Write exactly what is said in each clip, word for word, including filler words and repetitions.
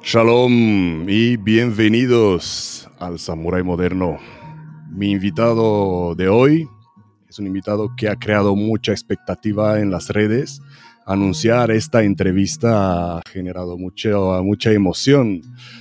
Shalom y bienvenidos al Samurái Moderno. Mi invitado de hoy es un invitado que ha creado mucha expectativa en las redes. Anunciar esta entrevista ha generado mucho, mucha emoción.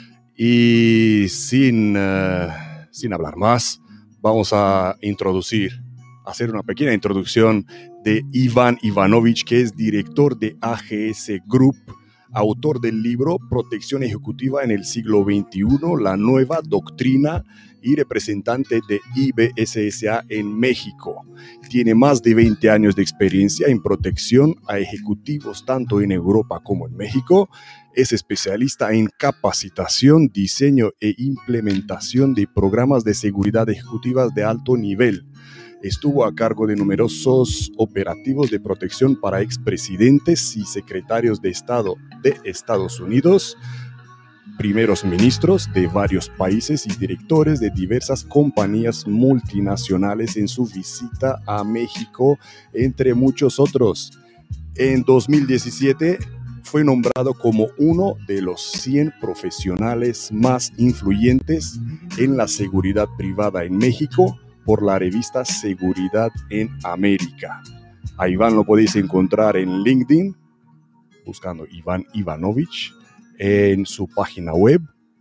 Y sin, uh, sin hablar más, vamos a introducir, hacer una pequeña introducción de Iván Ivanovich, que es director de A G S Group, autor del libro Protección Ejecutiva en el siglo veintiuno, la nueva doctrina, y representante de I B S S A en México. Tiene más de veinte años de experiencia en protección a ejecutivos tanto en Europa como en México. Es especialista en capacitación, diseño e implementación de programas de seguridad ejecutivas de alto nivel. Estuvo a cargo de numerosos operativos de protección para expresidentes y secretarios de Estado de Estados Unidos, primeros ministros de varios países y directores de diversas compañías multinacionales en su visita a México, entre muchos otros. En dos mil diecisiete fue nombrado como uno de los cien profesionales más influyentes en la seguridad privada en México por la revista Seguridad en América. A Iván lo podéis encontrar en LinkedIn, buscando Iván Ivanovich, en su página web,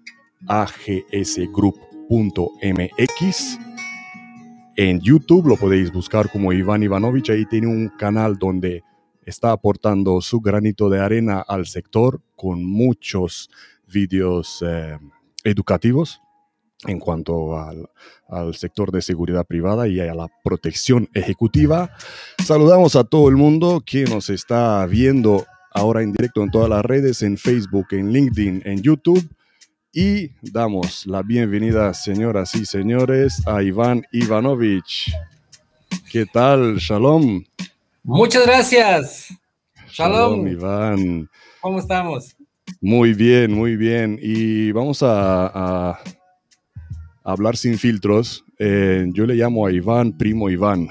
a g s group punto m x. En YouTube lo podéis buscar como Iván Ivanovich. Ahí tiene un canal donde está aportando su granito de arena al sector con muchos vídeos eh, educativos en cuanto al, al sector de seguridad privada y a la protección ejecutiva. Saludamos a todo el mundo que nos está viendo ahora en directo en todas las redes, en Facebook, en LinkedIn, en YouTube. Y damos la bienvenida, señoras y señores, a Iván Ivanovich. ¿Qué tal? Shalom. Muchas gracias. Shalom, Shalom Iván. ¿Cómo estamos? Muy bien, muy bien. Y vamos a... a hablar sin filtros. Eh, yo le llamo a Iván primo Iván.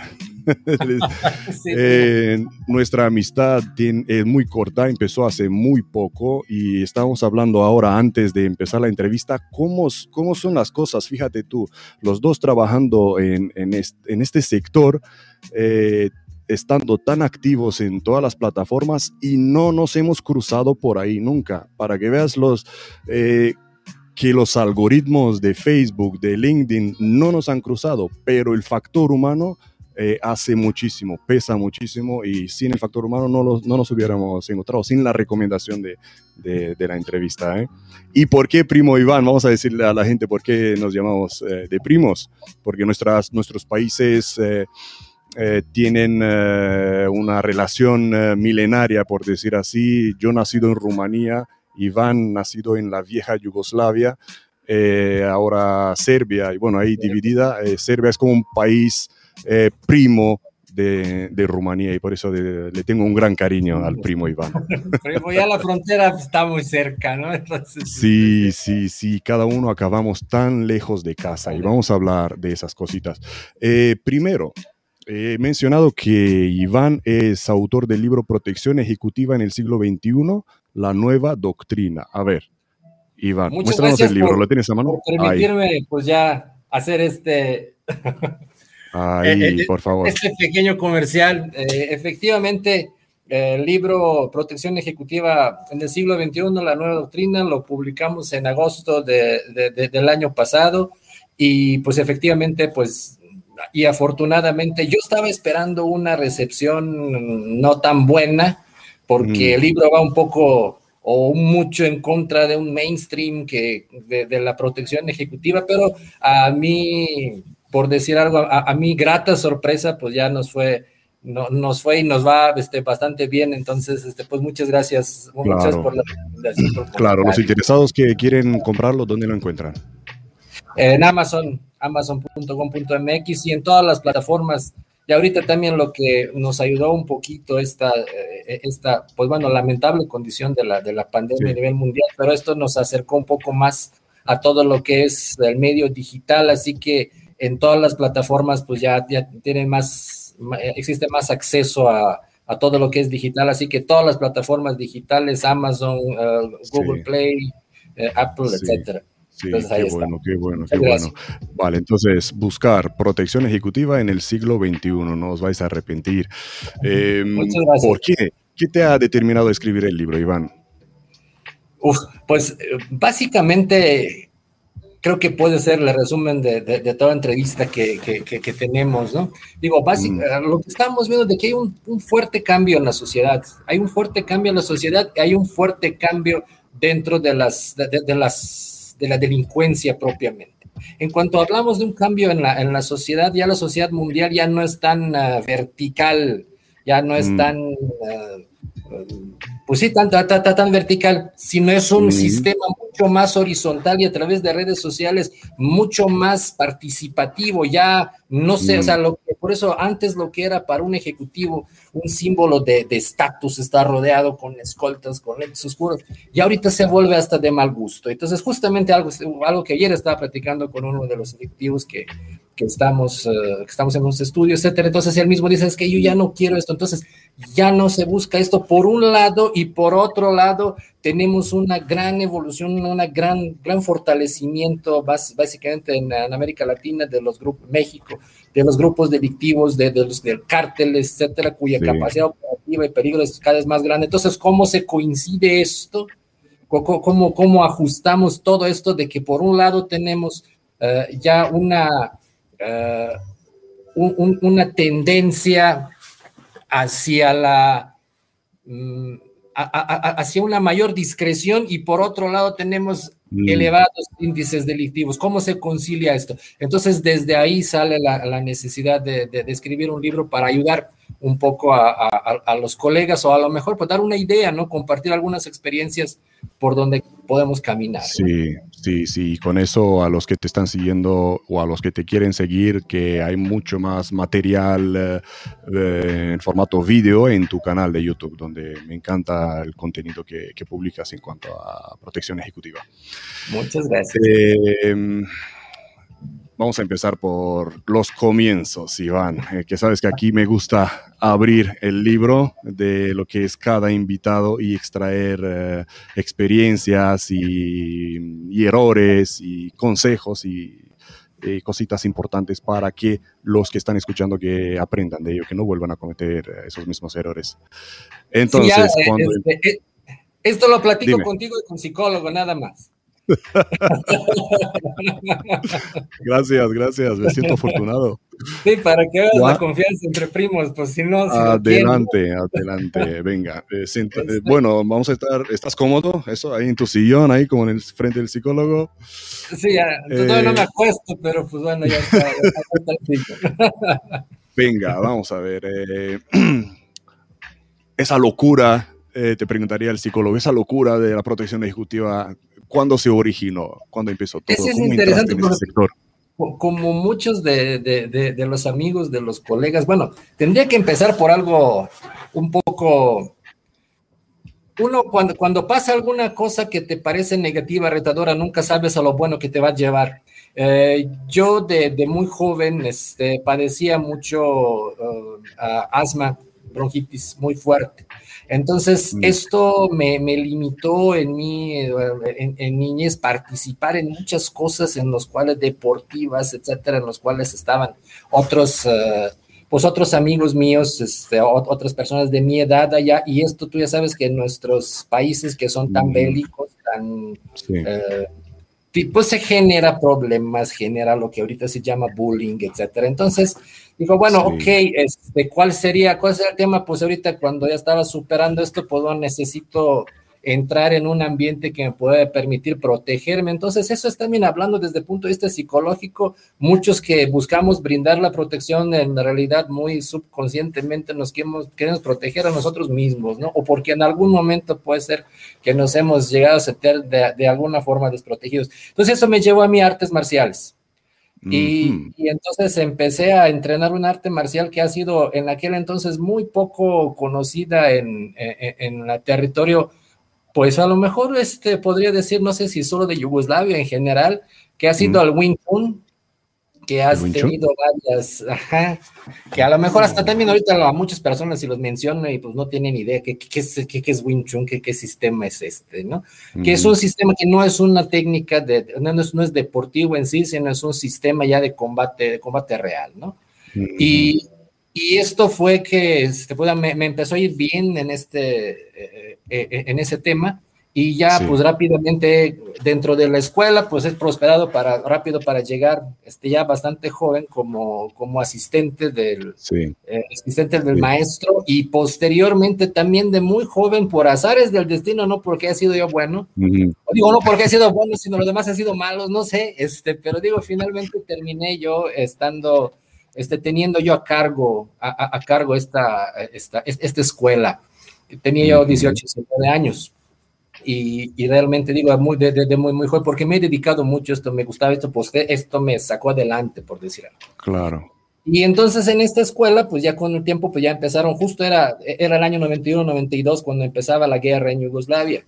Sí. eh, nuestra amistad tiene, es muy corta, empezó hace muy poco y estamos hablando ahora, antes de empezar la entrevista, cómo, cómo son las cosas. Fíjate tú, los dos trabajando en, en, este, en este sector, eh, estando tan activos en todas las plataformas y no nos hemos cruzado por ahí nunca. Para que veas los... Eh, que los algoritmos de Facebook, de LinkedIn no nos han cruzado, pero el factor humano eh, hace muchísimo, pesa muchísimo, y sin el factor humano no, los, no nos hubiéramos encontrado, sin la recomendación de, de, de la entrevista. ¿eh? ¿Y por qué primo Iván? Vamos a decirle a la gente por qué nos llamamos eh, de primos, porque nuestras, nuestros países eh, eh, tienen eh, una relación eh, milenaria, por decir así. Yo nacido en Rumanía, Iván nacido en la vieja Yugoslavia, eh, ahora Serbia, y bueno, ahí dividida. Eh, Serbia es como un país eh, primo de, de Rumanía, y por eso de, le tengo un gran cariño al primo Iván. Primo, ya la frontera está muy cerca, ¿no? Entonces, sí, este... sí, sí, cada uno acabamos tan lejos de casa, y vamos a hablar de esas cositas. Eh, primero, he mencionado que Iván es autor del libro Protección Ejecutiva en el siglo veintiuno, la nueva doctrina. A ver, Iván, muchas muéstranos el libro, por, ¿lo tienes a mano? Por permitirme, Ahí. pues ya hacer este... Ahí, eh, por favor. Este pequeño comercial. Eh, efectivamente, eh, el libro Protección Ejecutiva en el siglo veintiuno, la nueva doctrina, lo publicamos en agosto de, de, de, del año pasado, y pues efectivamente, pues... y afortunadamente yo estaba esperando una recepción no tan buena, porque mm. el libro va un poco o mucho en contra de un mainstream que de, de la protección ejecutiva, pero a mí, por decir algo, a, a mí grata sorpresa, pues ya nos fue, no, nos fue y nos va este, bastante bien. Entonces, este, pues muchas gracias, claro. muchas por la recomendación. Por claro, los interesados que quieren comprarlo, ¿dónde lo encuentran? En Amazon, amazon punto com punto m x y en todas las plataformas. Y ahorita también lo que nos ayudó un poquito esta, esta pues bueno, lamentable condición de la, de la pandemia sí. a nivel mundial, pero esto nos acercó un poco más a todo lo que es el medio digital, así que en todas las plataformas pues ya, ya tienen más, existe más acceso a, a todo lo que es digital, así que todas las plataformas digitales, Amazon, uh, Google sí. Play, eh, Apple, Sí. etcétera. Sí, Entonces, ahí qué está. bueno, qué bueno, Muchas qué gracias. bueno. Vale, entonces buscar protección ejecutiva en el siglo veintiuno, no os vais a arrepentir. Eh, Muchas gracias. ¿Por qué? ¿Qué te ha determinado a escribir el libro, Iván? Uf, pues eh, básicamente creo que puede ser el resumen de, de, de toda entrevista que, que, que, que tenemos, ¿no? Digo, básicamente, Mm, lo que estamos viendo es de que hay un, un fuerte cambio en la sociedad, hay un fuerte cambio en la sociedad, hay un fuerte cambio dentro de, las, de, de, las, de la delincuencia propiamente. En cuanto hablamos de un cambio en la, en la sociedad, ya la sociedad mundial ya no es tan uh, vertical, ya no es mm, tan... Uh, pues sí, tan, tan, tan, tan vertical, sino es un mm, sistema mucho más horizontal y a través de redes sociales mucho más participativo, ya no sé, o sea, mm, lo que, por eso antes lo que era para un ejecutivo un símbolo de estatus, está rodeado con escoltas, con lentes oscuros, y ahorita se vuelve hasta de mal gusto. Entonces, justamente algo, algo que ayer estaba platicando con uno de los ejecutivos que, que, estamos, uh, que estamos en los estudios, etcétera, entonces él mismo dice, es que yo ya no quiero esto, entonces ya no se busca esto por un lado, y por otro lado tenemos una gran evolución, una gran, gran fortalecimiento básicamente en, en América Latina de los grupos, México, de los grupos delictivos, de, de los del cártel, etcétera, cuya sí. capacidad operativa y peligro es cada vez más grande. Entonces, ¿cómo se coincide esto? ¿Cómo, cómo, cómo ajustamos todo esto de que por un lado tenemos uh, ya una, uh, un, una tendencia hacia la um, a, a, hacia una mayor discreción, y por otro lado tenemos mm. elevados índices delictivos? ¿Cómo se concilia esto? Entonces, desde ahí sale la, la necesidad de, de, de escribir un libro para ayudar un poco a, a, a los colegas, o a lo mejor pues dar una idea, ¿no? Compartir algunas experiencias por donde podemos caminar, Sí, ¿no? sí, sí. Con eso, a los que te están siguiendo o a los que te quieren seguir, que hay mucho más material eh, eh, en formato vídeo en tu canal de YouTube, donde me encanta el contenido que, que publicas en cuanto a protección ejecutiva. Muchas gracias. Eh, Vamos a empezar por los comienzos, Iván, eh, que sabes que aquí me gusta abrir el libro de lo que es cada invitado y extraer eh, experiencias y, y errores y consejos y, y cositas importantes para que los que están escuchando que aprendan de ello, que no vuelvan a cometer esos mismos errores. Entonces, sí, ya, cuando... este, esto lo platico Dime. contigo y con psicólogo, nada más. Gracias, gracias, me siento afortunado. Sí, para que veas ¿Ya? la confianza entre primos, pues si no, si Adelante, lo adelante, venga. Eh, siento, eh, bueno, vamos a estar, ¿estás cómodo? Eso, ahí en tu sillón, ahí como en el frente del psicólogo. Sí, ya, eh, todavía no me acuesto, pero pues bueno, ya está. Ya está venga, vamos a ver. Eh, esa locura, eh, te preguntaría el psicólogo, esa locura de la protección ejecutiva, ¿cuándo se originó? ¿Cuándo empezó todo? Ese es ¿Cómo interesante entraste en ese sector? Como muchos de, de, de, de los amigos, de los colegas, bueno, tendría que empezar por algo un poco... Uno, cuando, cuando pasa alguna cosa que te parece negativa, retadora, nunca sabes a lo bueno que te va a llevar. Eh, yo de, de muy joven este, padecía mucho uh, uh, asma, bronquitis muy fuerte. Entonces, mm. esto me, me limitó en mi en, en niñez participar en muchas cosas en los cuales deportivas, etcétera, en los cuales estaban otros... Uh, pues otros amigos míos, este, otras personas de mi edad allá, y esto tú ya sabes que en nuestros países que son tan bélicos, tan, sí. eh, pues se genera problemas, genera lo que ahorita se llama bullying, etcétera. Entonces, digo, bueno, sí. ok, este, ¿cuál sería, cuál sería el tema? Pues ahorita cuando ya estaba superando esto, pues bueno, necesito entrar en un ambiente que me pueda permitir protegerme. Entonces, eso es también hablando desde el punto de vista psicológico. Muchos que buscamos brindar la protección, en realidad muy subconscientemente nos queremos, queremos proteger a nosotros mismos, ¿no? O porque en algún momento puede ser que nos hemos llegado a sentir de, de alguna forma desprotegidos. Entonces, eso me llevó a mis artes marciales. Y, uh-huh. y entonces empecé a entrenar un arte marcial que ha sido en aquel entonces muy poco conocida en, en, en el territorio. Pues a lo mejor este, podría decir, no sé si solo de Yugoslavia en general, que ha sido mm. el Wing Chun, que has tenido varias, ajá, que a lo mejor hasta también ahorita a muchas personas si los menciono y pues no tienen idea qué, qué, es, qué, qué es Wing Chun, qué, qué sistema es este, ¿no? Uh-huh. Que es un sistema que no es una técnica, de, no, es, no es deportivo en sí, sino es un sistema ya de combate, de combate real, ¿no? Uh-huh. Y, y esto fue que este, pues, me, me empezó a ir bien en, este, eh, eh, en ese tema. Y ya, sí. pues rápidamente dentro de la escuela, pues he prosperado para, rápido para llegar este, ya bastante joven como, como asistente del, sí. eh, asistente del sí. maestro, y posteriormente también de muy joven por azares del destino, no porque he sido yo bueno, uh-huh. digo no porque he sido bueno, sino los demás han sido malos, no sé, este, pero digo, finalmente terminé yo estando, este, teniendo yo a cargo, a, a, a cargo esta, esta, esta escuela. Tenía yo dieciocho, diecinueve años. Y, y realmente digo, muy, de, de, de muy, muy joven, porque me he dedicado mucho a esto, me gustaba esto, pues esto me sacó adelante, por decir algo. Claro. Y entonces en esta escuela, pues ya con el tiempo, pues ya empezaron, justo era, era el año noventa y uno, noventa y dos, cuando empezaba la guerra en Yugoslavia.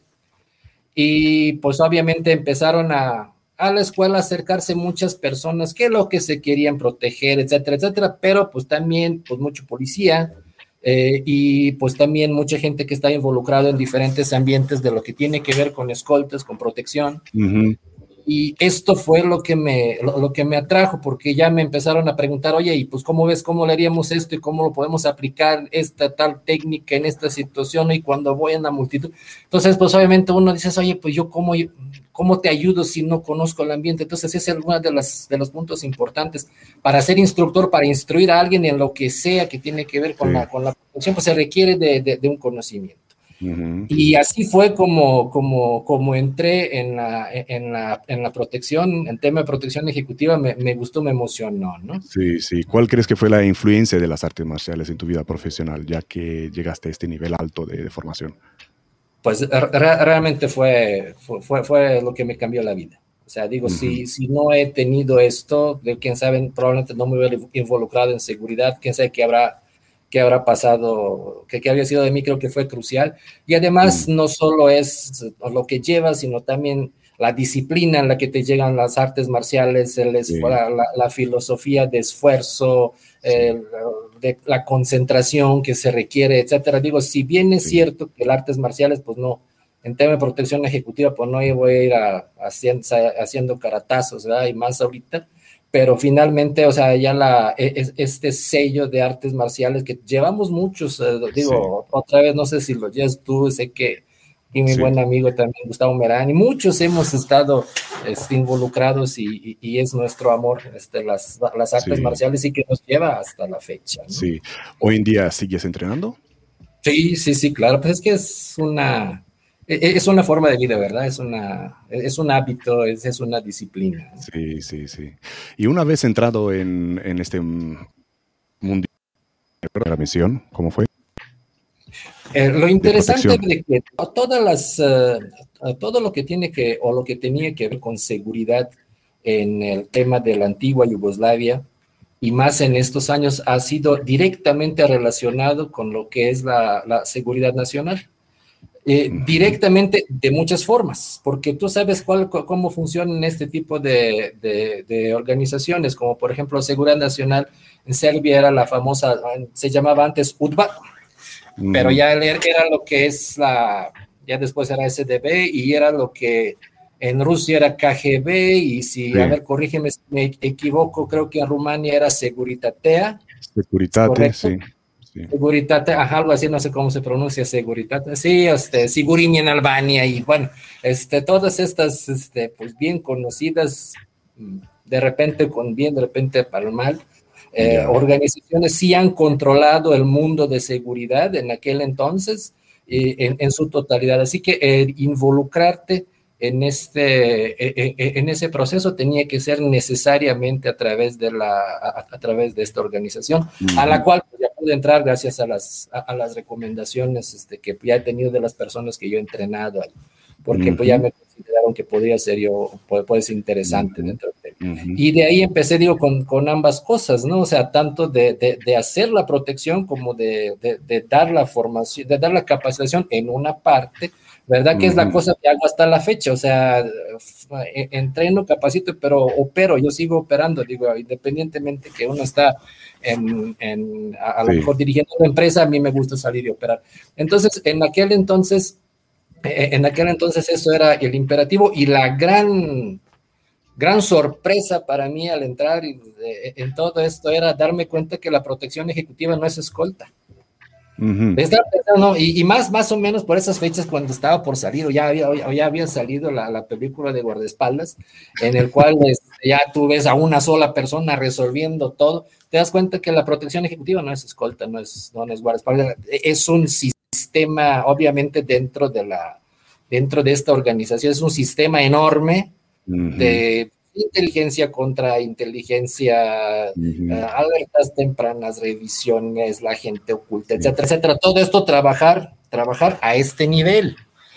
Y pues obviamente empezaron a, a la escuela a acercarse muchas personas que lo que se querían proteger, etcétera, etcétera, pero pues también, pues mucho policía, Eh, y pues también mucha gente que está involucrada en diferentes ambientes de lo que tiene que ver con escoltas, con protección. Uh-huh. Y esto fue lo que, me, lo, lo que me atrajo, porque ya me empezaron a preguntar, oye, y pues cómo ves, cómo le haríamos esto y cómo lo podemos aplicar esta tal técnica en esta situación y cuando voy en la multitud. Entonces, pues obviamente uno dice, oye, pues yo cómo, cómo te ayudo si no conozco el ambiente. Entonces, ese es uno de, las, de los puntos importantes. Para ser instructor, para instruir a alguien en lo que sea que tiene que ver con, sí. la, con la protección, pues se requiere de, de, de un conocimiento. Uh-huh. Y así fue como, como, como entré en la, en, la, en la protección, en tema de protección ejecutiva, me, me gustó, me emocionó, ¿no? Sí, sí. ¿Cuál crees que fue la influencia de las artes marciales en tu vida profesional, ya que llegaste a este nivel alto de, de formación? Pues re- realmente fue, fue, fue lo que me cambió la vida. O sea, digo, uh-huh. si, si no he tenido esto, de quién sabe, probablemente no me hubiera involucrado en seguridad, quién sabe qué habrá que habrá pasado, que, que había sido de mí, creo que fue crucial. Y además, mm. no solo es lo que lleva, sino también la disciplina en la que te llegan las artes marciales, el sí. la, la, la filosofía de esfuerzo, sí. eh, de la concentración que se requiere, etcétera. Digo, si bien es sí. cierto que las artes marciales, pues no, en tema de protección ejecutiva, pues no voy a ir a, a, haciendo, haciendo caratazos, ¿verdad? Y más ahorita, pero finalmente, o sea, ya la, este sello de artes marciales que llevamos muchos, eh, digo, sí. otra vez, no sé si lo llevas tú, sé que, y mi sí. buen amigo también, Gustavo Merán, y muchos hemos estado este, involucrados y, y, y es nuestro amor, este, las, las artes sí. marciales y que nos lleva hasta la fecha, ¿no? Sí. ¿Hoy en día sigues entrenando? Sí, sí, sí, claro, pues es que es una... Es una forma de vida, ¿verdad? Es, una, es un hábito, es, es una disciplina. Sí, sí, sí. Y una vez entrado en, en este mundo de la misión, ¿cómo fue? Eh, lo interesante de, de que todas las, uh, todo lo que tiene que, o lo que tenía que ver con seguridad en el tema de la antigua Yugoslavia, y más en estos años, ha sido directamente relacionado con lo que es la, la seguridad nacional. Eh, directamente de muchas formas, porque tú sabes cuál, cómo funcionan este tipo de, de, de organizaciones, como por ejemplo Seguridad Nacional en Serbia era la famosa, se llamaba antes U D B A, uh-huh. pero ya era lo que es la, ya después era S D B y era lo que en Rusia era K G B y si, sí. a ver, corrígeme si me equivoco, creo que en Rumania era Securitatea. Securitate, sí. Sí. Seguritate, ajá, algo así, no sé cómo se pronuncia Seguritate, sí, este, Sigurimi en Albania, y bueno, este, todas estas, este, pues bien conocidas, de repente con bien, de repente para el mal, eh, yeah. organizaciones sí han controlado el mundo de seguridad en aquel entonces, eh, en, en su totalidad, así que eh, involucrarte en, este, eh, eh, en ese proceso tenía que ser necesariamente a través de, la, a, a través de esta organización, uh-huh. a la cual ya pude entrar gracias a las, a, a las recomendaciones este, que ya he tenido de las personas que yo he entrenado ahí, porque uh-huh. pues ya me consideraron que podría ser yo, puede, puede ser interesante uh-huh. dentro de él. Uh-huh. Y de ahí empecé, digo, con, con ambas cosas, ¿no? O sea, tanto de, de, de hacer la protección como de, de, de dar la formación, de dar la capacitación en una parte, ¿verdad? Que Uh-huh. es la cosa que hago hasta la fecha, o sea, entreno, capacito, pero opero, yo sigo operando, digo, independientemente que uno está en, en a, a lo sí. mejor dirigiendo una empresa, a mí me gusta salir y operar. Entonces, en aquel entonces, en aquel entonces eso era el imperativo y la gran, gran sorpresa para mí al entrar en todo esto era darme cuenta que la protección ejecutiva no es escolta. Uh-huh. Estaba pensando, y, y más, más o menos por esas fechas cuando estaba por salir, o ya había, o ya había salido la, la película de Guardaespaldas, en el cual pues, ya tú ves a una sola persona resolviendo todo, te das cuenta que la protección ejecutiva no es escolta, no es, no es guardaespaldas, es un sistema, obviamente dentro de la, dentro de esta organización, es un sistema enorme uh-huh. de inteligencia contra inteligencia, uh-huh. uh, alertas tempranas, revisiones, la gente oculta, etcétera, sí. etcétera. Todo esto trabajar, trabajar a este nivel.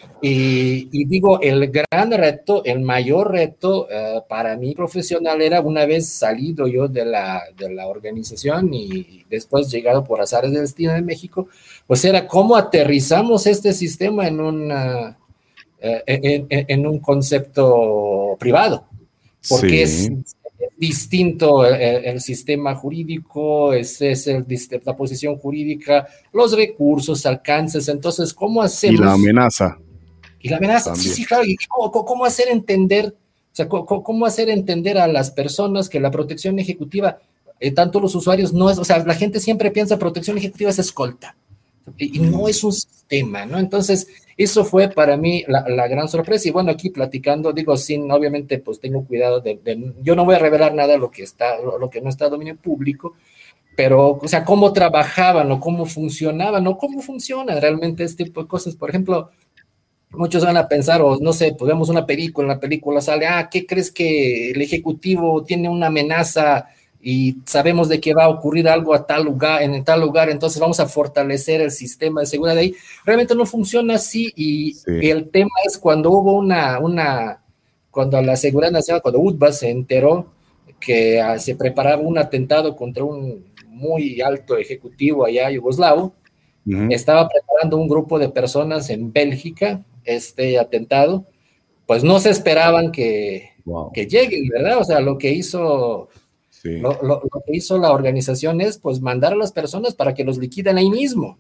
Y, y digo, el gran reto, el mayor reto uh, para mí profesional era una vez salido yo de la, de la organización y después llegado por azares del destino de México, pues era cómo aterrizamos este sistema en, una, uh, en, en, en un concepto privado. Porque sí. es, es distinto el, el sistema jurídico, es, es el, la posición jurídica, los recursos, alcances, entonces, ¿cómo hacemos? Y la amenaza. Y la amenaza, también. sí, sí, claro, y cómo, cómo hacer entender, o sea, cómo, cómo hacer entender a las personas que la protección ejecutiva, eh, tanto los usuarios, no es, o sea, la gente siempre piensa protección ejecutiva es escolta, y, y no es un sistema, ¿no? Entonces, eso fue para mí la, la gran sorpresa, y bueno, aquí platicando, digo, sin, obviamente, pues tengo cuidado de, de yo no voy a revelar nada de lo que está, lo, lo que no está a dominio público, pero, o sea, cómo trabajaban, o cómo funcionaban, o cómo funcionan realmente este tipo de cosas, por ejemplo, muchos van a pensar, o no sé, pues vemos una película, en la película sale, ah, ¿qué crees que el ejecutivo tiene una amenaza y sabemos de que va a ocurrir algo a tal lugar, en tal lugar, entonces vamos a fortalecer el sistema de seguridad de ahí? Realmente no funciona así, y sí. el tema es cuando hubo una, una, cuando la Seguridad Nacional, cuando U T B A se enteró que uh, se preparaba un atentado contra un muy alto ejecutivo allá yugoslavo, uh-huh. estaba preparando un grupo de personas en Bélgica este atentado, pues no se esperaban que, wow. que lleguen, ¿verdad? O sea, lo que hizo... Sí. Lo, lo, lo que hizo la organización es pues mandar a las personas para que los liquiden ahí mismo,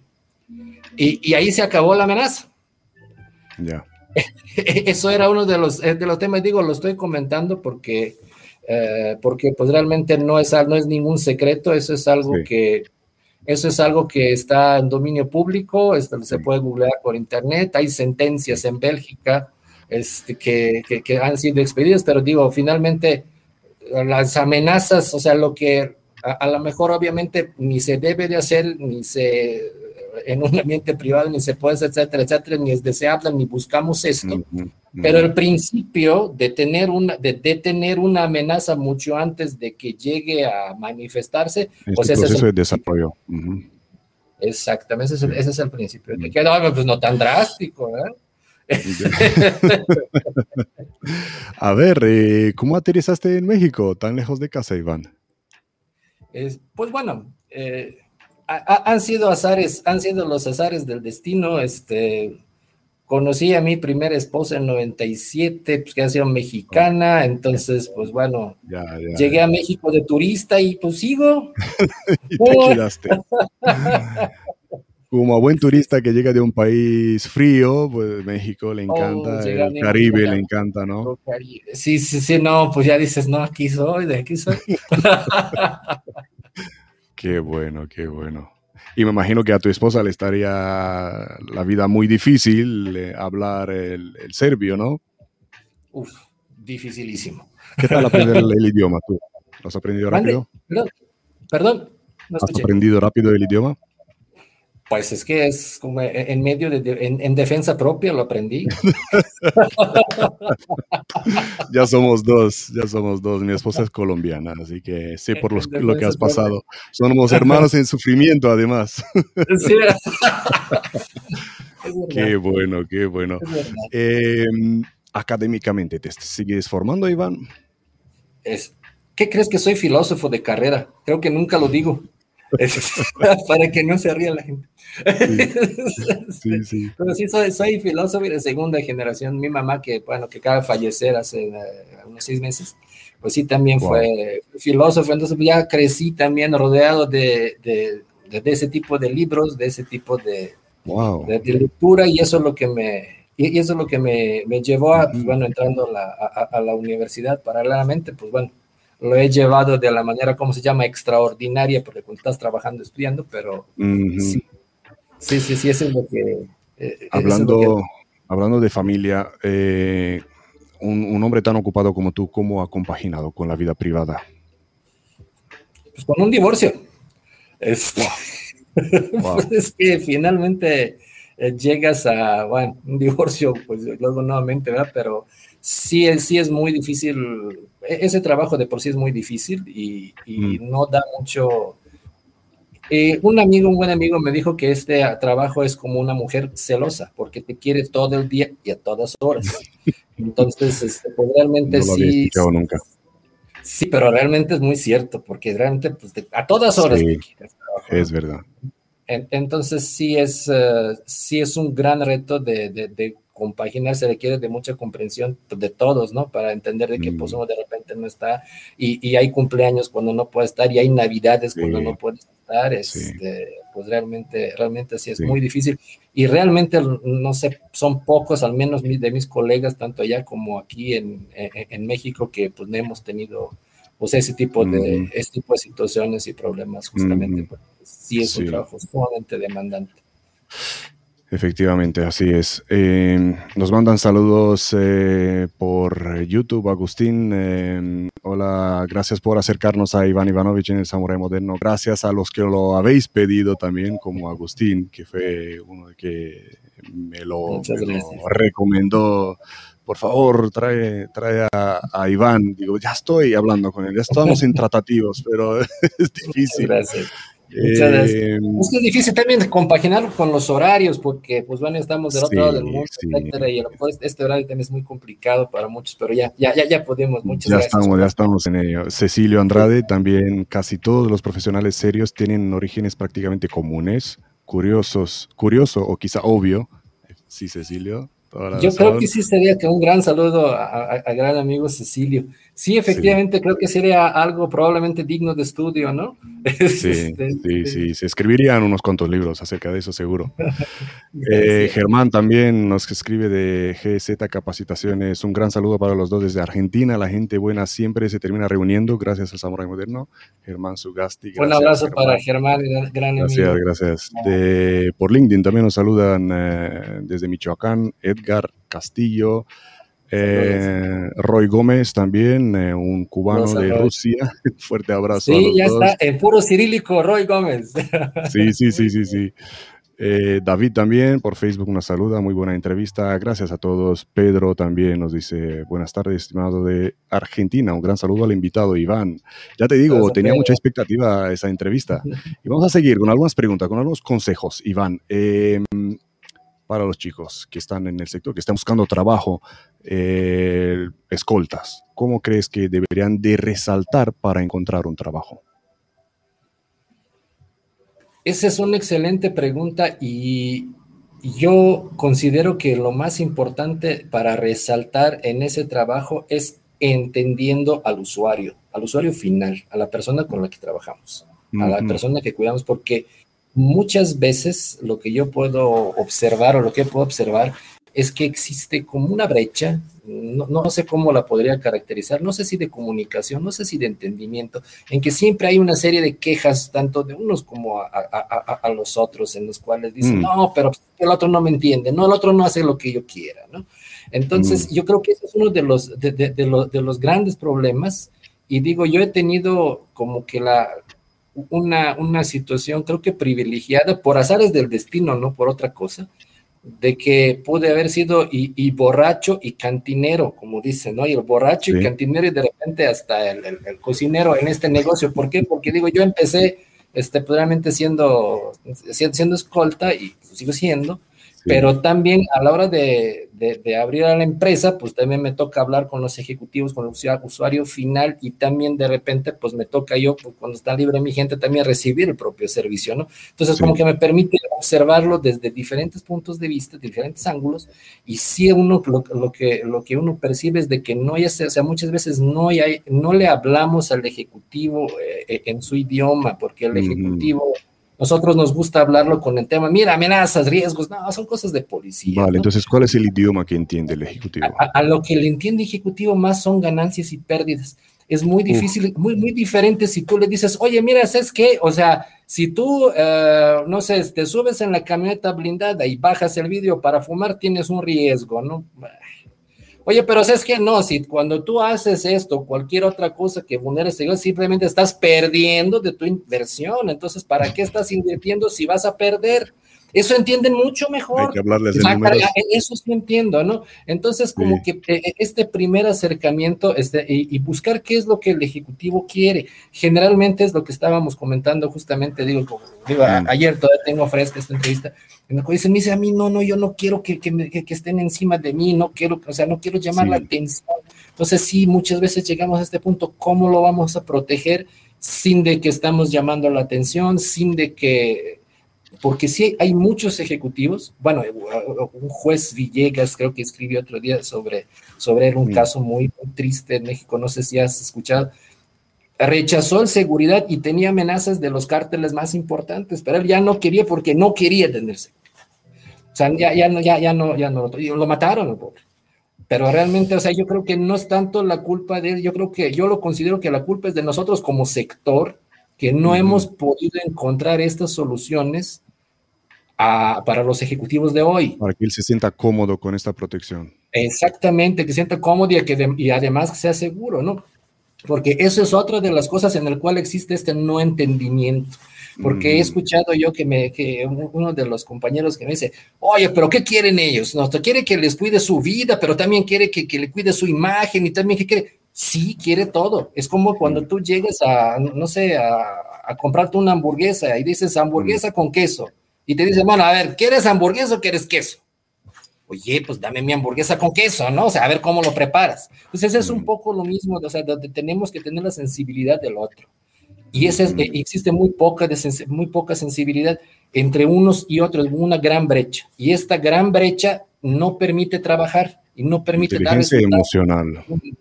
y, y ahí se acabó la amenaza. Ya. Yeah. Eso era uno de los, de los temas, digo, lo estoy comentando porque, eh, porque pues realmente no es, no es ningún secreto, eso es algo sí. que eso es algo que está en dominio público, esto se puede googlear por internet, hay sentencias en Bélgica este, que, que, que han sido expedidas, pero digo, finalmente las amenazas, o sea, lo que a, a lo mejor obviamente ni se debe de hacer, ni se en un ambiente privado, ni se puede hacer, etcétera, etcétera, ni es deseable, ni buscamos esto, uh-huh, uh-huh. pero el principio de tener, una, de, de tener una amenaza mucho antes de que llegue a manifestarse, este pues ese proceso es el de desarrollo. Uh-huh. Exactamente, ese es el, ese es el principio. Uh-huh. Que, no, pues no tan drástico, ¿verdad? A ver, eh, ¿cómo aterrizaste en México, tan lejos de casa, Iván? Es, pues bueno, eh, ha, ha, han sido azares, han sido los azares del destino. Este, conocí a mi primera esposa en noventa y siete, pues que ha sido mexicana, entonces, pues bueno, ya, ya, llegué ya. a México de turista y pues sigo. Y te quedaste. Como a buen turista que llega de un país frío, pues México le encanta, oh, el Caribe México, le encanta, ¿no? Sí, sí, sí, no, pues ya dices, no, aquí soy, de aquí soy. Qué bueno, qué bueno. Y me imagino que a tu esposa le estaría la vida muy difícil eh, hablar el, el serbio, ¿no? Uf, dificilísimo. ¿Qué tal aprender el, el idioma tú? ¿Lo has aprendido rápido? Perdón, perdón. No ¿Has aprendido rápido el idioma? Pues es que es como en medio de, de en, en defensa propia lo aprendí. Ya somos dos, ya somos dos. Mi esposa es colombiana, así que sé por los, lo que has pasado. Somos hermanos en sufrimiento, además. Sí. Qué bueno, qué bueno. Eh, académicamente, ¿te sigues formando, Iván? Es, ¿Qué crees que soy filósofo de carrera? Creo que nunca lo digo. para que no se ría la gente. Sí, sí, sí. Pero sí, soy, soy filósofo de segunda generación. Mi mamá, que bueno, que acaba de fallecer hace uh, unos seis meses, pues sí, también wow. fue filósofo. Entonces ya crecí también rodeado de, de, de, de ese tipo de libros, de ese tipo de, wow. de, de lectura, y eso es lo que me... Y eso es lo que me, me llevó a, pues, bueno, entrando a la, a, a la universidad paralelamente, pues bueno, lo he llevado de la manera, ¿cómo se llama? Extraordinaria, porque cuando estás trabajando, estudiando, pero uh-huh. sí, sí, sí, sí, eso es lo que... Eh, hablando, es lo que... hablando de familia, eh, un, un hombre tan ocupado como tú, ¿cómo ha compaginado con la vida privada? Pues con un divorcio. Es, wow. Wow. Pues es que finalmente... Eh, llegas a, bueno, un divorcio, pues luego nuevamente, ¿verdad? Pero sí, sí es muy difícil, ese trabajo de por sí es muy difícil y, y mm. no da mucho. Eh, un amigo, un buen amigo me dijo que este trabajo es como una mujer celosa, porque te quiere todo el día y a todas horas. Entonces, este, pues realmente no lo sí. había escuchado nunca. Sí, pero realmente es muy cierto, porque realmente pues, te, a todas horas sí, te quiere. Es verdad. Entonces sí es, uh, sí es un gran reto de, de, de compaginar, se requiere de mucha comprensión de todos, ¿no? Para entender de que mm. pues uno de repente no está, y, y hay cumpleaños cuando no puede estar, y hay navidades sí. cuando no puede estar, este, sí. pues realmente, realmente sí es sí. muy difícil, y realmente, no sé, son pocos, al menos de mis colegas, tanto allá como aquí en, en, en México, que pues no hemos tenido pues ese tipo de, mm-hmm. ese tipo de situaciones y problemas, justamente, mm-hmm. porque sí es sí. un trabajo sumamente demandante. Efectivamente, así es. Eh, nos mandan saludos eh, por YouTube, Agustín. Eh, hola, gracias por acercarnos a Iván Ivanovich en el Samurái Moderno. Gracias a los que lo habéis pedido también, como Agustín, que fue uno que me lo, me lo recomendó. Por favor, trae, trae a, a Iván. Digo, ya estoy hablando con él, ya estamos en tratativos, pero es difícil. Muchas gracias. Muchas gracias. Eh, es que es difícil también compaginarlo con los horarios, porque pues bueno, estamos del otro sí, lado del mundo, sí. etcétera, y pues, este horario también es muy complicado para muchos, pero ya, ya, ya, ya podemos. Muchas ya gracias. Estamos, ya estamos en ello. Cecilio Andrade, sí. también casi todos los profesionales serios tienen orígenes prácticamente comunes, curiosos, curioso o quizá obvio. Sí, Cecilio. Yo creo que sí sería que un gran saludo a, a, a gran amigo Cecilio. Sí, efectivamente, sí. creo que sería algo probablemente digno de estudio, ¿no? Sí, este, sí, sí, se escribirían unos cuantos libros acerca de eso, seguro. eh, Germán también nos escribe de G Z Capacitaciones. Un gran saludo para los dos desde Argentina. La gente buena siempre se termina reuniendo gracias al Samurái Moderno. Germán Sugasti. Gracias, un abrazo Germán. Para Germán, gran gracias, amigo. Gracias, gracias. De, por LinkedIn también nos saludan eh, desde Michoacán, Edgar Castillo. Eh, Roy Gómez también, eh, un cubano de Rusia. Fuerte abrazo. Sí, a los ya dos. está, en puro cirílico, Roy Gómez. Sí, sí, sí, sí, sí. Eh, David también por Facebook nos saluda, muy buena entrevista, gracias a todos. Pedro también nos dice, buenas tardes, estimado de Argentina, un gran saludo al invitado Iván. Ya te digo, gracias, tenía Pedro. Mucha expectativa esa entrevista. Y vamos a seguir con algunas preguntas, con algunos consejos, Iván. Eh, para los chicos que están en el sector, que están buscando trabajo, eh, escoltas, ¿cómo crees que deberían de resaltar para encontrar un trabajo? Esa es una excelente pregunta y yo considero que lo más importante para resaltar en ese trabajo es entendiendo al usuario, al usuario final, a la persona con la que trabajamos, uh-huh. a la persona que cuidamos, porque muchas veces lo que yo puedo observar o lo que puedo observar es que existe como una brecha, no, no sé cómo la podría caracterizar, no sé si de comunicación, no sé si de entendimiento, en que siempre hay una serie de quejas, tanto de unos como a, a, a, a los otros, en los cuales dicen, mm. no, pero el otro no me entiende, no, el otro no hace lo que yo quiera, ¿no? Entonces, mm. yo creo que ese es uno de los, de, de, de, los, de los grandes problemas, y digo, yo he tenido como que la... Una, una situación creo que privilegiada por azares del destino, no por otra cosa, de que pude haber sido y, y borracho y cantinero, como dicen, ¿no? Y el borracho sí. y cantinero y de repente hasta el, el, el cocinero en este negocio. ¿Por qué? Porque digo, yo empecé este, probablemente siendo, siendo escolta y sigo siendo, Pero también a la hora de, de, de abrir a la empresa, pues también me toca hablar con los ejecutivos, con el usuario final, y también de repente pues me toca yo, pues, cuando está libre mi gente, también recibir el propio servicio, ¿no? Entonces sí. como que me permite observarlo desde diferentes puntos de vista, diferentes ángulos, y sí uno lo, lo, que, lo que uno percibe es de que no hay, o sea, muchas veces no, hay, no le hablamos al ejecutivo eh, en su idioma, porque el mm. ejecutivo... Nosotros nos gusta hablarlo con el tema, mira, amenazas, riesgos, no, son cosas de policía. Vale, ¿no? Entonces, ¿cuál es el idioma que entiende el ejecutivo? A, a, a lo que le entiende el ejecutivo más son ganancias y pérdidas. Es muy difícil, Uf. muy, muy diferente si tú le dices, oye, mira, ¿sabes qué? O sea, si tú, uh, no sé, te subes en la camioneta blindada y bajas el vidrio para fumar, tienes un riesgo, ¿no? Oye, pero ¿sabes qué? No, si cuando tú haces esto, cualquier otra cosa que vulnere seguridad, simplemente estás perdiendo de tu inversión. Entonces, ¿para qué estás invirtiendo si vas a perder? Eso entienden mucho mejor. Hay que hablarles de números. Eso sí entiendo, ¿no? Entonces, como sí. que este primer acercamiento este, y, y buscar qué es lo que el ejecutivo quiere. Generalmente es lo que estábamos comentando justamente, digo, como, digo mm. ayer todavía tengo fresca esta entrevista, en la que dicen, me dice a mí, no, no, yo no quiero que, que, me, que, que estén encima de mí, no quiero, o sea, no quiero llamar sí. la atención. Entonces, sí, muchas veces llegamos a este punto, ¿cómo lo vamos a proteger sin de que estamos llamando la atención, sin de que... Porque sí hay muchos ejecutivos, bueno, un juez Villegas creo que escribió otro día sobre, sobre él un sí. caso muy, muy triste en México, no sé si has escuchado, rechazó el seguridad y tenía amenazas de los cárteles más importantes, pero él ya no quería porque no quería tenerse. O sea, ya, ya, no, ya, ya no, ya no, lo mataron al pobre. Pero realmente, o sea, yo creo que no es tanto la culpa de él, yo creo que, yo lo considero que la culpa es de nosotros como sector, que no uh-huh. hemos podido encontrar estas soluciones a, para los ejecutivos de hoy. Para que él se sienta cómodo con esta protección. Exactamente, que se sienta cómodo y, que de, y además que sea seguro, ¿no? Porque eso es otra de las cosas en el cual existe este no entendimiento. Porque mm. he escuchado yo que, me, que uno de los compañeros que me dice, oye, pero ¿qué quieren ellos? No, quiere que les cuide su vida, pero también quiere que, que le cuide su imagen y también que quiere... Sí, quiere todo. Es como cuando mm. tú llegas a, no sé, a, a comprarte una hamburguesa y dices hamburguesa mm. con queso. Y te dicen, bueno, a ver, ¿quieres hamburguesa o quieres queso? Oye, pues dame mi hamburguesa con queso, ¿no? O sea, a ver cómo lo preparas. Entonces, es un poco lo mismo, o sea, donde tenemos que tener la sensibilidad del otro. Y ese, eh, existe muy poca, de sens- muy poca sensibilidad entre unos y otros, una gran brecha. Y esta gran brecha no permite trabajar y no permite dar resultados. Inteligencia emocional.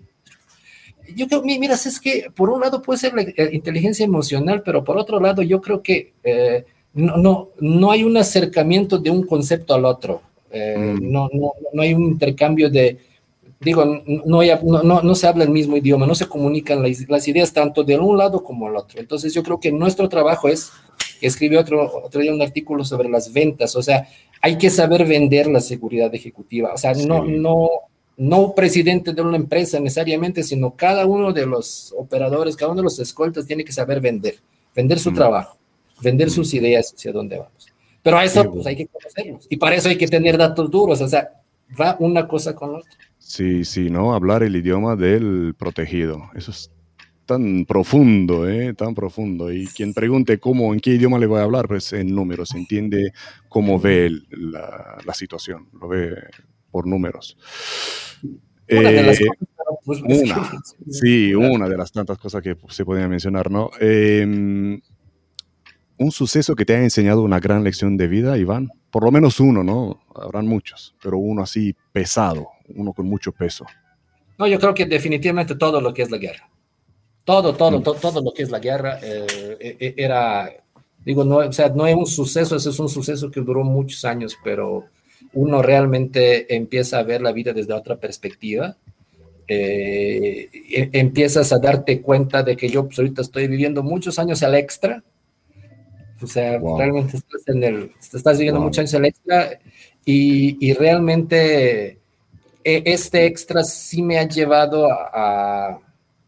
Yo creo, mira, es que por un lado puede ser la eh, inteligencia emocional, pero por otro lado yo creo que eh, no, no, no hay un acercamiento de un concepto al otro. Eh, mm. no, no, no hay un intercambio de, digo, no, hay, no, no, no se habla el mismo idioma, no se comunican las, las ideas tanto de un lado como del otro. Entonces yo creo que nuestro trabajo es, escribí otro, otro día un artículo sobre las ventas, o sea, hay que saber vender la seguridad ejecutiva, o sea, sí. no, no, no presidente de una empresa necesariamente, sino cada uno de los operadores, cada uno de los escoltas tiene que saber vender, vender su mm. trabajo, vender mm. sus ideas hacia dónde vamos. Pero a eso sí, pues hay que conocerlos. Y para eso hay que tener datos duros. O sea, va una cosa con la otra. Sí, sí, ¿no? Hablar el idioma del protegido. Eso es tan profundo, ¿eh? Tan profundo. Y quien pregunte cómo, en qué idioma le voy a hablar, pues en números. Entiende cómo ve el, la, la situación. Lo ve por números. Una eh, de las cosas, pues, una, sí, una de las tantas cosas que se podían mencionar, ¿no? Eh, Un suceso que te haya enseñado una gran lección de vida, Iván. Por lo menos uno, ¿no? Habrán muchos, pero uno así pesado, uno con mucho peso. No, yo creo que definitivamente todo lo que es la guerra. Todo, todo, mm. to, todo lo que es la guerra eh, era, digo, no, o sea, no es un suceso, ese es un suceso que duró muchos años, pero uno realmente empieza a ver la vida desde otra perspectiva. Eh, empiezas a darte cuenta de que yo pues, ahorita estoy viviendo muchos años al extra. O sea, wow. realmente estás, en el, estás viviendo wow. muchos años el extra y, y realmente este extra sí me ha llevado a,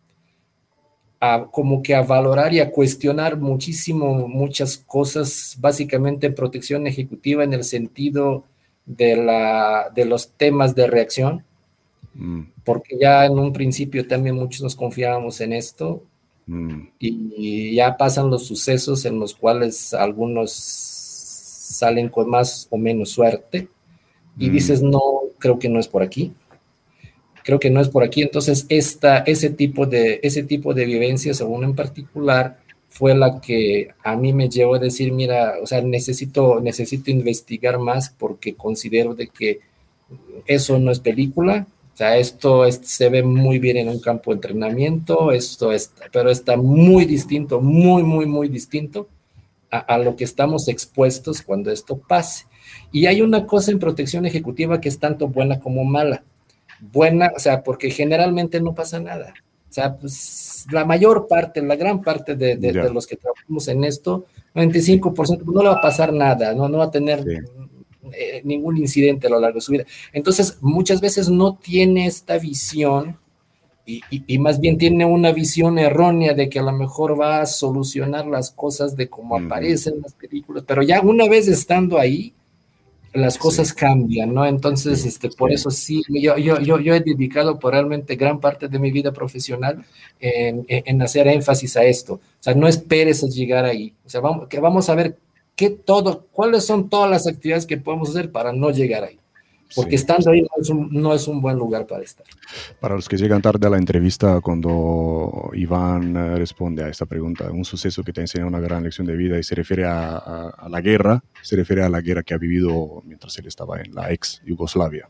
a, a como que a valorar y a cuestionar muchísimo muchas cosas, básicamente en protección ejecutiva en el sentido de, la, de los temas de reacción, mm. porque ya en un principio también muchos nos confiábamos en esto. Mm. Y ya pasan los sucesos en los cuales algunos salen con más o menos suerte y dices, no, creo que no es por aquí. Creo que no es por aquí. Entonces, esta, ese, tipo de, ese tipo de vivencias, o una en particular, fue la que a mí me llevó a decir, mira, o sea, necesito, necesito investigar más porque considero de que eso no es película. O sea, esto es, se ve muy bien en un campo de entrenamiento, esto está, pero está muy distinto, muy, muy, muy distinto a, a lo que estamos expuestos cuando esto pase. Y hay una cosa en protección ejecutiva que es tanto buena como mala. Buena, o sea, porque generalmente no pasa nada. O sea, pues la mayor parte, la gran parte de, de, de los que trabajamos en esto, noventa y cinco por ciento, no le va a pasar nada, no, no va a tener sí. eh, ningún incidente a lo largo de su vida. Entonces, muchas veces no tiene esta visión y, y, y más bien tiene una visión errónea de que a lo mejor va a solucionar las cosas de cómo uh-huh. aparecen las películas, pero ya una vez estando ahí, las cosas sí. cambian, ¿no? Entonces, sí, este, por sí. eso sí, yo, yo, yo, yo he dedicado por realmente gran parte de mi vida profesional en, en hacer énfasis a esto. O sea, no esperes a llegar ahí. O sea, vamos, que vamos a ver qué todo, cuáles son todas las actividades que podemos hacer para no llegar ahí. Porque sí. estando ahí no es, un, no es un buen lugar para estar. Para los que llegan tarde a la entrevista, cuando Iván responde a esta pregunta, un suceso que te enseña una gran lección de vida y se refiere a, a, a la guerra, se refiere a la guerra que ha vivido mientras él estaba en la ex Yugoslavia.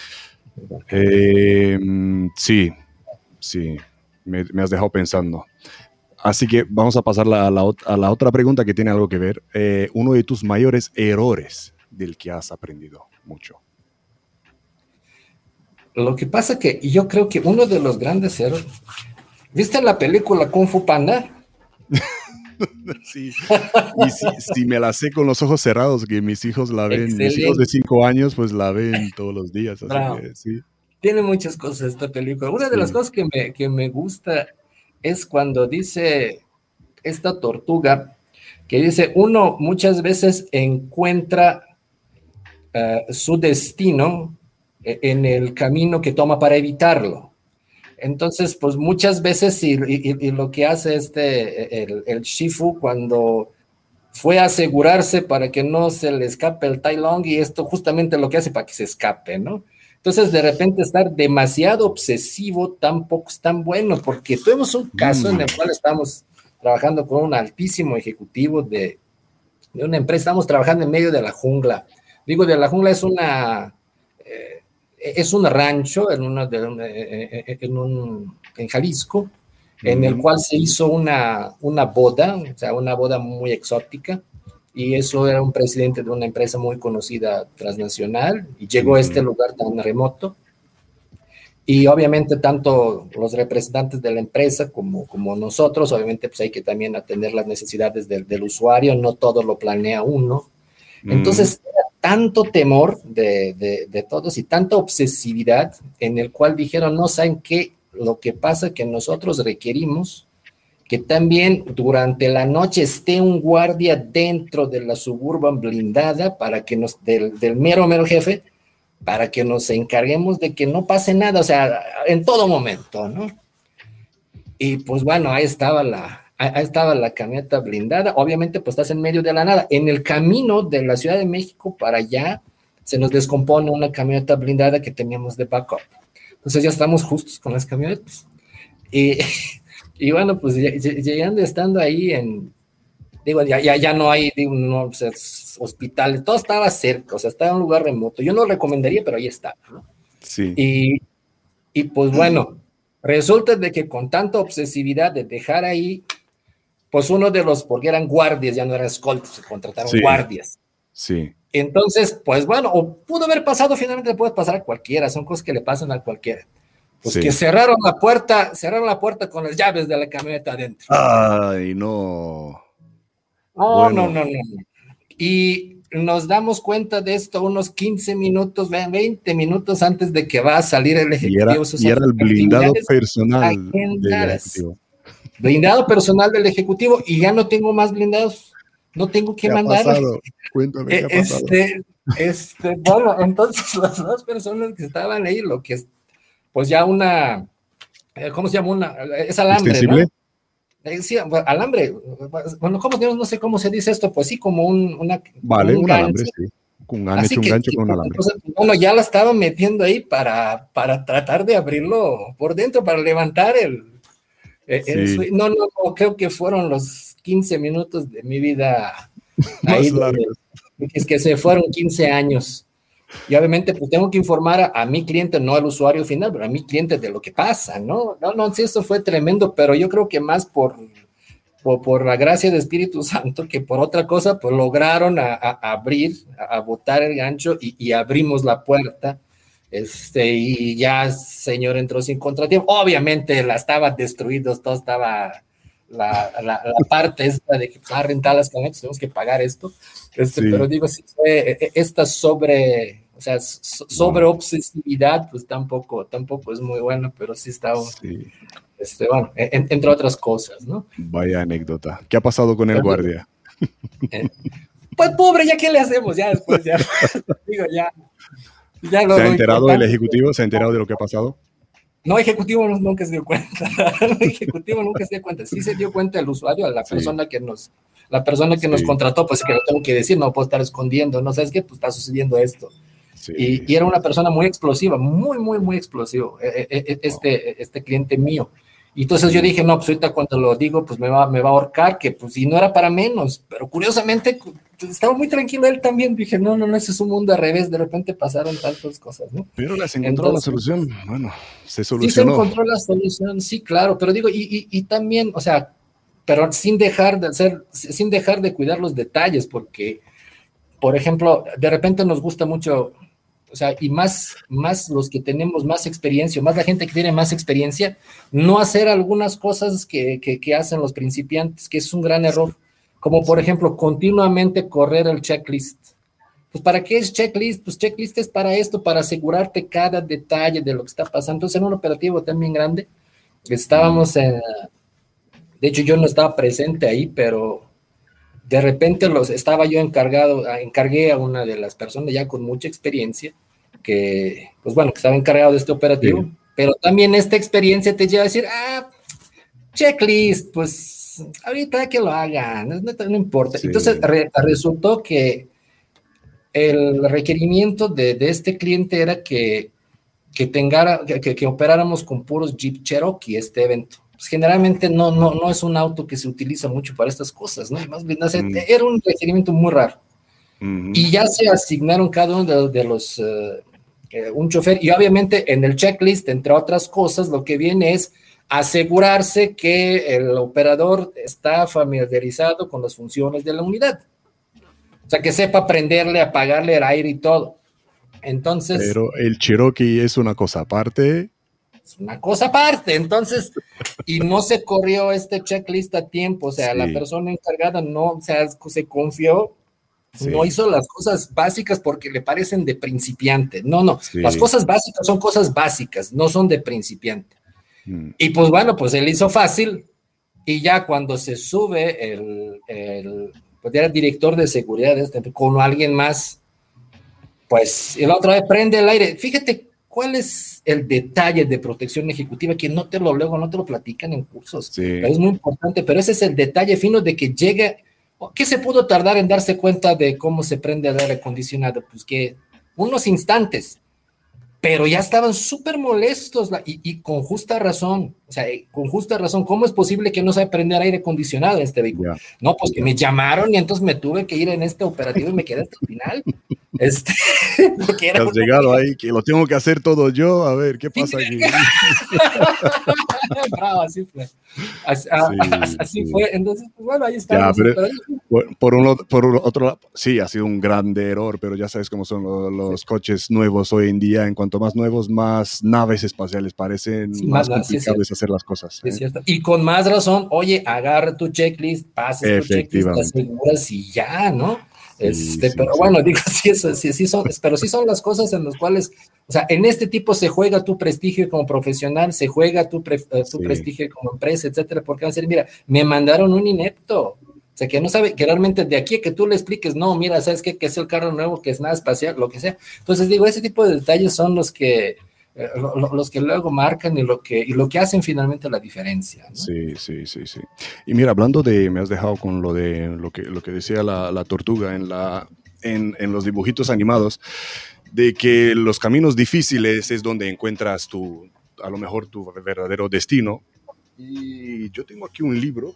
Eh, sí, sí, me, me has dejado pensando. Así que vamos a pasar a la, a la otra pregunta que tiene algo que ver. Eh, uno de tus mayores errores del que has aprendido mucho. Lo que pasa que yo creo que uno de los grandes errores... ¿Viste la película Kung Fu Panda? Sí, y si, si me la sé con los ojos cerrados, que mis hijos la ven, Excelente. Mis hijos de cinco años, pues la ven todos los días. Así que, sí. Tiene muchas cosas esta película. Una de sí. las cosas que me, que me gusta es cuando dice esta tortuga, que dice, uno muchas veces encuentra uh, su destino en el camino que toma para evitarlo. Entonces, pues muchas veces, y, y, y lo que hace este, el, el Shifu cuando fue a asegurarse para que no se le escape el Tai Lung, y esto justamente lo que hace para que se escape, ¿no? Entonces, de repente estar demasiado obsesivo tampoco es tan bueno, porque tuvimos un caso mm. en el cual estamos trabajando con un altísimo ejecutivo de, de una empresa, estamos trabajando en medio de la jungla. Digo, de la jungla es una... Eh, es un rancho en, una de, en, un, en Jalisco, mm. en el cual se hizo una, una boda, o sea, una boda muy exótica, y eso era un presidente de una empresa muy conocida transnacional, y llegó mm. a este lugar tan remoto, y obviamente tanto los representantes de la empresa como, como nosotros, obviamente pues hay que también atender las necesidades del, del usuario, no todo lo planea uno. Entonces, era tanto temor de, de, de todos y tanta obsesividad en el cual dijeron, no saben qué, lo que pasa es que nosotros requerimos que también durante la noche esté un guardia dentro de la Suburban blindada para que nos, del, del mero, mero jefe, para que nos encarguemos de que no pase nada, o sea, en todo momento, ¿no? Y pues bueno, ahí estaba la... Ahí estaba la camioneta blindada, obviamente pues estás en medio de la nada. En el camino de la Ciudad de México para allá se nos descompone una camioneta blindada que teníamos de backup. Entonces ya estamos justos con las camionetas. Y, y bueno, pues llegando, estando ahí en, digo, ya, ya, ya no hay, digo, no, o sea, hospitales, todo estaba cerca, o sea, estaba en un lugar remoto. Yo no lo recomendaría, pero ahí está, ¿no? Sí. Y, y pues bueno, resulta de que con tanta obsesividad de dejar ahí, pues uno de los, porque eran guardias, ya no eran escoltas, se contrataron sí, guardias. Sí. Entonces, pues bueno, o pudo haber pasado, finalmente le puede pasar a cualquiera, son cosas que le pasan a cualquiera. Pues sí. que cerraron la puerta, cerraron la puerta con las llaves de la camioneta adentro. Ay, no. No, bueno. no, no, no, no. Y nos damos cuenta de esto unos quince minutos, veinte minutos antes de que va a salir el ejecutivo. Y era, y era el blindado personal del ejecutivo. Blindado personal del ejecutivo, y ya no tengo más blindados, no tengo que ¿Qué mandar. Ha pasado? Cuéntame qué ha pasado. Este, este, bueno, entonces las dos personas que estaban ahí, lo que es, pues ya una, ¿cómo se llama? Una, es alambre, ¿Extensible? ¿no? Sí, alambre, bueno, ¿cómo, no sé cómo se dice esto, pues sí, como un, una, vale, un, un alambre, sí. con, han Así hecho un que, gancho que, con un alambre. Cosa, bueno, ya la estaba metiendo ahí para, para tratar de abrirlo por dentro, para levantar el... el sí. el no, no, no, creo que fueron los quince minutos de mi vida ahí. De, es que se fueron quince años. Y obviamente pues tengo que informar a, a mi cliente, no al usuario final, pero a mi cliente de lo que pasa, ¿no? No, no, sí, eso fue tremendo, pero yo creo que más por, por, por la gracia del Espíritu Santo que por otra cosa, pues lograron a, a abrir, a, a botar el gancho y, y abrimos la puerta, este, y ya el señor entró sin contratiempo. Obviamente la estaba destruido, todo estaba... La, la, la parte esta de que a rentar las camionetas, tenemos que pagar esto, este, sí. Pero digo, si fue esta sobre, o sea, so, sobre obsesividad, pues tampoco, tampoco es muy bueno, pero sí está, sí. Este, bueno, en, entre otras cosas, ¿no? Vaya anécdota. ¿Qué ha pasado con el guardia? Eh, pues pobre, ya qué le hacemos, ya después, ya, digo, ya. ya lo ¿Se ha enterado del ejecutivo? ¿Se ha enterado de lo que ha pasado? No, ejecutivo nunca se dio cuenta. No, ejecutivo nunca se dio cuenta. Sí se dio cuenta el usuario, a la sí. persona que nos, la persona que sí. nos contrató, pues que lo tengo que decir, no puedo estar escondiendo, ¿no? ¿Sabes qué? Pues está sucediendo esto. Sí. Y, y era una persona muy explosiva, muy, muy, muy explosivo, este, este cliente mío. Y entonces yo dije, no, pues ahorita cuando lo digo, pues me va, me va a ahorcar, que pues si no era para menos, pero curiosamente pues, estaba muy tranquilo él también. Dije, no, no, no, ese es un mundo al revés, de repente pasaron tantas cosas, ¿no? Pero les encontró la solución, bueno, se solucionó. Sí se encontró la solución, sí, claro, pero digo, y, y, y también, o sea, pero sin dejar de hacer, sin dejar de cuidar los detalles, porque, por ejemplo, de repente nos gusta mucho... O sea, y más, más los que tenemos más experiencia, más la gente que tiene más experiencia, no hacer algunas cosas que, que, que hacen los principiantes, que es un gran error. Como, por ejemplo, continuamente correr el checklist. Pues, ¿para qué es checklist? Pues checklist es para esto, para asegurarte cada detalle de lo que está pasando. Entonces, en un operativo también grande, estábamos en... De hecho, yo no estaba presente ahí, pero... De repente los, estaba yo encargado, encargué a una de las personas ya con mucha experiencia, que, pues bueno, que estaba encargado de este operativo, sí. Pero también esta experiencia te lleva a decir, ah, checklist, pues ahorita que lo hagan, no, no importa. Sí. Entonces re, resultó que el requerimiento de, de este cliente era que, que, tengara, que, que operáramos con puros Jeep Cherokee este evento. Pues generalmente no, no, no es un auto que se utiliza mucho para estas cosas, ¿no? Más bien, no sé, mm. era un requerimiento muy raro. Mm-hmm. Y ya se asignaron cada uno de, de los, uh, eh, un chofer, y obviamente en el checklist, entre otras cosas, lo que viene es asegurarse que el operador está familiarizado con las funciones de la unidad. O sea, que sepa prenderle, apagarle el aire y todo. Entonces... Pero el Cherokee es una cosa aparte... una cosa aparte, entonces, y no se corrió este checklist a tiempo, o sea, sí. La persona encargada no, o sea, se confió, sí. No hizo las cosas básicas porque le parecen de principiante, no, no, sí. Las cosas básicas son cosas básicas, no son de principiante, mm. Y pues bueno, pues él hizo fácil, y ya cuando se sube el, el pues era el director de seguridad este, con alguien más, pues, y la otra vez prende el aire, fíjate, ¿cuál es el detalle de protección ejecutiva? Que no te lo luego, no te lo platican en cursos. Sí. Es muy importante, pero ese es el detalle fino de que llegue. ¿Qué se pudo tardar en darse cuenta de cómo se prende el aire acondicionado? Pues que unos instantes, pero ya estaban súper molestos y, y con justa razón. O sea, con justa razón. ¿Cómo es posible que no sabe prender aire acondicionado en este vehículo? Yeah. No, pues que me llamaron y entonces me tuve que ir en este operativo y me quedé hasta el final. Este, era has llegado ahí, que lo tengo que hacer todo yo, a ver, ¿qué pasa aquí? Bravo, así fue. Así, sí, así sí. Fue, entonces, pues, bueno, ahí está. Pero, por, por, un, por otro lado, sí, ha sido un grande error, pero ya sabes cómo son los, los sí. coches nuevos hoy en día, en cuanto más nuevos, más naves espaciales parecen, sí, más, más complicados sí, hacer las cosas. Sí, ¿eh? Es cierto. Y con más razón, oye, agarra tu checklist, pases tu checklist, te aseguras y ya, ¿no? Este, sí, pero sí, bueno, sí. digo, sí, eso, sí, sí son, pero sí son las cosas en las cuales, o sea, en este tipo se juega tu prestigio como profesional, se juega tu, pre, uh, tu sí. prestigio como empresa, etcétera, porque van a decir, mira, me mandaron un inepto, o sea, que no sabe, que realmente de aquí a que tú le expliques, no, mira, ¿sabes qué? Que es el carro nuevo, que es nada espacial, lo que sea. Entonces, digo, ese tipo de detalles son los que, eh, lo, lo, los que luego marcan y lo que, y lo que hacen finalmente la diferencia, ¿no? Sí, sí, sí, sí. Y mira, hablando de, me has dejado con lo de lo que, lo que decía la, la tortuga en la, en, en los dibujitos animados de que los caminos difíciles es donde encuentras tu, a lo mejor tu verdadero destino. Y yo tengo aquí un libro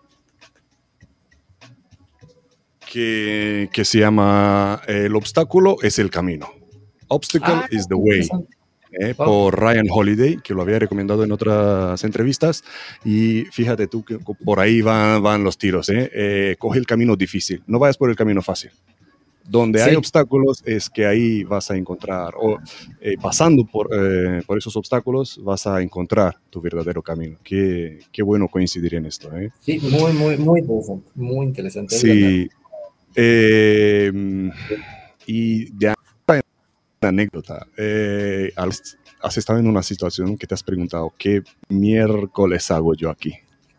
que, que se llama El obstáculo es el camino. Obstacle Ah, is the way. Eh, wow. Por Ryan Holiday, que lo había recomendado en otras entrevistas. Y fíjate tú que por ahí van, van los tiros. Eh. Eh, coge el camino difícil, no vayas por el camino fácil. Donde hay Sí. obstáculos es que ahí vas a encontrar, o eh, pasando por, eh, por esos obstáculos vas a encontrar tu verdadero camino. Qué, qué bueno coincidir en esto. ¿eh? Sí, muy, muy, muy interesante, muy interesante, es verdad. Sí. Eh, y de una anécdota. Eh, has estado en una situación que te has preguntado, ¿qué miércoles hago yo aquí?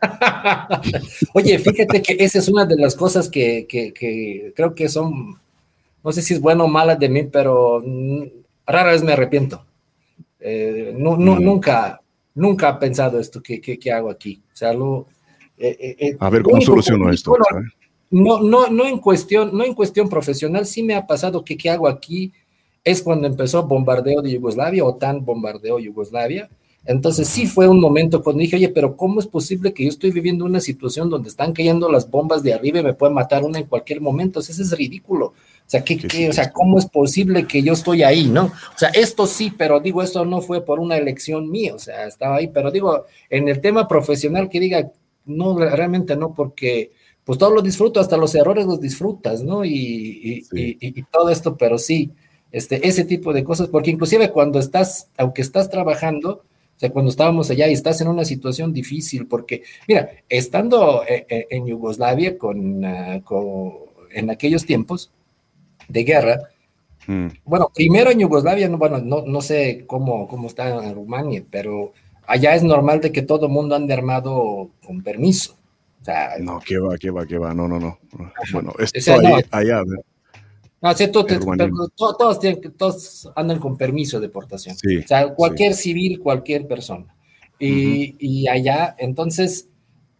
Oye, fíjate que esa es una de las cosas que, que, que creo que son, no sé si es bueno o mala de mí, pero rara vez me arrepiento. Eh, no, no, mm. Nunca, nunca he pensado esto, ¿qué, qué, qué hago aquí? O sea, lo, eh, eh, a ver, ¿cómo soluciono esto? Bueno, no, no, no, en cuestión, no en cuestión profesional, sí me ha pasado que qué hago aquí es cuando empezó bombardeo de Yugoslavia, OTAN bombardeó Yugoslavia. Entonces sí fue un momento cuando dije, oye, pero ¿cómo es posible que yo estoy viviendo una situación donde están cayendo las bombas de arriba y me pueden matar una en cualquier momento? O sea, eso es ridículo. O sea, ¿qué, qué, qué, o sea, ¿cómo es posible que yo estoy ahí, no? O sea, esto sí, pero digo, esto no fue por una elección mía, o sea, estaba ahí, pero digo, en el tema profesional que diga, no, realmente no, porque pues todo lo disfruto, hasta los errores los disfrutas, ¿no? Y, y, sí. y, y, y todo esto, pero sí, este, ese tipo de cosas, porque inclusive cuando estás, aunque estás trabajando, o sea, cuando estábamos allá y estás en una situación difícil, porque, mira, estando en, en Yugoslavia con, uh, con, en aquellos tiempos de guerra, mm. bueno, primero en Yugoslavia, bueno, no, no sé cómo, cómo está en Rumania, pero allá es normal de que todo el mundo ande armado con permiso. O sea, no, qué va, qué va, qué va, no, no, no. Bueno, esto o sea, ahí, no, allá. No, o sea, tú, te, todos, todos, tienen, todos andan con permiso de deportación. Sí, o sea, cualquier sí. civil, cualquier persona. Y, uh-huh. y allá, entonces,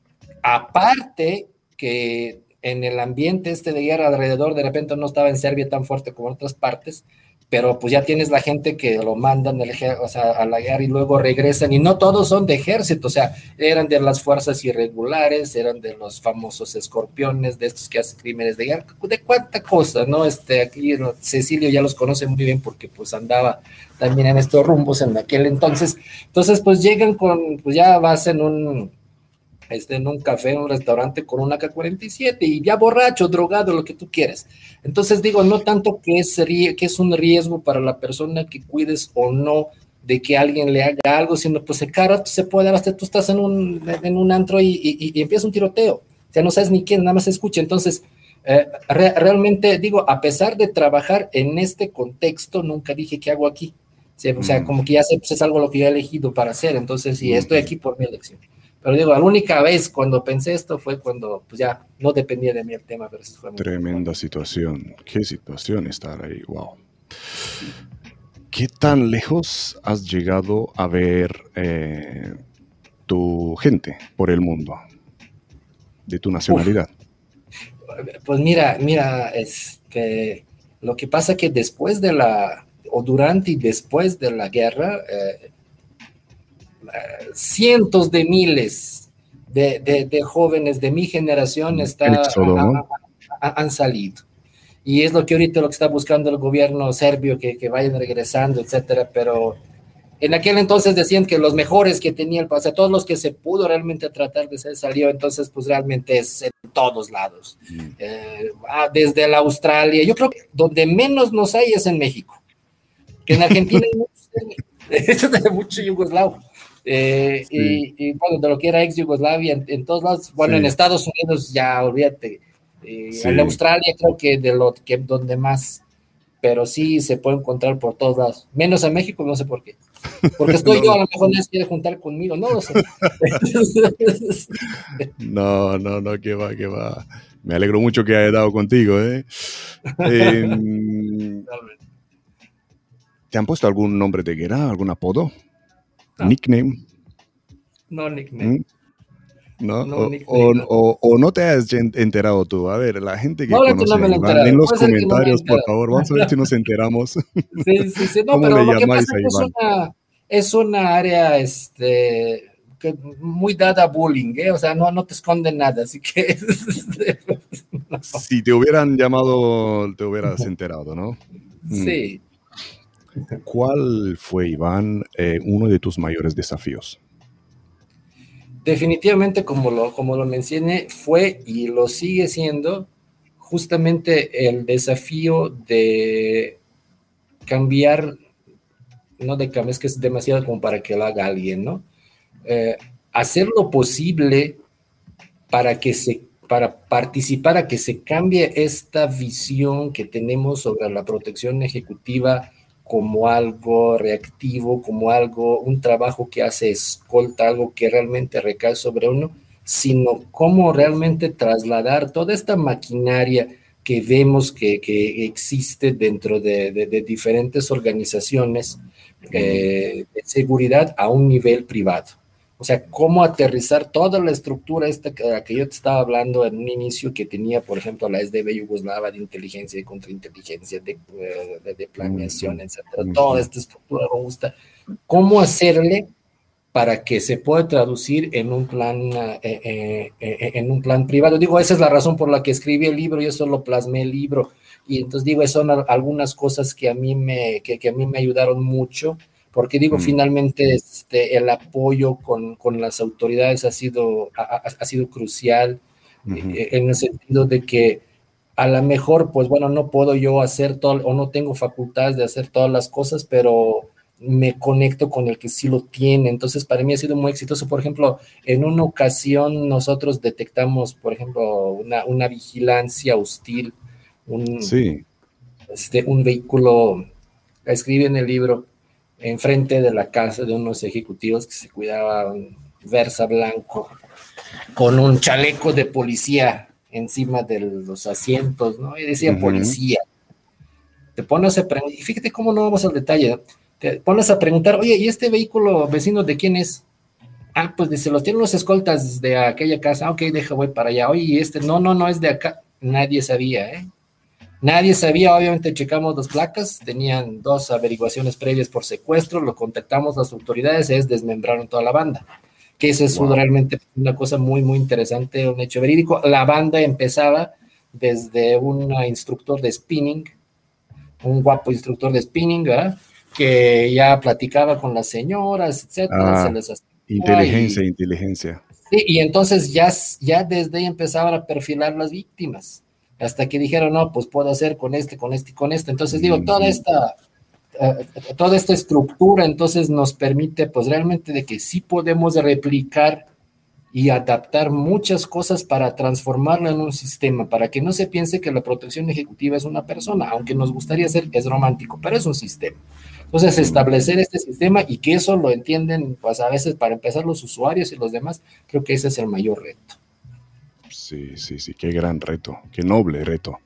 aparte que en el ambiente este de guerra alrededor, de repente no estaba en Serbia tan fuerte como en otras partes, pero pues ya tienes la gente que lo mandan el, o sea, a la guerra y luego regresan, y no todos son de ejército, o sea, eran de las fuerzas irregulares, eran de los famosos escorpiones, de estos que hacen crímenes de guerra, de cuánta cosa, ¿no? Este, aquí ¿no? Cecilio ya los conoce muy bien porque pues andaba también en estos rumbos en aquel entonces, entonces pues llegan con, pues ya vas en un... Este, en un café, en un restaurante con una A K cuarenta y siete y ya borracho, drogado, lo que tú quieras. Entonces digo, no tanto que es, que es un riesgo para la persona que cuides o no de que alguien le haga algo, sino pues se cara, se puede dar hasta tú estás en un, en un antro y, y, y empieza un tiroteo. O sea, no sabes ni quién, nada más se escucha. Entonces, eh, re, realmente digo, a pesar de trabajar en este contexto, nunca dije qué hago aquí. O sea, mm. o sea como que ya sé, pues es algo lo que yo he elegido para hacer. Entonces, sí, mm. estoy aquí por mi elección. Pero digo, la única vez cuando pensé esto fue cuando pues ya no dependía de mí el tema. Pero fue muy Tremenda bueno. situación. Qué situación estar ahí. Wow. ¿Qué tan lejos has llegado a ver eh, tu gente por el mundo? De tu nacionalidad. Uf. Pues mira, mira, este, lo que pasa que después de la, o durante y después de la guerra, eh, cientos de miles de, de, de jóvenes de mi generación está, Éxodo, ¿no? ha, ha, han salido. Y es lo que ahorita lo que está buscando el gobierno serbio, que, que vayan regresando, etcétera. Pero en aquel entonces decían que los mejores que tenía el país, todos los que se pudo realmente tratar de ser salió, entonces pues realmente es en todos lados. Mm. Eh, desde la Australia, yo creo que donde menos nos hay es en México. Que en Argentina hay mucho yugoslavo. Eh, sí. y, y bueno, de lo que era ex Yugoslavia, en, en todos lados, bueno, sí. en Estados Unidos ya, olvídate, eh, sí. en Australia creo que de lo que donde más, pero sí se puede encontrar por todos lados, menos en México, no sé por qué, porque estoy no, yo, a lo mejor nadie quiere juntar conmigo, no lo sé. no, no, no, que va, que va, me alegro mucho que haya dado contigo, ¿eh? eh ¿Te han puesto algún nombre de guerra, algún apodo? No. ¿Nickname? No, nickname. ¿Mm? ¿no? No, O, ni- o, ni- o- o no te has en- enterado tú. A ver, la gente que no, ahorita no conoce a me lo he Iván, en enterado. los Puede ser que no me he comentarios, por enterado. favor, vamos a ver si nos enteramos. Sí, sí, sí. No, ¿Cómo pero le lo que pasa llamáis es a que es Iván? una, es una área este, que muy dada a bullying, ¿eh? O sea, no, no te esconden nada, así que no. Si te hubieran llamado, te hubieras enterado, ¿no? Mm. Sí. ¿Cuál fue, Iván, eh, uno de tus mayores desafíos? Definitivamente, como lo, como lo mencioné, fue y lo sigue siendo justamente el desafío de cambiar, no de cambiar, es que es demasiado como para que lo haga alguien, ¿no? Eh, hacer lo posible para que se, para participar a que se cambie esta visión que tenemos sobre la protección ejecutiva como algo reactivo, como algo, un trabajo que hace escolta, algo que realmente recae sobre uno, sino cómo realmente trasladar toda esta maquinaria que vemos que, que existe dentro de, de, de diferentes organizaciones eh, de seguridad a un nivel privado. O sea, cómo aterrizar toda la estructura esta que, que yo te estaba hablando en un inicio que tenía, por ejemplo, la S D B Yugoslava de inteligencia y contrainteligencia, de, de, de planeación, etcétera. Toda esta estructura robusta. ¿Cómo hacerle para que se pueda traducir en un plan, eh, eh, eh, en un plan privado? Digo, esa es la razón por la que escribí el libro, yo solo plasmé el libro. Y entonces digo, son algunas cosas que a mí me, que, que a mí me ayudaron mucho, porque digo, mm. finalmente este, el apoyo con, con las autoridades ha sido, ha, ha sido crucial, uh-huh. eh, en el sentido de que a lo mejor, pues bueno, no puedo yo hacer todo, o no tengo facultades de hacer todas las cosas, pero me conecto con el que sí lo tiene. Entonces, para mí ha sido muy exitoso. Por ejemplo, en una ocasión nosotros detectamos, por ejemplo, una, una vigilancia hostil, un, sí. este, un vehículo, escribí en el libro, enfrente de la casa de unos ejecutivos que se cuidaba un Versa blanco con un chaleco de policía encima de los asientos, ¿no? Y decía uh-huh. policía. Te pones a preguntar, y fíjate cómo no vamos al detalle, te pones a preguntar, oye, ¿y este vehículo vecino de quién es? Ah, pues dice, los tienen los escoltas de aquella casa. Ah, ok, deja, voy para allá. Oye, ¿y este? No, no, no es de acá. Nadie sabía, ¿eh? Nadie sabía, obviamente checamos las placas, tenían dos averiguaciones previas por secuestro, lo contactamos las autoridades, es desmembraron toda la banda, que eso es wow. realmente una cosa muy, muy interesante, un hecho verídico. La banda empezaba desde un instructor de spinning, un guapo instructor de spinning, ¿verdad? Que ya platicaba con las señoras, etcétera, ah, se les hacía inteligencia, y, inteligencia. Sí, y entonces ya, ya desde ahí empezaban a perfilar las víctimas, hasta que dijeron, no, pues puedo hacer con este, con este y con este. Entonces, digo, toda esta, uh, toda esta estructura entonces nos permite, pues realmente de que sí podemos replicar y adaptar muchas cosas para transformarlo en un sistema, para que no se piense que la protección ejecutiva es una persona, aunque nos gustaría ser, es romántico, pero es un sistema. Entonces, establecer este sistema y que eso lo entienden, pues a veces para empezar los usuarios y los demás, creo que ese es el mayor reto. Sí, sí, sí, qué gran reto, qué noble reto.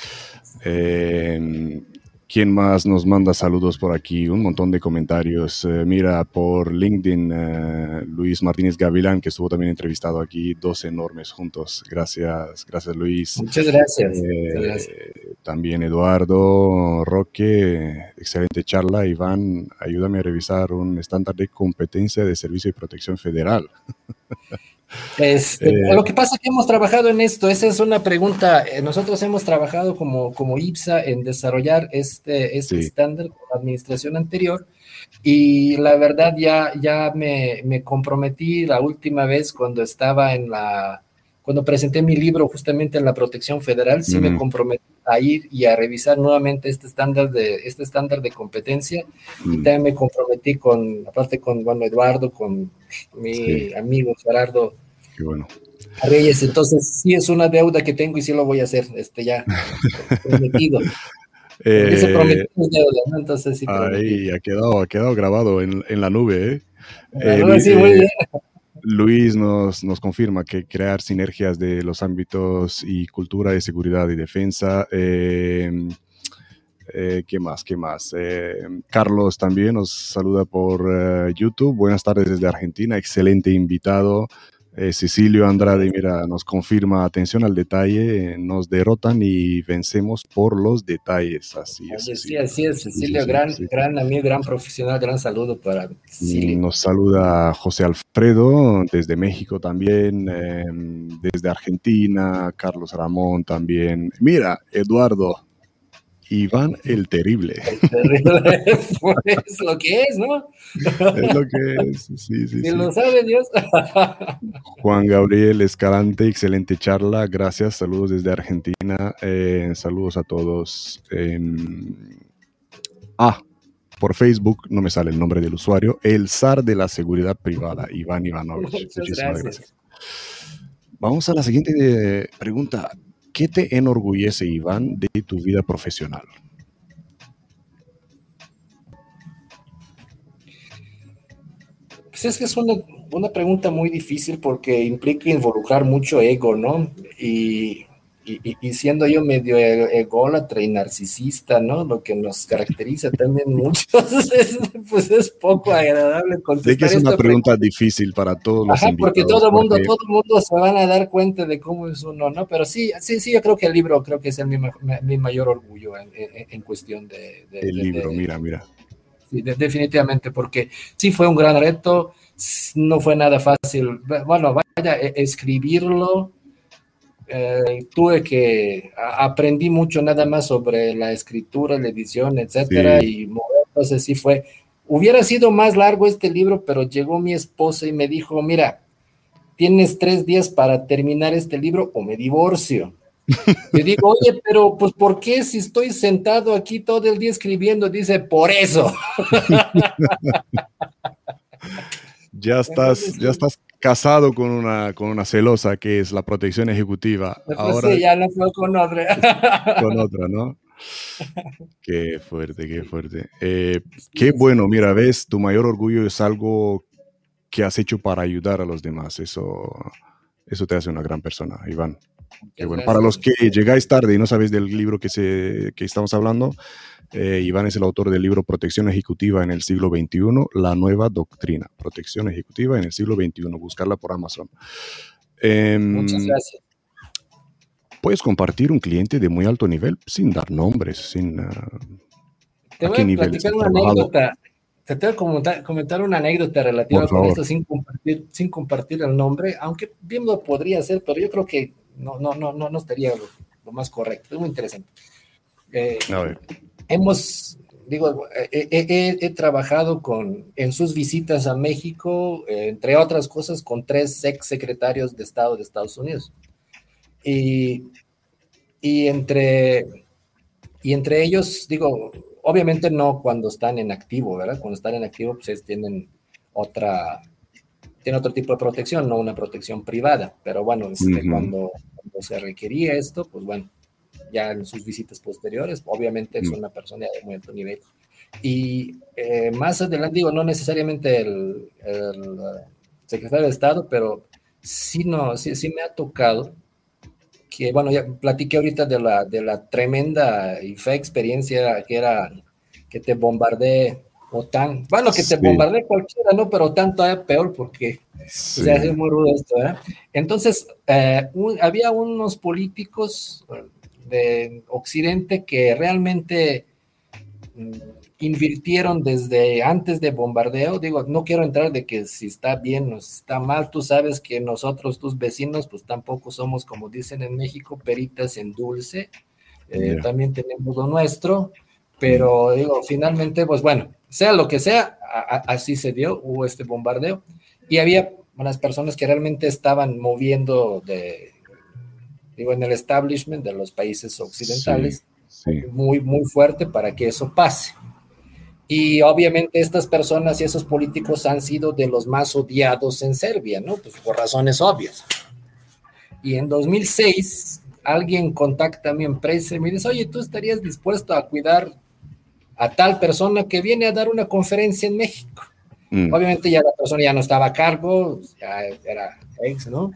Eh, ¿Quién más nos manda saludos por aquí? Un montón de comentarios. Eh, mira, por LinkedIn, eh, Luis Martínez Gavilán, que estuvo también entrevistado aquí, dos enormes juntos. Gracias, gracias Luis. Muchas gracias. Eh, Muchas gracias. También Eduardo Roque, excelente charla. Iván, ayúdame a revisar un estándar de competencia de servicio y protección federal. Este, eh, lo que pasa es que hemos trabajado en esto, esa es una pregunta, nosotros hemos trabajado como, como I P S A en desarrollar este, este sí. estándar con la administración anterior y la verdad ya, ya me, me comprometí la última vez cuando estaba en la, cuando presenté mi libro justamente en la protección federal, sí uh-huh. me comprometí a ir y a revisar nuevamente este estándar de, este estándar de competencia uh-huh. y también me comprometí con, aparte con bueno, Eduardo, con mi sí. amigo Gerardo Qué bueno. Reyes, entonces sí es una deuda que tengo y sí lo voy a hacer, este ya prometido. eh, Dice prometido es deuda, ¿no? Entonces sí ahí ha quedado, ha quedado grabado en, en la nube, ¿eh? En la nube, eh, sí, muy bien. Luis nos, nos confirma que crear sinergias de los ámbitos y cultura de seguridad y defensa. Eh, eh, ¿Qué más? ¿Qué más? Eh, Carlos también nos saluda por uh, YouTube. Buenas tardes desde Argentina. Excelente invitado. Eh, Cecilio Andrade, mira, nos confirma, atención al detalle, eh, nos derrotan y vencemos por los detalles. Así es, Oye, sí, Cecilio. así es, Sí, sí, Cecilio, sí, gran, sí, sí. gran amigo, gran profesional, gran saludo para Cecilio. Nos saluda José Alfredo desde México también, eh, desde Argentina, Carlos Ramón también. Mira, Eduardo, Iván el Terrible. El terrible, pues lo que es, ¿no? Es lo que es, sí, sí, Si sí. lo sabe Dios. Juan Gabriel Escalante, excelente charla, gracias, saludos desde Argentina, eh, saludos a todos. Eh, ah, por Facebook no me sale el nombre del usuario, el zar de la seguridad privada, Iván Ivanovich. Muchas Muchísimas gracias. gracias. Vamos a la siguiente eh, pregunta. ¿Qué te enorgullece, Iván, de tu vida profesional? Pues es que es una, una pregunta muy difícil porque implica involucrar mucho ego, ¿no? Y, y, y siendo yo medio ególatra y narcisista, ¿no? Lo que nos caracteriza también muchos, es, pues es poco agradable Sé que contestar es una esta pregunta pregunta. difícil para todos los Ajá, porque invitados, todo el mundo, porque todo el mundo se van a dar cuenta de cómo es uno, ¿no? Pero sí, sí, sí, yo creo que el libro creo que es el, mi, mi mayor orgullo en, en, en cuestión de, de, el de, libro, de mira, mira. Sí, de, definitivamente, porque sí fue un gran reto, no fue nada fácil. Bueno, vaya, escribirlo, eh, tuve que, a, aprendí mucho nada más sobre la escritura, la edición, etcétera, Sí. y entonces sí fue. Hubiera sido más largo este libro, pero llegó mi esposa y me dijo, mira, tienes tres días para terminar este libro o me divorcio. Yo digo, oye, pero pues ¿por qué si estoy sentado aquí todo el día escribiendo? Dice, por eso. Ya estás, Entonces, ya sí, estás casado con una, con una celosa que es la protección ejecutiva. pues Ahora sí, ya no fue con con otra. otra, ¿no? Qué fuerte, qué fuerte. Eh, Sí, qué así bueno, es. mira, ves, tu mayor orgullo es algo que has hecho para ayudar a los demás. Eso, eso te hace una gran persona, Iván. Qué Muchas bueno. Para gracias. los que llegáis tarde y no sabéis del libro que, se, que estamos hablando, eh, Iván es el autor del libro Protección Ejecutiva en el siglo veintiuno, la nueva doctrina. Protección Ejecutiva en el siglo veintiuno. Buscarla por Amazon. Eh, Muchas gracias. Puedes compartir un cliente de muy alto nivel sin dar nombres, sin... Uh, Te ¿a voy qué a niveles platicar has una trabajado? anécdota. Te tengo que comentar, comentar una anécdota Por relativa con favor. esto sin compartir, sin compartir el nombre, aunque bien lo podría hacer, pero yo creo que no, no, no, no, no estaría lo, lo más correcto. Es muy interesante. Eh, A ver. hemos, digo, he, he, he, trabajado con, en sus visitas a México, eh, entre otras cosas, con tres ex secretarios de Estado de Estados Unidos. Y, y, entre, y entre ellos, digo, obviamente no cuando están en activo, ¿verdad? Cuando están en activo, pues tienen otra, tienen otro tipo de protección, no una protección privada. Pero bueno, este, Uh-huh. cuando, cuando se requería esto, pues bueno, ya en sus visitas posteriores, obviamente es una persona de muy alto nivel. Y eh, más adelante, digo, no necesariamente el, el uh, secretario de Estado, pero sí, no, sí, sí me ha tocado que, bueno, ya platiqué ahorita de la, de la tremenda y fea experiencia que era que te bombardee OTAN. Bueno, que te Sí, bombardee cualquiera, ¿no? pero OTAN todavía peor porque sí. o sea, es muy rudo esto, ¿eh? Entonces, eh, un, había unos políticos de Occidente que realmente mm, invirtieron desde antes de bombardeo. Digo, no quiero entrar de que si está bien o si está mal, tú sabes que nosotros, tus vecinos, pues tampoco somos, como dicen en México, peritas en dulce. Eh, Yeah. también tenemos lo nuestro, pero mm. digo, finalmente, pues bueno, sea lo que sea, a, a, así se dio, hubo este bombardeo y había unas personas que realmente estaban moviendo de, digo, en el establishment de los países occidentales, sí, sí. muy, muy fuerte para que eso pase. Y obviamente estas personas y esos políticos han sido de los más odiados en Serbia, ¿no? Pues por razones obvias. Y en dos mil seis alguien contacta a mi empresa y me dice, oye, ¿tú estarías dispuesto a cuidar a tal persona que viene a dar una conferencia en México? Mm. Obviamente ya la persona ya no estaba a cargo, ya era ex, ¿no?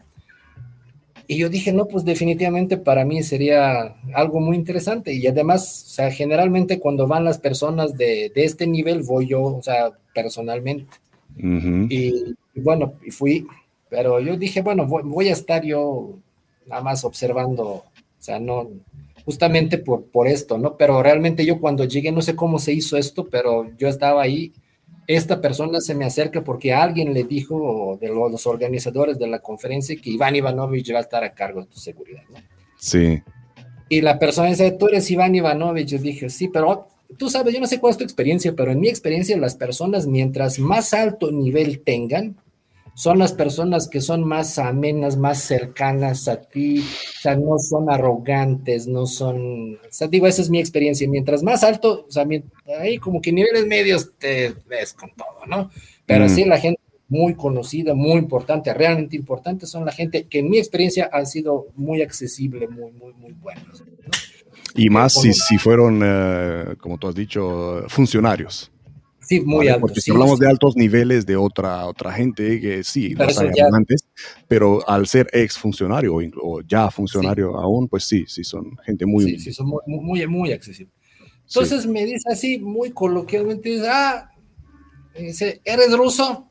Y yo dije, no, pues definitivamente para mí sería algo muy interesante. Y además, o sea, generalmente cuando van las personas de, de este nivel, voy yo, o sea, personalmente. Uh-huh. Y, y bueno, y fui, pero yo dije, bueno, voy, voy a estar yo nada más observando, o sea, no, justamente por, por esto, ¿no? Pero realmente yo cuando llegué, no sé cómo se hizo esto, pero yo estaba ahí, esta persona se me acerca porque alguien le dijo de los, los organizadores de la conferencia que Iván Ivanovich va a estar a cargo de tu seguridad, ¿no? Sí. Y la persona dice, tú eres Iván Ivanovich. Yo dije, sí, pero tú sabes, yo no sé cuál es tu experiencia, pero en mi experiencia las personas, mientras más alto nivel tengan, son las personas que son más amenas, más cercanas a ti, o sea, no son arrogantes, no son, o sea, digo, esa es mi experiencia, mientras más alto, o sea, ahí como que niveles medios te ves con todo, ¿no? Pero mm. sí, la gente muy conocida, muy importante, realmente importante, son la gente que en mi experiencia han sido muy accesible, muy, muy, muy buenos, ¿no? Y más si, si fueron, uh, como tú has dicho, funcionarios. Sí, muy ¿vale? altos. Porque sí, si hablamos sí. de altos niveles de otra, otra gente, que sí, pero los hay ya... antes, pero al ser ex funcionario o, o ya funcionario sí. aún, pues sí, sí son gente muy... Sí, sí, son muy, muy, muy accesibles. Entonces sí. me dice así, muy coloquialmente, dice, ah, dice, ¿eres ruso?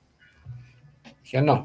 Dije, no.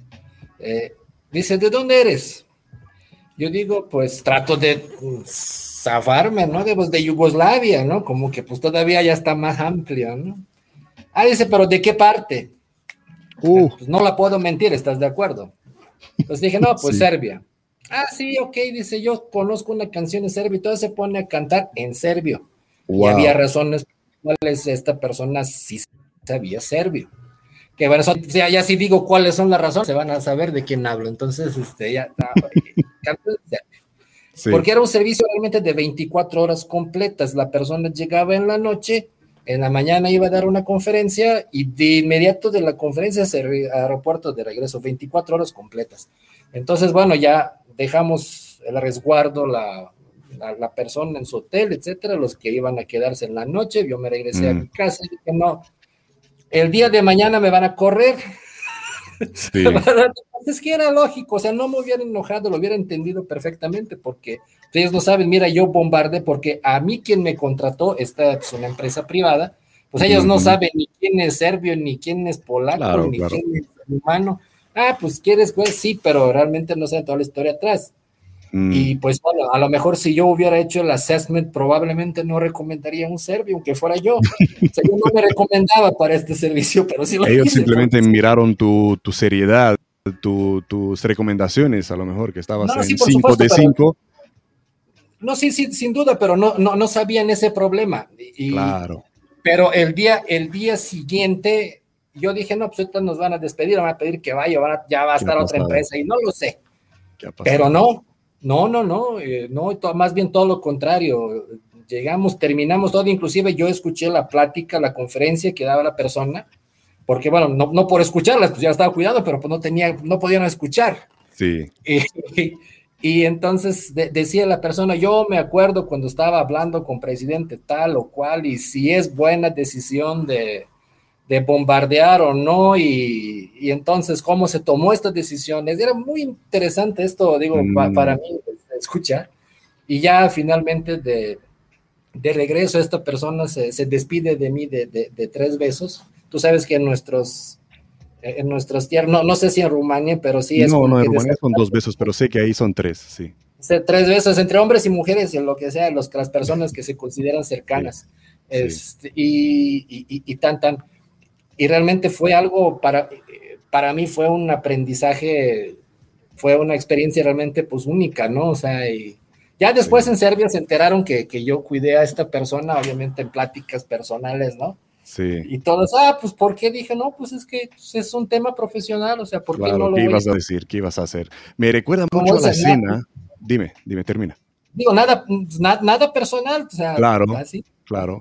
Eh, dice, ¿de dónde eres? Yo digo, pues trato de zafarme, ¿no? De, pues, de Yugoslavia, ¿no? Como que pues todavía ya está más amplio, ¿no? Ah, dice, ¿pero de qué parte? Uh. Pues no la puedo mentir, ¿estás de acuerdo? Entonces dije, no, pues sí. Serbia. Ah, sí, ok, dice, yo conozco una canción en serbio y todo se pone a cantar en serbio. Wow. Y había razones por las cuales esta persona sí sabía serbio. Que bueno, son, o sea, ya si digo cuáles son las razones, se van a saber de quién hablo. Entonces, este, ya, cantó en serbio. Sí. Porque era un servicio realmente de veinticuatro horas completas. La persona llegaba en la noche, en la mañana iba a dar una conferencia y de inmediato de la conferencia hacia el aeropuerto de regreso, veinticuatro horas completas. Entonces, bueno, ya dejamos el resguardo, la, la, la persona en su hotel, etcétera, los que iban a quedarse en la noche, yo me regresé mm. a mi casa y dije, no, el día de mañana me van a correr. Sí. Es que era lógico, o sea, no me hubiera enojado, lo hubiera entendido perfectamente, porque ellos no saben, mira, yo bombardeé, porque a mí quien me contrató, esta es una empresa privada, pues ellos uh-huh. no saben ni quién es serbio, ni quién es polaco, claro, ni claro. quién es humano. Ah, pues quieres, pues sí, pero realmente no saben toda la historia atrás. Mm. Y pues bueno, a lo mejor si yo hubiera hecho el assessment, probablemente no recomendaría un serbio, aunque fuera yo. O sea, yo no me recomendaba para este servicio, pero sí lo Ellos hice, simplemente porque... miraron tu, tu seriedad, tu, tus recomendaciones, a lo mejor, que estabas no, en sí, cinco de cinco. No, sí, sí, sin duda, pero no, no, no sabían ese problema. Y, claro. Pero el día, el día siguiente, yo dije, no, pues ahorita nos van a despedir, van a pedir que vaya, van a, ya va a estar otra empresa, y no lo sé. Pero no, no, no, no, eh, no, to, más bien todo lo contrario. Llegamos, terminamos todo, inclusive yo escuché la plática, la conferencia que daba la persona, porque bueno, no, no por escucharla, pues ya estaba cuidado, pero pues no tenía, no podían escuchar. Sí. Y, y, y entonces de, decía la persona, yo me acuerdo cuando estaba hablando con presidente tal o cual, y si es buena decisión de, de bombardear o no, y, y entonces cómo se tomó esta decisión. Era muy interesante esto, digo, mm. pa, para mí, escuchar. Y ya finalmente de, de regreso esta persona se, se despide de mí de, de, de tres besos. Tú sabes que en nuestros, en nuestros tierras, no, no sé si en Rumania, pero sí es no, como no, que en Rumania son dos besos, pero sé que ahí son tres, sí. Tres besos entre hombres y mujeres, en lo que sea, los, las personas que se consideran cercanas. Sí, este, sí. Y, y, y tan, tan. Y realmente fue algo, para, para mí fue un aprendizaje, fue una experiencia realmente pues única, ¿no? O sea, y ya después sí. en Serbia se enteraron que, que yo cuidé a esta persona, obviamente en pláticas personales, ¿no? Sí. Y todos, ah, pues, ¿por qué? Dije, no, pues es que pues, es un tema profesional, o sea, ¿por claro, qué no lo ¿qué voy ibas a a decir? ¿Qué ibas a hacer? Me recuerda mucho a la escena. Nada, dime, dime, termina. Digo, nada, na, nada personal, o sea, claro, así. Claro.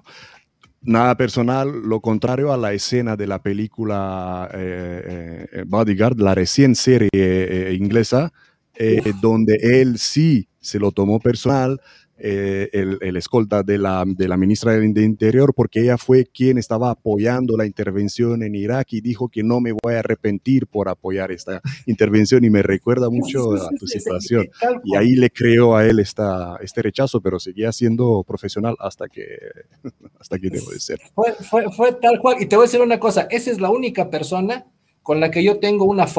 Nada personal, lo contrario a la escena de la película eh, eh, Bodyguard, la recién serie eh, inglesa, eh, donde él sí se lo tomó personal, eh, el, el escolta de la, de la ministra de Interior, porque ella fue quien estaba apoyando la intervención en Irak y dijo que no me voy a arrepentir por apoyar esta intervención, y me recuerda mucho a tu situación. Y ahí le creó a él esta, este rechazo, pero seguía siendo profesional hasta que, hasta que debo de ser. Fue, fue, fue tal cual, y te voy a decir una cosa, esa es la única persona con la que yo tengo una foto.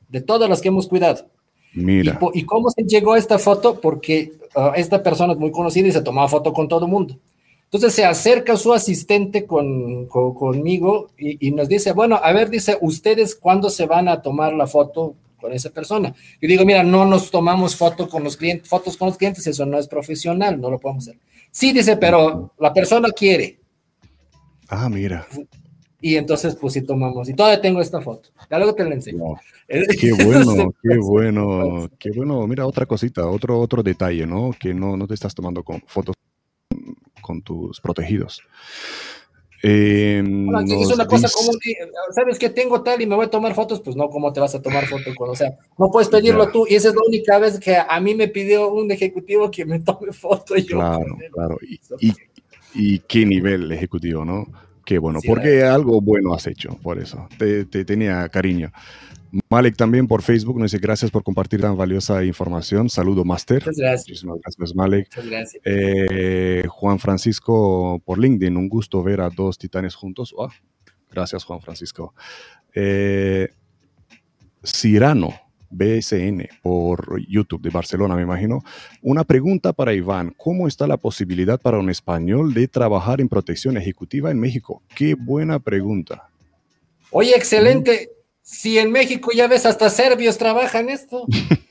de todas las que hemos cuidado. Mira. ¿Y, y cómo se llegó a esta foto? Porque uh, esta persona es muy conocida y se tomaba foto con todo el mundo. Entonces se acerca su asistente con, con, conmigo y, y nos dice, bueno, a ver, dice, ¿ustedes cuándo se van a tomar la foto con esa persona? Yo digo, mira, no nos tomamos foto con los clientes, fotos con los clientes, eso no es profesional, no lo podemos hacer. Sí, dice, pero la persona quiere. Ah, mira. Y entonces, pues sí tomamos. Y todavía tengo esta foto. Ya luego te la enseño. Wow. Qué bueno, qué bueno, qué bueno. Mira, otra cosita, otro, otro detalle, ¿no? Que no, no te estás tomando con fotos con tus protegidos. Eh, bueno, es una cosa común, ¿sabes qué? Tengo tal y me voy a tomar fotos, pues no, ¿cómo te vas a tomar fotos con? O sea, no puedes pedirlo ya. Tú, y esa es la única vez que a mí me pidió un ejecutivo que me tome foto. Y claro, yo claro. Y, y, y qué nivel ejecutivo, ¿no? Qué bueno, sí, porque era. Algo bueno has hecho, por eso. Te, te tenía cariño. Malek también por Facebook nos dice gracias por compartir tan valiosa información. Saludo, Master. Muchas gracias. Muchísimas gracias, Malek. Muchas gracias. Eh, Juan Francisco por LinkedIn, un gusto ver a dos titanes juntos. Oh, gracias, Juan Francisco. Eh, Cirano, B S N, por YouTube de Barcelona, me imagino. Una pregunta para Iván. ¿Cómo está la posibilidad para un español de trabajar en protección ejecutiva en México? Qué buena pregunta. Oye, excelente. ¿Mm? Si en México ya ves, hasta serbios trabajan esto.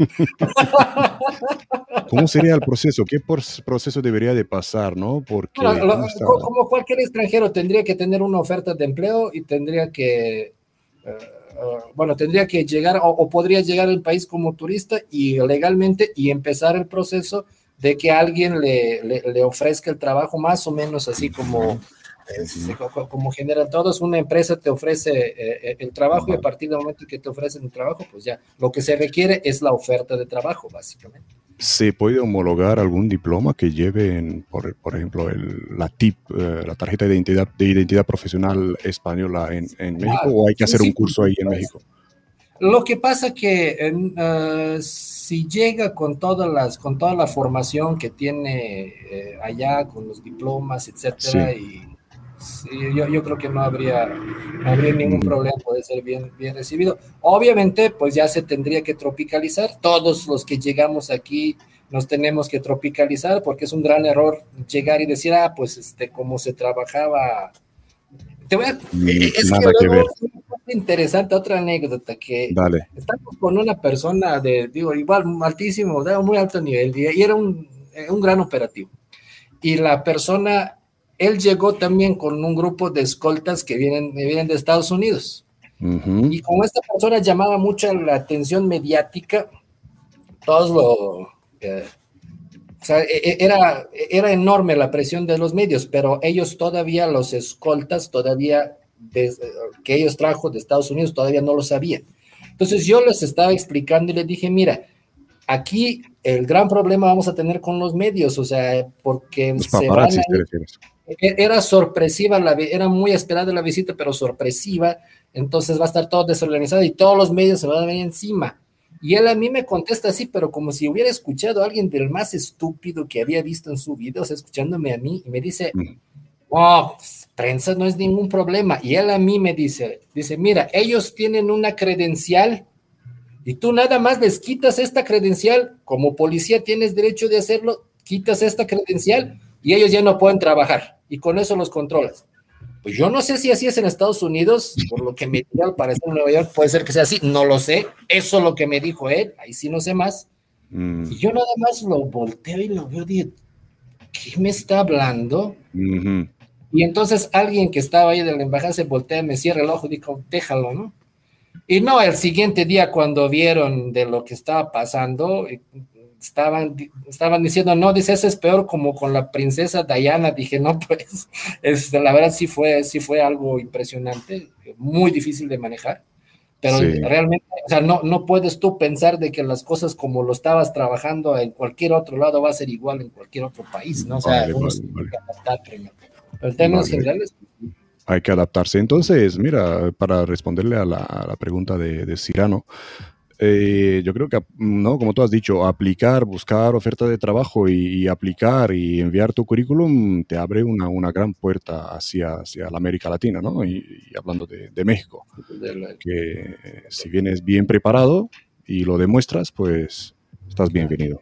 ¿Cómo sería el proceso? ¿Qué proceso debería de pasar, no? Porque bueno, lo, como cualquier extranjero tendría que tener una oferta de empleo y tendría que, uh, uh, bueno, tendría que llegar o, o podría llegar al país como turista y legalmente y empezar el proceso de que alguien le, le, le ofrezca el trabajo más o menos así como... Es, como generan todos, una empresa te ofrece eh, el trabajo y a partir del momento que te ofrecen el trabajo, pues ya, lo que se requiere es la oferta de trabajo, básicamente. ¿Se puede homologar algún diploma que lleven, por, por ejemplo, el, la T I P, eh, la tarjeta de identidad, de identidad profesional española en, en México, ah, o hay que hacer sí, un curso ahí en México? Lo que pasa que uh, si llega con todas las, con toda la formación que tiene eh, allá, con los diplomas, etcétera, sí. y Sí, yo, yo creo que no habría, no habría ningún problema, puede ser bien, bien recibido. Obviamente, pues ya se tendría que tropicalizar. Todos los que llegamos aquí nos tenemos que tropicalizar porque es un gran error llegar y decir, ah, pues este, como se trabajaba. Te voy a, es Nada que, que ver. Es interesante, otra anécdota que Dale. Estamos con una persona de, digo, igual altísimo, de muy alto nivel, y era un, un gran operativo. Y la persona... Él llegó también con un grupo de escoltas que vienen, vienen de Estados Unidos. Uh-huh. Y como esta persona llamaba mucho la atención mediática, todos lo... Eh, o sea, era, era enorme la presión de los medios, pero ellos todavía, los escoltas, todavía, de, que ellos trajo de Estados Unidos, todavía no lo sabían. Entonces yo les estaba explicando y les dije, mira, aquí el gran problema vamos a tener con los medios, o sea, porque los se van a ir, ir. Era sorpresiva, la, era muy esperada la visita, pero sorpresiva, entonces va a estar todo desorganizado y todos los medios se van a venir encima. Y él a mí me contesta así, pero como si hubiera escuchado a alguien del más estúpido que había visto en su video, o sea, escuchándome a mí, y me dice, oh, pues, prensa no es ningún problema. Y él a mí me dice, dice, mira, ellos tienen una credencial y tú nada más les quitas esta credencial, como policía tienes derecho de hacerlo, quitas esta credencial y ellos ya no pueden trabajar, y con eso los controlas. Pues yo no sé si así es en Estados Unidos, por lo que me dijo al parecer en Nueva York, puede ser que sea así, no lo sé, eso es lo que me dijo él, ahí sí no sé más. Mm. Y yo nada más lo volteo y lo veo, dije, ¿qué me está hablando? Mm-hmm. Y entonces alguien que estaba ahí de la embajada se voltea, me cierra el ojo y dijo, déjalo, ¿no? Y no, el siguiente día cuando vieron de lo que estaba pasando, estaban, estaban diciendo, no, dice, ese es peor como con la princesa Diana. Dije, no, pues, es, la verdad sí fue, sí fue algo impresionante, muy difícil de manejar, pero sí. Realmente, o sea, no, no puedes tú pensar de que las cosas como lo estabas trabajando en cualquier otro lado va a ser igual en cualquier otro país, ¿no? O sea, vale, uno vale, se tiene vale. que adaptar primero. Pero en términos vale. generales... Hay que adaptarse. Entonces, mira, para responderle a la, a la pregunta de, de Cirano, Eh, yo creo que, no, como tú has dicho, aplicar, buscar oferta de trabajo y, y aplicar y enviar tu currículum te abre una, una gran puerta hacia, hacia la América Latina, ¿no? Y, y hablando de, de México, que eh, si vienes bien preparado y lo demuestras, pues estás bienvenido.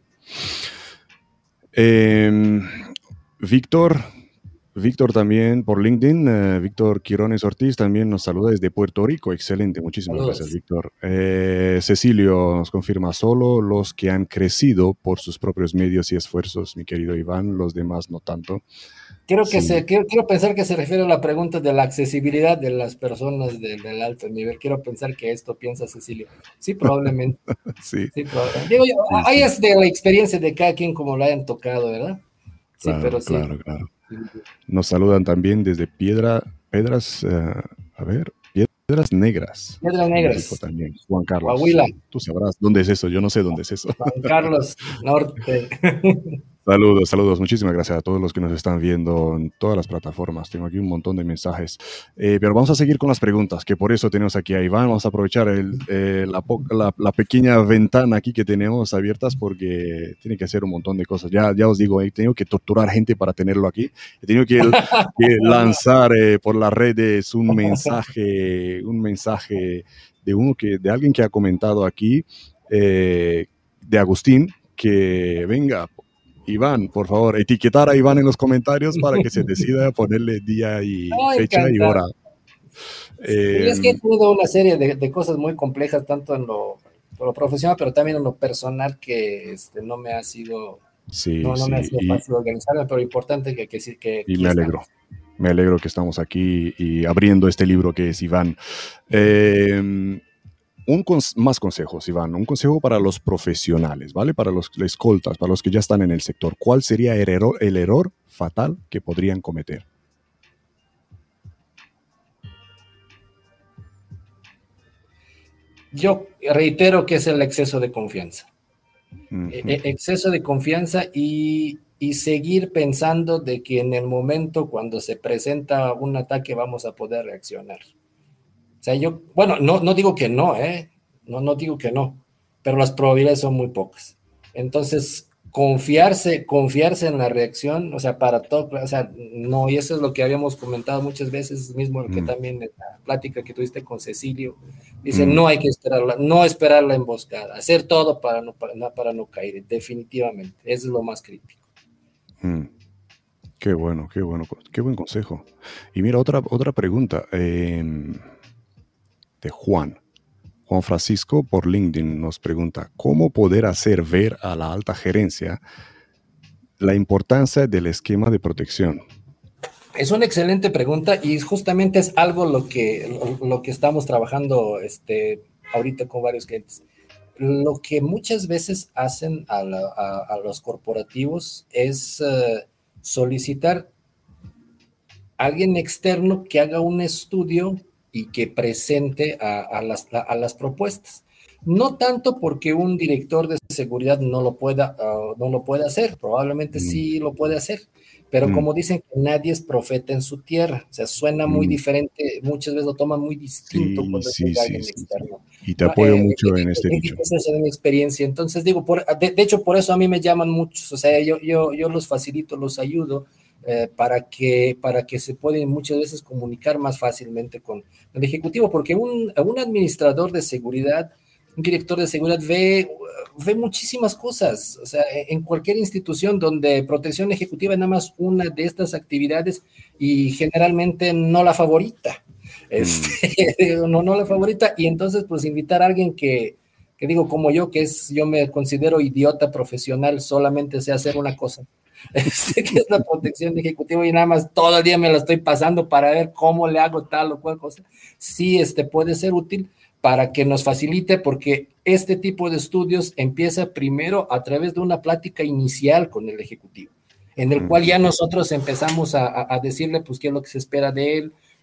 Eh, Víctor, Víctor también por LinkedIn, eh, Víctor Quirones Ortiz también nos saluda desde Puerto Rico. Excelente, muchísimas Saludos. gracias, Víctor. Eh, Cecilio nos confirma, solo los que han crecido por sus propios medios y esfuerzos, mi querido Iván, los demás no tanto. Quiero, que Sí. se, quiero, quiero pensar que se refiere a la pregunta de la accesibilidad de las personas de, del alto nivel. Quiero pensar que esto piensa Cecilio. Sí, probablemente. Sí. Sí, probablemente. Digo yo, Sí, ahí sí. es de la experiencia de cada quien como lo hayan tocado, ¿verdad? Sí, Claro, pero sí. claro, claro. Nos saludan también desde Piedra, Pedras, uh, a ver, Piedras Negras. Piedras Negras. México también. Juan Carlos. Coahuila. Tú sabrás dónde es eso, yo no sé dónde es eso. Juan Carlos Norte. Saludos, saludos. Muchísimas gracias a todos los que nos están viendo en todas las plataformas. Tengo aquí un montón de mensajes. Eh, pero vamos a seguir con las preguntas, que por eso tenemos aquí a Iván. Vamos a aprovechar el, eh, la, la, la pequeña ventana aquí que tenemos abiertas porque tiene que hacer un montón de cosas. Ya, ya os digo, he tenido que torturar gente para tenerlo aquí. He tenido que, que lanzar eh, por las redes un mensaje, un mensaje de, uno que, de alguien que ha comentado aquí, eh, de Agustín, que venga, Iván, por favor, etiquetar a Iván en los comentarios para que se decida ponerle día y Oh, fecha encantado. y hora. Sí, eh, es que he tenido una serie de, de cosas muy complejas, tanto en lo, en lo profesional, pero también en lo personal, que este, no me ha sido, sí, no, no sí, me ha sido y, fácil organizarme, pero importante que, que, que, que y me alegro. Estamos. Me alegro que estamos aquí y abriendo este libro que es Iván. Eh, Un cons más consejos, Iván, un consejo para los profesionales, ¿vale? Para los escoltas, para los que ya están en el sector. ¿Cuál sería el error, el error fatal que podrían cometer? Yo reitero que es el exceso de confianza. Uh-huh. E exceso de confianza y, y seguir pensando de que en el momento cuando se presenta un ataque vamos a poder reaccionar. O sea, yo, bueno, no, no digo que no, ¿eh? No, no digo que no, pero las probabilidades son muy pocas. Entonces, confiarse, confiarse en la reacción, o sea, para todo, o sea, no, y eso es lo que habíamos comentado muchas veces, mismo mm. que también en la plática que tuviste con Cecilio, dice, mm. no hay que esperarla, no esperar la emboscada, hacer todo para no, para, para no caer, definitivamente, eso es lo más crítico. Mm. Qué bueno, qué bueno, qué buen consejo. Y mira, otra, otra pregunta, eh, de Juan. Juan Francisco por LinkedIn nos pregunta, ¿cómo poder hacer ver a la alta gerencia la importancia del esquema de protección? Es una excelente pregunta y justamente es algo lo que, lo, lo que estamos trabajando este, ahorita con varios clientes. Lo que muchas veces hacen a, la, a, a los corporativos es uh, solicitar a alguien externo que haga un estudio y que presente a, a, las, a, a las propuestas. No tanto porque un director de seguridad no lo pueda, uh, no lo pueda hacer, probablemente mm. sí lo puede hacer, pero mm. como dicen que nadie es profeta en su tierra, o sea, suena muy mm. diferente, muchas veces lo toman muy distinto sí, cuando sí, es sí, alguien sí, externo. Sí. Y te apoyo ¿no? mucho eh, en eh, este eh, dicho. Esa es mi experiencia, entonces digo, por, de, de hecho por eso a mí me llaman muchos, o sea, yo, yo, yo los facilito, los ayudo, Eh, para, que, para que se pueden muchas veces comunicar más fácilmente con el ejecutivo, porque un, un administrador de seguridad, un director de seguridad ve, ve muchísimas cosas, o sea, en cualquier institución donde protección ejecutiva es nada más una de estas actividades y generalmente no la favorita, este, mm. no, no la favorita, y entonces pues invitar a alguien que, que digo como yo, que es, yo me considero idiota profesional, solamente sé hacer una cosa, sé que es la protección ejecutiva y nada más todo el día me la estoy pasando para ver cómo le hago tal o cual cosa, sí este, puede ser útil para que nos facilite, porque este tipo de estudios empieza primero a través de una plática inicial con el ejecutivo, en el cual ya nosotros empezamos a, a decirle pues qué es lo que se espera de él,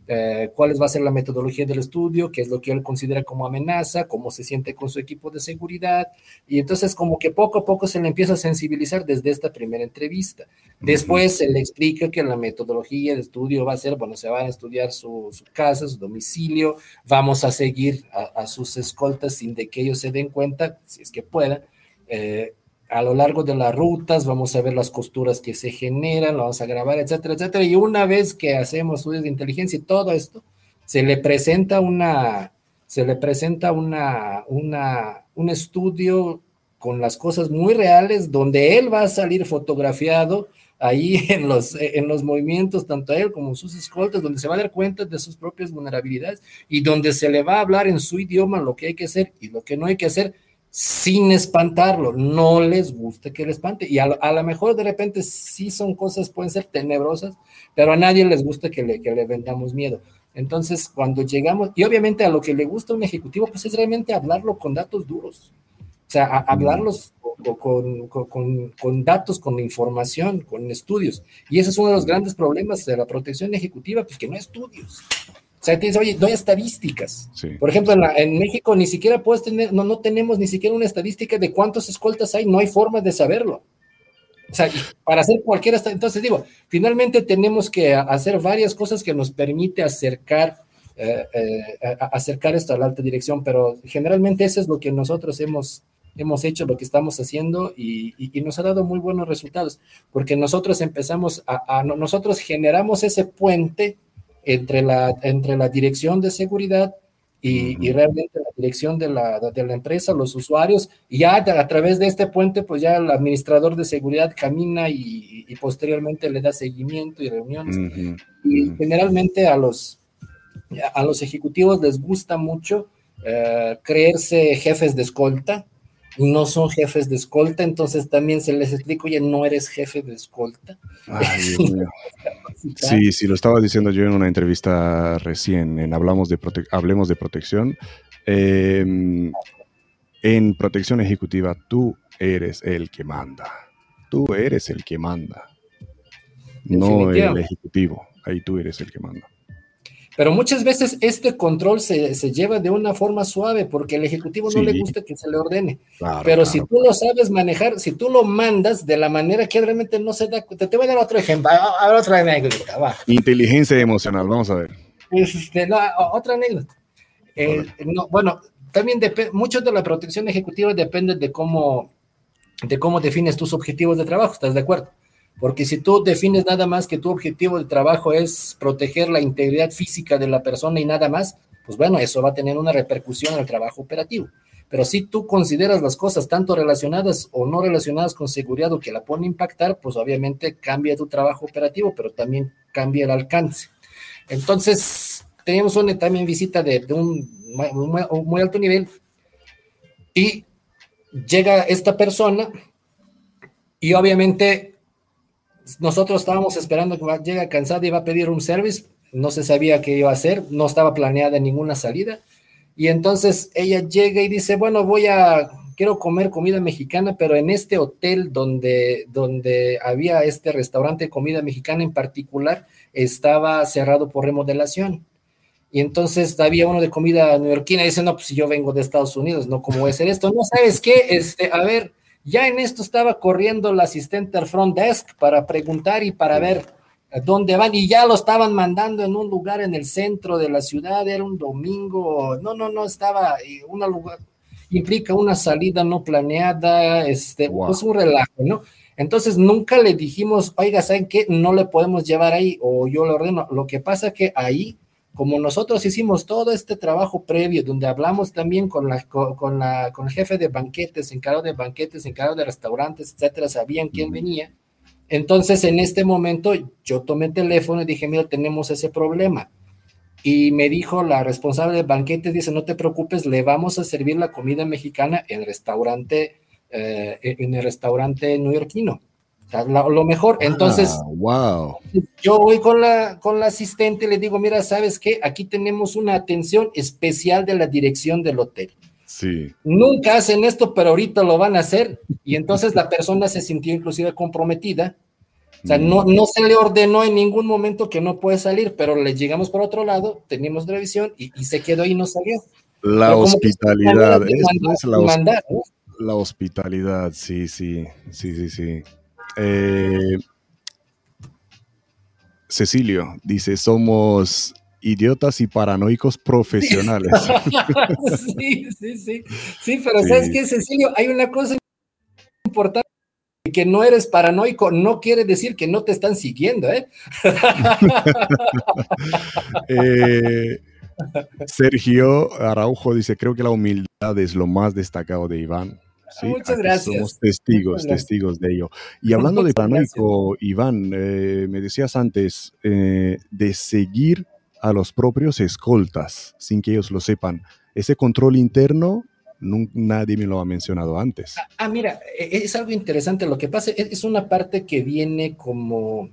eh, cuál va a ser la metodología del estudio, qué es lo que él considera como amenaza, cómo se siente con su equipo de seguridad, y entonces como que poco a poco se le empieza a sensibilizar desde esta primera entrevista. Después se le explica que la metodología de estudio va a ser, bueno, se van a estudiar su, su casa, su domicilio, vamos a seguir a, a sus escoltas sin de que ellos se den cuenta, si es que puedan, eh, a lo largo de las rutas, vamos a ver las costuras que se generan, lo vamos a grabar, etcétera, etcétera, y una vez que hacemos estudios de inteligencia y todo esto, se le presenta una, se le presenta una, una, un estudio con las cosas muy reales, donde él va a salir fotografiado ahí en los, en los movimientos, tanto a él como sus escoltas, donde se va a dar cuenta de sus propias vulnerabilidades y donde se le va a hablar en su idioma lo que hay que hacer y lo que no hay que hacer, sin espantarlo. No les gusta que le espante, y a, a lo mejor de repente sí son cosas, pueden ser tenebrosas, pero a nadie les gusta que le, que le vendamos miedo. Entonces, cuando llegamos, y obviamente a lo que le gusta a un ejecutivo, pues es realmente hablarlo con datos duros, o sea, a, hablarlos con, con, con, con datos, con información, con estudios, y ese es uno de los grandes problemas de la protección ejecutiva, pues que no hay estudios. O sea, tienes, oye, no hay estadísticas. Sí. Por ejemplo, en, la, en México ni siquiera puedes tener, no, no tenemos ni siquiera una estadística de cuántos escoltas hay, no hay forma de saberlo. O sea, para hacer cualquier, entonces digo, finalmente tenemos que hacer varias cosas que nos permite acercar, eh, eh, acercar esto a la alta dirección, pero generalmente eso es lo que nosotros hemos, hemos hecho, lo que estamos haciendo, y, y, y nos ha dado muy buenos resultados, porque nosotros empezamos a, a nosotros generamos ese puente entre la, entre la dirección de seguridad y, uh-huh. y realmente la dirección de la, de la empresa, los usuarios, y ya a través de este puente, pues ya el administrador de seguridad camina y, y posteriormente le da seguimiento y reuniones. Uh-huh. Y uh-huh. generalmente a los, a los ejecutivos les gusta mucho uh, creerse jefes de escolta, y no son jefes de escolta, entonces también se les explica, oye, no eres jefe de escolta. Ay, Dios mío. Sí, sí, lo estaba diciendo yo en una entrevista recién, en Hablamos de Prote- Hablemos de Protección. Eh, en protección ejecutiva, tú eres el que manda. Tú eres el que manda. No el ejecutivo. Ahí tú eres el que manda. Pero muchas veces este control se, se lleva de una forma suave, porque al ejecutivo sí. no le gusta que se le ordene. Claro, Pero claro. si tú lo sabes manejar, si tú lo mandas de la manera que realmente no se da cuenta. Te voy a dar otro ejemplo, a ver, otra anécdota. Va. Inteligencia emocional, vamos a ver. Este, no, otra anécdota. Eh, no, bueno, también dep- mucho de la protección ejecutiva depende de cómo, de cómo defines tus objetivos de trabajo, ¿estás de acuerdo? Porque si tú defines nada más que tu objetivo de trabajo es proteger la integridad física de la persona y nada más, pues bueno, eso va a tener una repercusión en el trabajo operativo. Pero si tú consideras las cosas tanto relacionadas o no relacionadas con seguridad o que la pueden impactar, pues obviamente cambia tu trabajo operativo, pero también cambia el alcance. Entonces, teníamos una también visita de, de un muy, muy alto nivel y llega esta persona y obviamente nosotros estábamos esperando que llegue cansada y iba a pedir un service, no se sabía qué iba a hacer, no estaba planeada ninguna salida, y entonces ella llega y dice, bueno, voy a, quiero comer comida mexicana, pero en este hotel donde, donde había este restaurante de comida mexicana en particular, estaba cerrado por remodelación, y entonces había uno de comida neoyorquina, y dice, no, pues si yo vengo de Estados Unidos, no, ¿cómo voy a hacer esto? No, ¿sabes qué? Este, a ver, ya en esto estaba corriendo la asistente al front desk para preguntar y para ver dónde van, y ya lo estaban mandando en un lugar en el centro de la ciudad, era un domingo, no, no, no, estaba un lugar, implica una salida no planeada, este, wow. pues un relajo, ¿no? Entonces nunca le dijimos, oiga, ¿saben qué? No le podemos llevar ahí, o yo le ordeno. Lo que pasa que ahí, como nosotros hicimos todo este trabajo previo, donde hablamos también con, la, con, con, la, con el jefe de banquetes, encargado de banquetes, encargado de restaurantes, etcétera, sabían quién venía. Entonces, en este momento, yo tomé el teléfono y dije, mira, tenemos ese problema. Y me dijo la responsable de banquetes, dice, no te preocupes, le vamos a servir la comida mexicana en el restaurante, eh, en el restaurante neoyorquino. O sea, lo, lo mejor. Entonces, ah, wow. yo voy con la, con la asistente y le digo, mira, ¿sabes qué? Aquí tenemos una atención especial de la dirección del hotel. Sí. Nunca hacen esto, pero ahorita lo van a hacer. Y entonces la persona se sintió inclusive comprometida O sea, no, no se le ordenó en ningún momento que no puede salir, pero le llegamos por otro lado, teníamos revisión y, y se quedó ahí y no salió. La Pero como hospitalidad, que es esto mandar, es la, hos- mandar, ¿no? la hospitalidad, sí, sí, sí, sí, sí. Eh, Cecilio dice, somos idiotas y paranoicos profesionales. Sí, sí, sí. Sí, pero ¿sabes Sí. qué, Cecilio? Hay una cosa importante, que no eres paranoico, no quiere decir que no te están siguiendo, ¿eh? Eh, Sergio Araujo dice, creo que la humildad es lo más destacado de Iván. Sí, Muchas aquí somos gracias. Muchas testigos, gracias. testigos de ello. Y hablando de Muchas gracias. paranoico, Iván, eh, me decías antes eh, de seguir a los propios escoltas sin que ellos lo sepan. Ese control interno, nun- nadie me lo ha mencionado antes. Ah, mira, e- es algo interesante. Lo que pasa es, es una parte que viene como,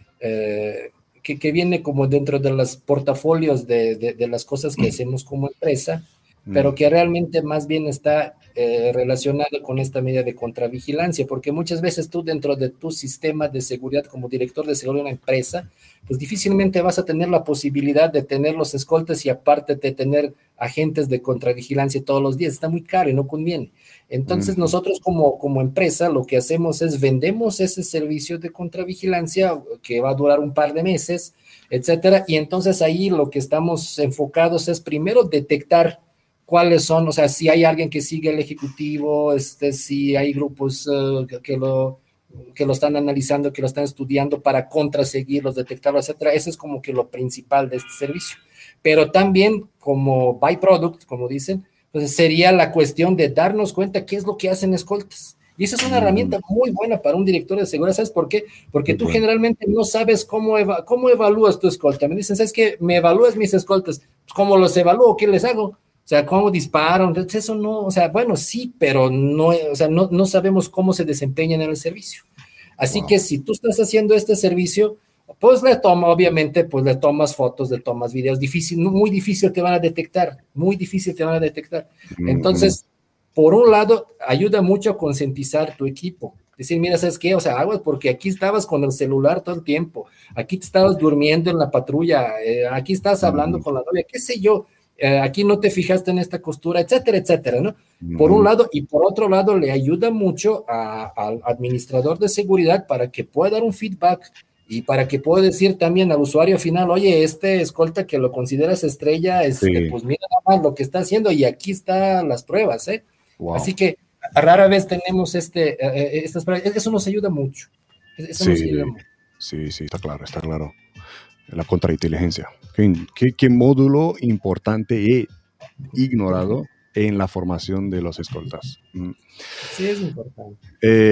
eh, que, que viene como dentro de los portafolios de, de, de las cosas que hacemos como empresa, pero Mm, que realmente más bien está eh, relacionado con esta medida de contravigilancia, porque muchas veces tú dentro de tu sistema de seguridad como director de seguridad de una empresa, pues difícilmente vas a tener la posibilidad de tener los escoltas y aparte de tener agentes de contravigilancia todos los días. Está muy caro y no conviene. Entonces mm, nosotros como, como empresa lo que hacemos es vendemos ese servicio de contravigilancia que va a durar un par de meses, etcétera, y entonces ahí lo que estamos enfocados es primero detectar cuáles son, o sea, si hay alguien que sigue el ejecutivo, este, si hay grupos uh, que, que, lo, que lo están analizando, que lo están estudiando para contraseguirlos, detectarlos, etcétera. Eso es como que lo principal de este servicio. Pero también como byproduct, como dicen, pues sería la cuestión de darnos cuenta qué es lo que hacen escoltas. Y esa es una mm, herramienta muy buena para un director de seguridad. ¿Sabes por qué? Porque qué tú bueno. generalmente no sabes cómo, eva cómo evalúas tu escolta. Me dicen, ¿sabes qué? Me evalúas mis escoltas. ¿Cómo los evalúo? ¿Qué les hago? O sea, ¿cómo disparan? Entonces, eso no, o sea, bueno, sí, pero no, o sea, no, no sabemos cómo se desempeñan en el servicio. Así Wow. que si tú estás haciendo este servicio, pues le toma, obviamente, pues le tomas fotos, le tomas videos, difícil, muy difícil te van a detectar, muy difícil te van a detectar. Mm, mm, Entonces, por un lado, ayuda mucho a concientizar tu equipo. Decir, mira, ¿sabes qué? O sea, aguas porque aquí estabas con el celular todo el tiempo, aquí te estabas durmiendo en la patrulla, eh, aquí estás hablando mm, con la novia, qué sé yo, eh, aquí no te fijaste en esta costura, etcétera, etcétera, ¿no? Por un mm, lado, y por otro lado, le ayuda mucho a, al administrador de seguridad para que pueda dar un feedback y para que pueda decir también al usuario final, oye, este escolta que lo consideras estrella, este, sí, pues mira nada más lo que está haciendo y aquí están las pruebas, ¿eh? wow. Así que rara vez tenemos este, eh, estas pruebas, eso nos ayuda mucho, eso nos ayuda Sí, mucho. sí, sí, está claro, está claro. La contrainteligencia. ¿Qué, qué, qué módulo importante he ignorado en la formación de los escoltas? Mm. Sí, es importante.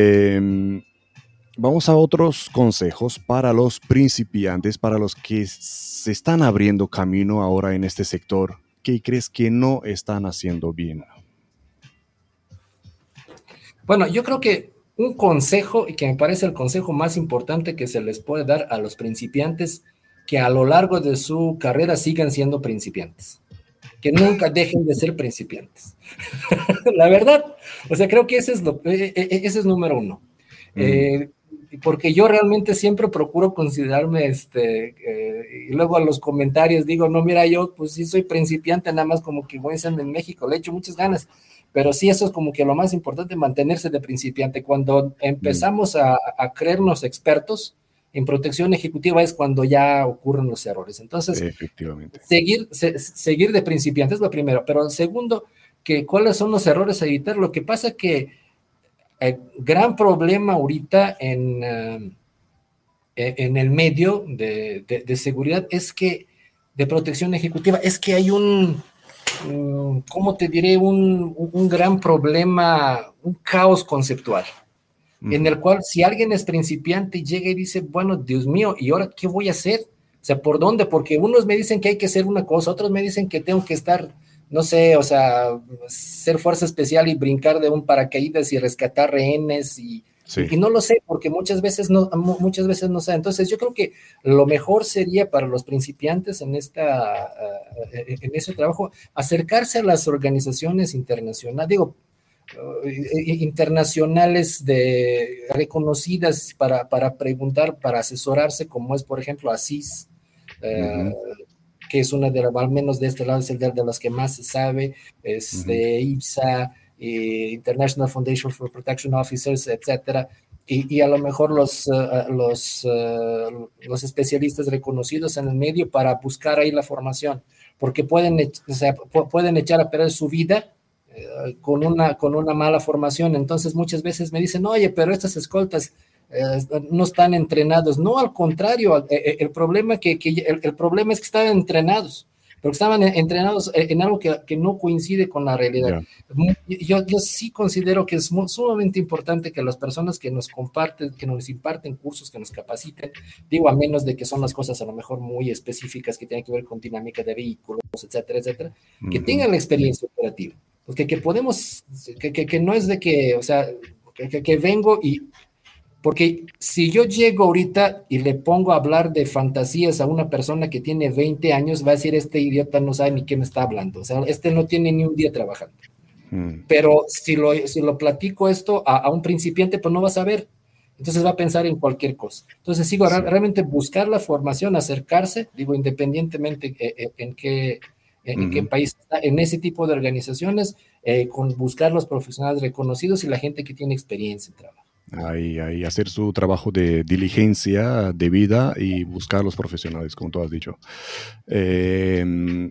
Eh, Vamos a otros consejos para los principiantes, para los que se están abriendo camino ahora en este sector. ¿Qué crees que no están haciendo bien? Bueno, yo creo que un consejo, y que me parece el consejo más importante que se les puede dar a los principiantes, que a lo largo de su carrera sigan siendo principiantes, que nunca dejen de ser principiantes. La verdad, o sea, creo que ese es, lo, ese es número uno. Mm, Eh, porque yo realmente siempre procuro considerarme, este, eh, y luego a los comentarios digo, no, mira, yo pues sí soy principiante, nada más como que voy a ser en México, le echo muchas ganas, pero sí, eso es como que lo más importante, mantenerse de principiante. Cuando mm, empezamos a, a creernos expertos en protección ejecutiva es cuando ya ocurren los errores. Entonces, efectivamente. seguir, se, seguir de principiante es lo primero, pero segundo, que cuáles son los errores a evitar. Lo que pasa que el gran problema ahorita en, uh, en el medio de, de, de, seguridad es que, de protección ejecutiva, es que hay un, um, ¿cómo te diré? Un, un gran problema, un caos conceptual, en Ujú. el cual si alguien es principiante y llega y dice, bueno, Dios mío, ¿y ahora qué voy a hacer? O sea, ¿por dónde? Porque unos me dicen que hay que hacer una cosa, otros me dicen que tengo que estar, no sé, o sea, ser fuerza especial y brincar de un paracaídas y rescatar rehenes y, Sí, y, y no lo sé, porque muchas veces no, muchas veces no sé. Entonces yo creo que lo mejor sería para los principiantes en, esta, uh, en ese trabajo acercarse a las organizaciones internacionales. Digo, uh, internacionales de, reconocidas para, para preguntar, para asesorarse, como es, por ejemplo, ASIS, uh, uh-huh. que es una de las, al menos de este lado, es el de, de las que más se sabe, este, uh-huh. IPSA, eh, International Foundation for Protection Officers, etcétera. Y, y a lo mejor los, uh, los, uh, los especialistas reconocidos en el medio para buscar ahí la formación, porque pueden, o sea, pueden echar a perder su vida uh, con, una, con una mala formación. Entonces muchas veces me dicen, oye, pero estas escoltas uh, no están entrenados. No, al contrario, el, el, problema, que, que el, el problema es que están entrenados, pero estaban entrenados en algo que, que no coincide con la realidad. Yeah. Yo, yo sí considero que es muy, sumamente importante que las personas que nos comparten, que nos imparten cursos, que nos capaciten, digo, a menos de que son las cosas a lo mejor muy específicas que tienen que ver con dinámica de vehículos, etcétera, etcétera, uh-huh. que tengan la experiencia operativa. Porque que podemos, que, que, que no es de que, o sea, que, que, que vengo y... Porque si yo llego ahorita y le pongo a hablar de fantasías a una persona que tiene veinte años, va a decir, este idiota no sabe ni qué me está hablando. O sea, este no tiene ni un día trabajando. Mm. Pero si lo, si lo platico esto a, a un principiante, pues no va a saber. Entonces va a pensar en cualquier cosa. Entonces, sigo, sí. realmente buscar la formación, acercarse, digo, independientemente en, en, qué, en, uh-huh. en qué país está, en ese tipo de organizaciones, eh, con buscar los profesionales reconocidos y la gente que tiene experiencia en trabajo. Ahí, ahí, hacer su trabajo de diligencia debida y buscar los profesionales, como tú has dicho. Eh, me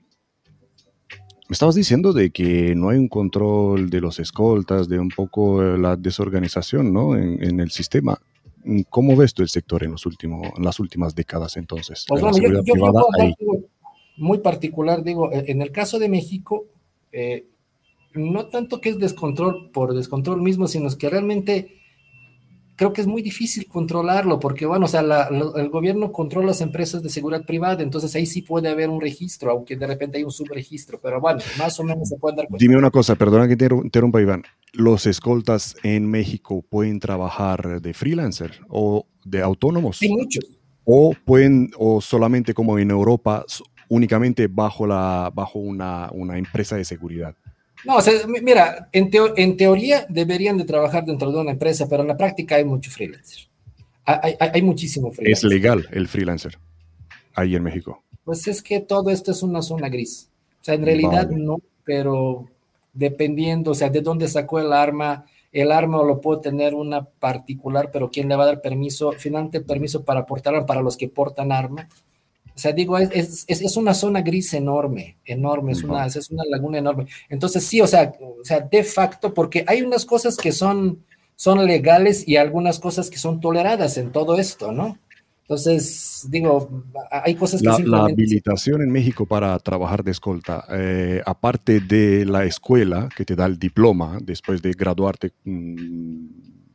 estabas diciendo de que no hay un control de los escoltas, de un poco la desorganización, ¿no? en, en el sistema. ¿Cómo ves tú el sector en, los últimos, en las últimas décadas entonces? Pues bueno, yo, yo, yo ahí. Muy particular, digo, en el caso de México, eh, no tanto que es descontrol por descontrol mismo, sino que realmente... creo que es muy difícil controlarlo, porque bueno, o sea, la, la, el gobierno controla las empresas de seguridad privada, entonces ahí sí puede haber un registro, aunque de repente hay un subregistro, pero bueno, más o menos se pueden dar cuenta. Dime una cosa, perdona que te interrumpa, Iván, ¿los escoltas en México pueden trabajar de freelancer o de autónomos? Sí, muchos. ¿O pueden, o solamente como en Europa, únicamente bajo, la, bajo una, una empresa de seguridad? No, o sea, mira, en, teo, en teoría deberían de trabajar dentro de una empresa, pero en la práctica hay mucho freelancer. Hay, hay, hay muchísimo freelancer. ¿Es legal el freelancer ahí en México? Pues es que todo esto es una zona gris. O sea, en realidad vale. no, pero dependiendo, o sea, de dónde sacó el arma, el arma lo puede tener una particular, pero ¿quién le va a dar permiso? Finalmente, permiso para portar para los que portan arma. O sea, digo, es, es, es una zona gris enorme, enorme, es una, es una laguna enorme. Entonces, sí, o sea, o sea, de facto, porque hay unas cosas que son, son legales y algunas cosas que son toleradas en todo esto, ¿no? Entonces, digo, hay cosas que la, simplemente... La habilitación en México para trabajar de escolta, eh, aparte de la escuela que te da el diploma después de graduarte mmm,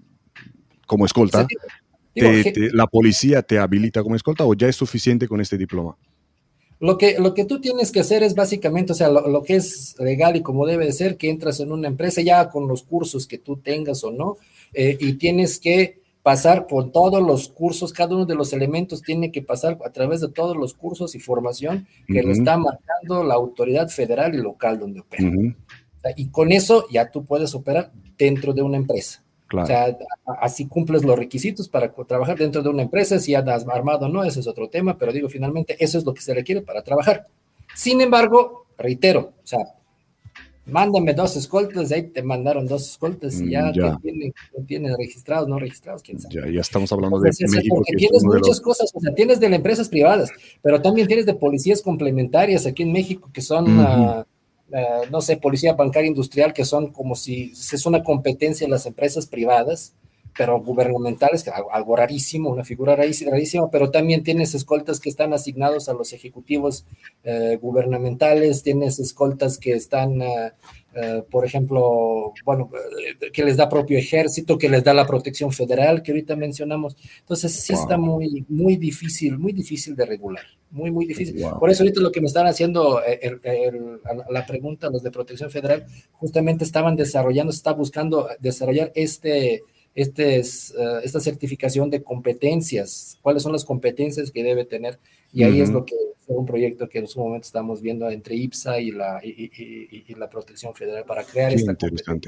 como escolta... Sí, Te, te, ¿La policía te habilita como escolta o ya es suficiente con este diploma? Lo que, lo que tú tienes que hacer es básicamente, o sea, lo, lo que es legal y como debe de ser, que entras en una empresa ya con los cursos que tú tengas o no, eh, y tienes que pasar por todos los cursos, cada uno de los elementos tiene que pasar a través de todos los cursos y formación que uh-huh. lo está marcando la autoridad federal y local donde opera. Uh-huh. O sea, y con eso ya tú puedes operar dentro de una empresa. Claro. O sea, así cumples los requisitos para trabajar dentro de una empresa. Si andas armado o no, ese es otro tema, pero digo, finalmente eso es lo que se requiere para trabajar. Sin embargo, reitero, o sea, mándame dos escoltas, ahí te mandaron dos escoltas y ya, ya. ¿Qué tienen, qué tienen registrados, no registrados? ¿Quién sabe? Ya, ya estamos hablando de Entonces, México. Porque que tienes muchas los... cosas, o sea, tienes de las empresas privadas, pero también tienes de policías complementarias aquí en México que son... Uh-huh. Uh, Uh, no sé, policía bancaria industrial, que son como si es una competencia en las empresas privadas, pero gubernamentales, algo, algo rarísimo, una figura rarísima, pero también tienes escoltas que están asignados a los ejecutivos uh, gubernamentales, tienes escoltas que están, uh, uh, por ejemplo, bueno, uh, que les da propio ejército, que les da la protección federal, que ahorita mencionamos. Entonces sí wow. está muy, muy difícil, muy difícil de regular. Muy, muy difícil. Wow. Por eso ahorita lo que me están haciendo el, el, el, la pregunta, los de Protección Federal, justamente estaban desarrollando, está buscando desarrollar este, este, uh, esta certificación de competencias, cuáles son las competencias que debe tener, y ahí uh-huh. es lo que es un proyecto que en su momento estamos viendo entre IPSA y la, y, y, y, y la Protección Federal para crear Qué esta interesante.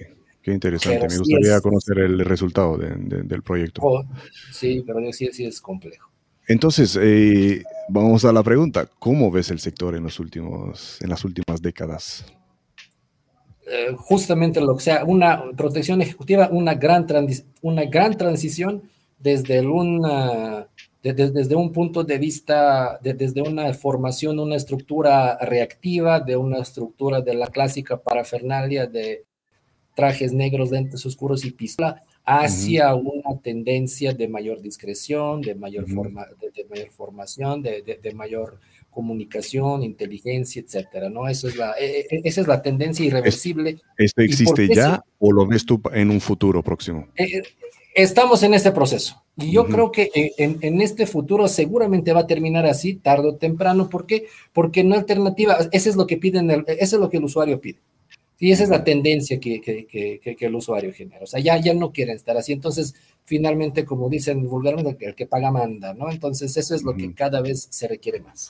Qué interesante. Pero Me sí gustaría es, conocer el resultado de- de- del proyecto. oh, sí, pero sí, sí es complejo. Entonces, eh, vamos a la pregunta. ¿Cómo ves el sector en los últimos, en las últimas décadas? Eh, justamente lo que sea, una protección ejecutiva, una gran, trans, una gran transición desde, el una, de, de, desde un punto de vista, de, desde una formación, una estructura reactiva, de una estructura de la clásica parafernalia de trajes negros, lentes oscuros y pistola, Ujú, hacia una tendencia de mayor discreción, de mayor, ujú. forma, de, de mayor formación, de, de, de, mayor comunicación, inteligencia, etcétera, ¿no? Eso es la, eh, esa es la tendencia ¿Es- irreversible. ¿Esto ¿Y por existe qué se, ya o lo ves tú en un futuro próximo? eh, estamos en este proceso? Y yo Ujú, creo que en, en, este futuro seguramente va a terminar así, tarde o temprano. ¿Por qué? Porque no hay alternativa. Eso es lo que piden, el, eso es lo que el usuario pide. Y esa es la ujú, tendencia que, que, que, que, el usuario genera. O sea, ya, ya no quieren estar así. Entonces, finalmente, como dicen vulgarmente, el que paga manda, ¿no? Entonces, eso es lo que ujú. cada vez se requiere más.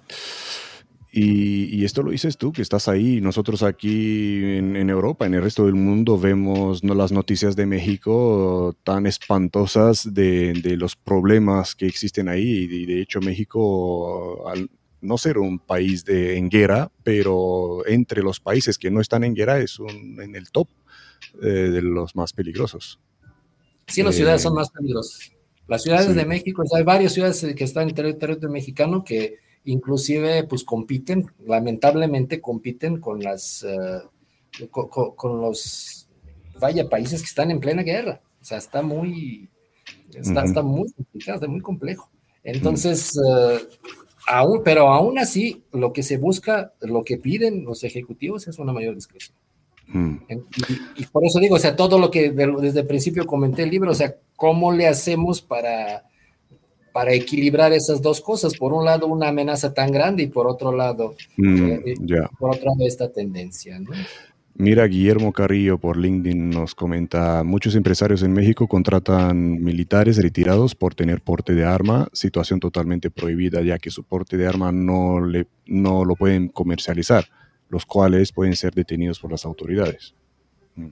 Y, y esto lo dices tú, que estás ahí. Nosotros aquí en, en Europa, en el resto del mundo, vemos no, las noticias de México tan espantosas de, de los problemas que existen ahí. Y de hecho, México, al no ser un país de, en guerra, pero entre los países que no están en guerra, es un, en el top eh, de los más peligrosos. Sí, las ciudades Eh, son más peligrosas. Las ciudades de sí. México, o sea, hay varias ciudades que están en territorio mexicano que inclusive pues compiten, lamentablemente compiten con las uh, con, con, los vaya países que están en plena guerra. O sea, está muy está, Ujú, está muy complicado, está muy complejo. ujú, Entonces, uh, aún, pero aún así, lo que se busca, lo que piden los ejecutivos es una mayor discreción. ujú. Y, y, por eso digo, o sea, todo lo que desde el principio comenté el libro, o sea, ¿cómo le hacemos para, para equilibrar esas dos cosas? Por un lado, una amenaza tan grande y por otro lado, Mm, eh, ya. por otro lado, esta tendencia, ¿no? Mira, Guillermo Carrillo por LinkedIn nos comenta, muchos empresarios en México contratan militares retirados por tener porte de arma, situación totalmente prohibida ya que su porte de arma no, le, no lo pueden comercializar, los cuales pueden ser detenidos por las autoridades. Mm.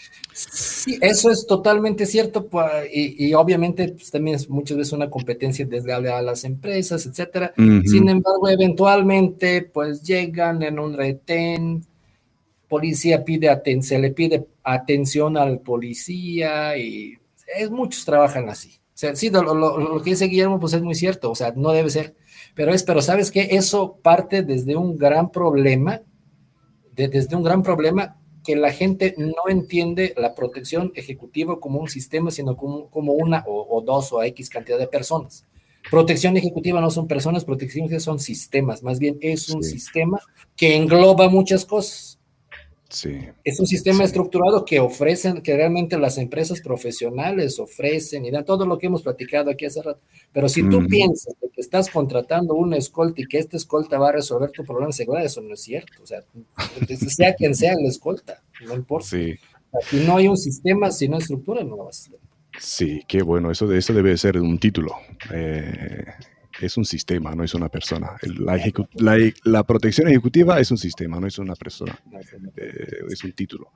Sí, eso es totalmente cierto, y, y obviamente pues, también es muchas veces una competencia desleal a las empresas, etcétera. Sin Ujú, embargo, eventualmente, pues llegan en un retén, policía pide aten se le pide atención al policía y es, muchos trabajan así. O sea, sí, lo, lo, lo, que dice Guillermo, pues es muy cierto, o sea, no debe ser, pero es, pero ¿sabes qué? Eso parte desde un gran problema, de, desde un gran problema que la gente no entiende la protección ejecutiva como un sistema, sino como, como una o, o dos o X cantidad de personas. Protección ejecutiva no son personas, protección ejecutiva son sistemas, más bien es un sí, sistema que engloba muchas cosas. sí, Es un sistema sí. estructurado que ofrecen, que realmente las empresas profesionales ofrecen y dan todo lo que hemos platicado aquí hace rato. Pero si tú Ujú, piensas que estás contratando una escolta y que esta escolta va a resolver tu problema de seguridad, eso no es cierto. O sea, sea quien sea la escolta, no importa. sí. Si no hay un sistema, si no hay estructura, no lo vas a hacer. Sí, qué bueno, eso, eso debe ser un título. Eh, es un sistema, no es una persona. El- La, ejecu- la, la protección ejecutiva es un sistema, no es una persona. Eh, es un título.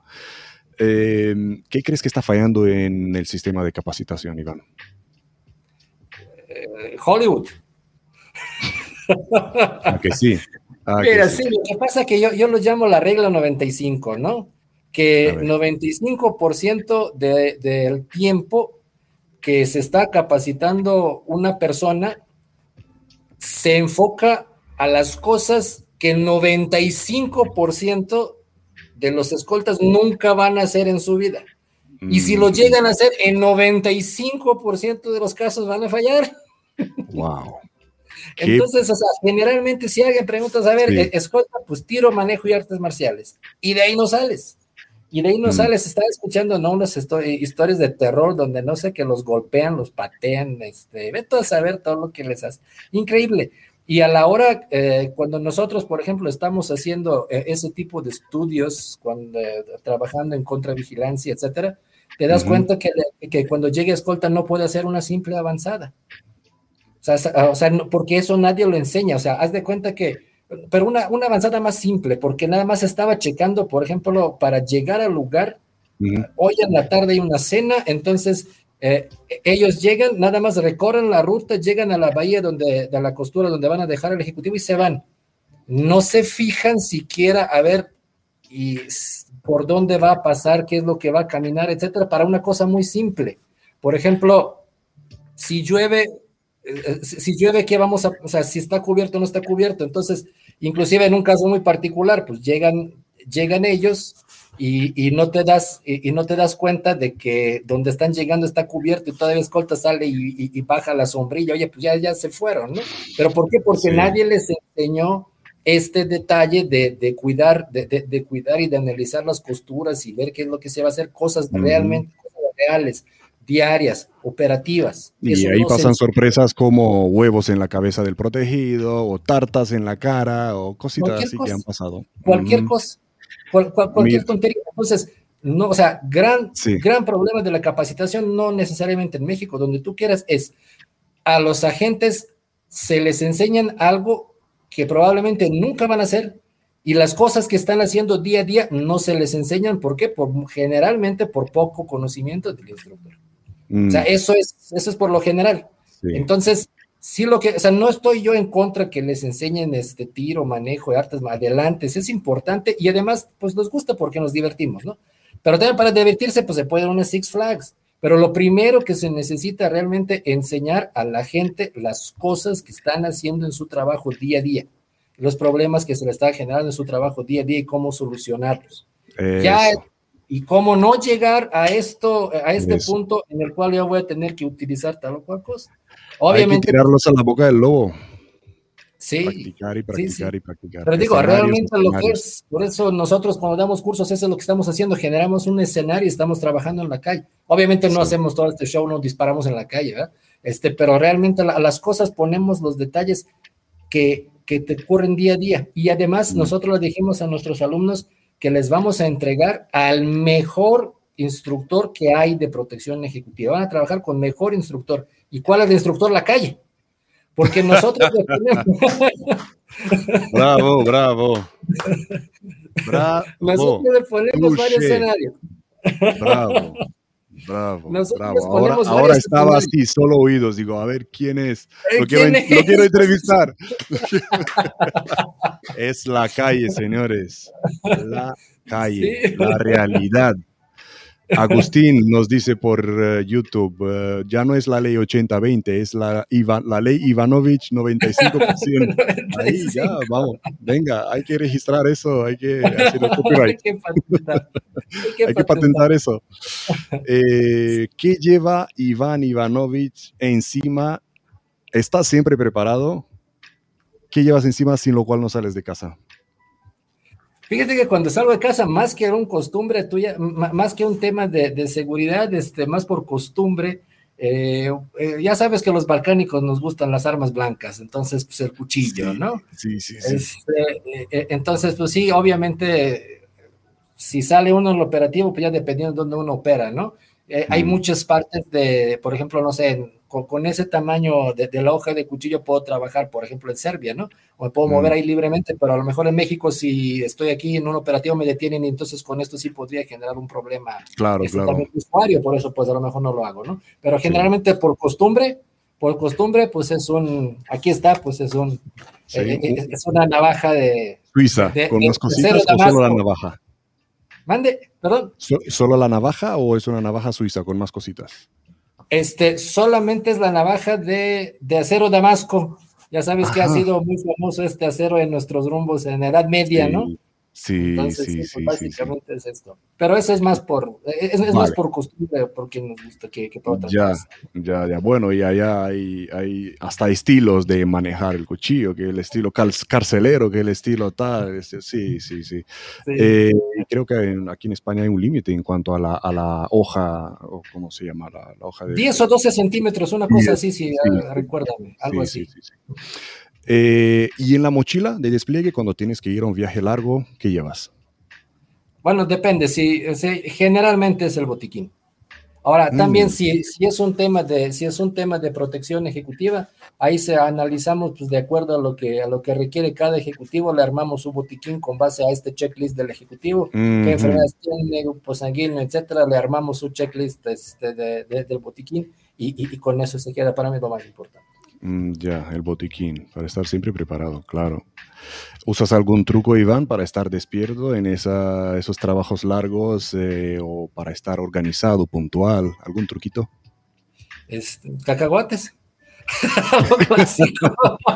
Eh, ¿Qué crees que está fallando en el sistema de capacitación, Iván? Eh, Hollywood. ¿A que sí? ¿A que Mira, sí? sí, lo que pasa es que yo, yo lo llamo la regla noventa y cinco, ¿no? A Que ver. noventa y cinco por ciento de, del tiempo que se está capacitando una persona se enfoca a las cosas que el noventa y cinco por ciento de los escoltas nunca van a hacer en su vida. Y si lo Mm, llegan a hacer, el noventa y cinco por ciento de los casos van a fallar. wow. Qué, Entonces, o sea, generalmente si alguien pregunta, a ver, sí. escolta, pues tiro, manejo y artes marciales. Y de ahí no sales. Y de ahí no Mm, sales. Estaba escuchando, ¿no? Unas historias de terror donde no sé, que los golpean, los patean, este, vete a saber todo lo que les hace. Increíble. Y a la hora, eh, cuando nosotros, por ejemplo, estamos haciendo eh, ese tipo de estudios, cuando, eh, trabajando en contravigilancia, etcétera, te das ujú, cuenta que, que cuando llegue escolta no puede hacer una simple avanzada. O sea, o sea, no, porque eso nadie lo enseña. O sea, haz de cuenta que, pero una, una avanzada más simple, porque nada más estaba checando, por ejemplo, para llegar al lugar Uh-huh. Hoy en la tarde hay una cena, entonces eh, ellos llegan, nada más recorren la ruta, llegan a la bahía donde, de la costura donde van a dejar el ejecutivo y se van. No se fijan siquiera a ver y por dónde va a pasar, qué es lo que va a caminar, etcétera, para una cosa muy simple. Por ejemplo, si llueve, eh, si llueve, ¿qué vamos a, o sea, si está cubierto o no está cubierto? Entonces, inclusive en un caso muy particular, pues llegan, llegan ellos y, y no te das, y, y no te das cuenta de que donde están llegando está cubierto y todavía escolta sale y, y, y baja la sombrilla. Oye, pues ya, ya se fueron, ¿no? ¿Pero por qué? Porque sí. Nadie les enseñó este detalle de, de cuidar, de, de, de cuidar y de analizar las costuras y ver qué es lo que se va a hacer, cosas uh-huh. realmente cosas reales, diarias, operativas. Y Eso ahí no pasan se... sorpresas como huevos en la cabeza del protegido, o tartas en la cara, o cositas cualquier así cosa, que han pasado. Cualquier uh-huh. cosa, cual, cual, cualquier Mir... tontería. Entonces, no, o sea, gran, sí. gran problema de la capacitación, no necesariamente en México, donde tú quieras, es a los agentes se les enseñan algo que probablemente nunca van a hacer, y las cosas que están haciendo día a día no se les enseñan. ¿Por qué? Por, generalmente por poco conocimiento del instructor. Mm. O sea, eso es, eso es por lo general. Sí. Entonces, sí lo que, o sea, no estoy yo en contra que les enseñen este tiro, manejo de artes adelante, es importante, y además, pues nos gusta porque nos divertimos, ¿no? Pero también para divertirse, pues se puede ir a una Six Flags. Pero lo primero que se necesita realmente enseñar a la gente las cosas que están haciendo en su trabajo día a día, los problemas que se le están generando en su trabajo día a día y cómo solucionarlos. Eso. Ya, y cómo no llegar a esto, a este Eso. punto en el cual yo voy a tener que utilizar tal o cual cosa. Obviamente, hay que tirarlos a la boca del lobo. Sí, practicar y practicar sí, sí. y practicar. Pero digo, realmente lo que es, por eso nosotros cuando damos cursos, eso es lo que estamos haciendo, generamos un escenario y estamos trabajando en la calle. Obviamente no sí. hacemos todo este show, no disparamos en la calle, ¿verdad? Este, pero realmente a las cosas ponemos los detalles que, que te ocurren día a día. Y además mm. nosotros les dijimos a nuestros alumnos que les vamos a entregar al mejor instructor que hay de protección ejecutiva. Van a trabajar con mejor instructor. ¿Y cuál es el instructor? La calle. Porque nosotros le ponemos... Bravo, bravo. Bravo. Nosotros le ponemos Touché. varios escenarios. Bravo, bravo, nosotros bravo. Ahora, ahora estaba así, solo oídos. Digo, a ver, ¿quién es? Lo quiero, es? Lo quiero entrevistar. Es la calle, señores. La calle, sí. La realidad. Agustín nos dice por uh, YouTube, uh, ya no es la ley ochenta veinte, es la, Iva, la ley Ivanovich noventa y cinco por ciento. Ahí ya, vamos, venga, hay que registrar eso, hay que hacer el copyright. hay que patentar, hay que hay que patentar eso. Eh, ¿Qué lleva Iván Ivanovich encima? ¿Estás siempre preparado? ¿Qué llevas encima sin lo cual no sales de casa? Fíjate que cuando salgo de casa, más que un costumbre tuya, más que un tema de, de seguridad, este, más por costumbre, eh, eh, ya sabes que los balcánicos nos gustan las armas blancas, entonces pues el cuchillo, sí, ¿no? Sí, sí, sí. Este, eh, entonces, pues sí, obviamente, si sale uno en el operativo, pues ya dependiendo de dónde uno opera, ¿no? Eh, mm. Hay muchas partes de, por ejemplo, no sé, en, con, con ese tamaño de, de la hoja de cuchillo puedo trabajar, por ejemplo, en Serbia, ¿no? O me puedo mm. mover ahí libremente, pero a lo mejor en México, si estoy aquí en un operativo, me detienen y entonces con esto sí podría generar un problema. Claro, este, claro. También usuario, por eso pues a lo mejor no lo hago, ¿no? Pero generalmente sí. por costumbre, por costumbre, pues es un, aquí está, pues es un, sí. eh, es, es una navaja de... Suiza, de, con más cositas o solo la navaja. Mande, perdón. ¿Solo la navaja o es una navaja suiza con más cositas? Este, solamente es la navaja de, de acero damasco. Ya sabes Ajá. que ha sido muy famoso este acero en nuestros rumbos en la Edad Media, sí. ¿no? Sí, Entonces, sí, pues, sí. básicamente sí, sí. es esto. Pero eso es más por, es, es vale. más por costumbre, porque nos gusta que, que por otra ya, cosa. Ya, ya. Bueno, y allá hay, hay hasta estilos de manejar el cuchillo, que el estilo cal, carcelero, que el estilo tal. Este, sí, sí, sí. sí. Eh, creo que en, aquí en España hay un límite en cuanto a la, a la hoja, o ¿cómo se llama? La, la hoja de... diez o doce centímetros, una cosa así, sí, sí, sí. recuérdame, algo sí, así. Sí, sí, sí. Eh, y en la mochila de despliegue, cuando tienes que ir a un viaje largo, ¿qué llevas? Bueno, depende, si, si generalmente es el botiquín. Ahora, también Mm. si, si es un tema de, si es un tema de protección ejecutiva, ahí se analizamos pues, de acuerdo a lo que a lo que requiere cada ejecutivo, le armamos su botiquín con base a este checklist del ejecutivo, qué Ujú. enfermedades tiene, grupo sanguíneo, etcétera, le armamos su checklist este, de, de, del botiquín y, y, y con eso se queda para mí lo más importante. Mm, ya, el botiquín, para estar siempre preparado, claro. ¿Usas algún truco, Iván, para estar despierto en esa, esos trabajos largos eh, o para estar organizado, puntual? ¿Algún truquito? Es, cacahuates, lo clásico.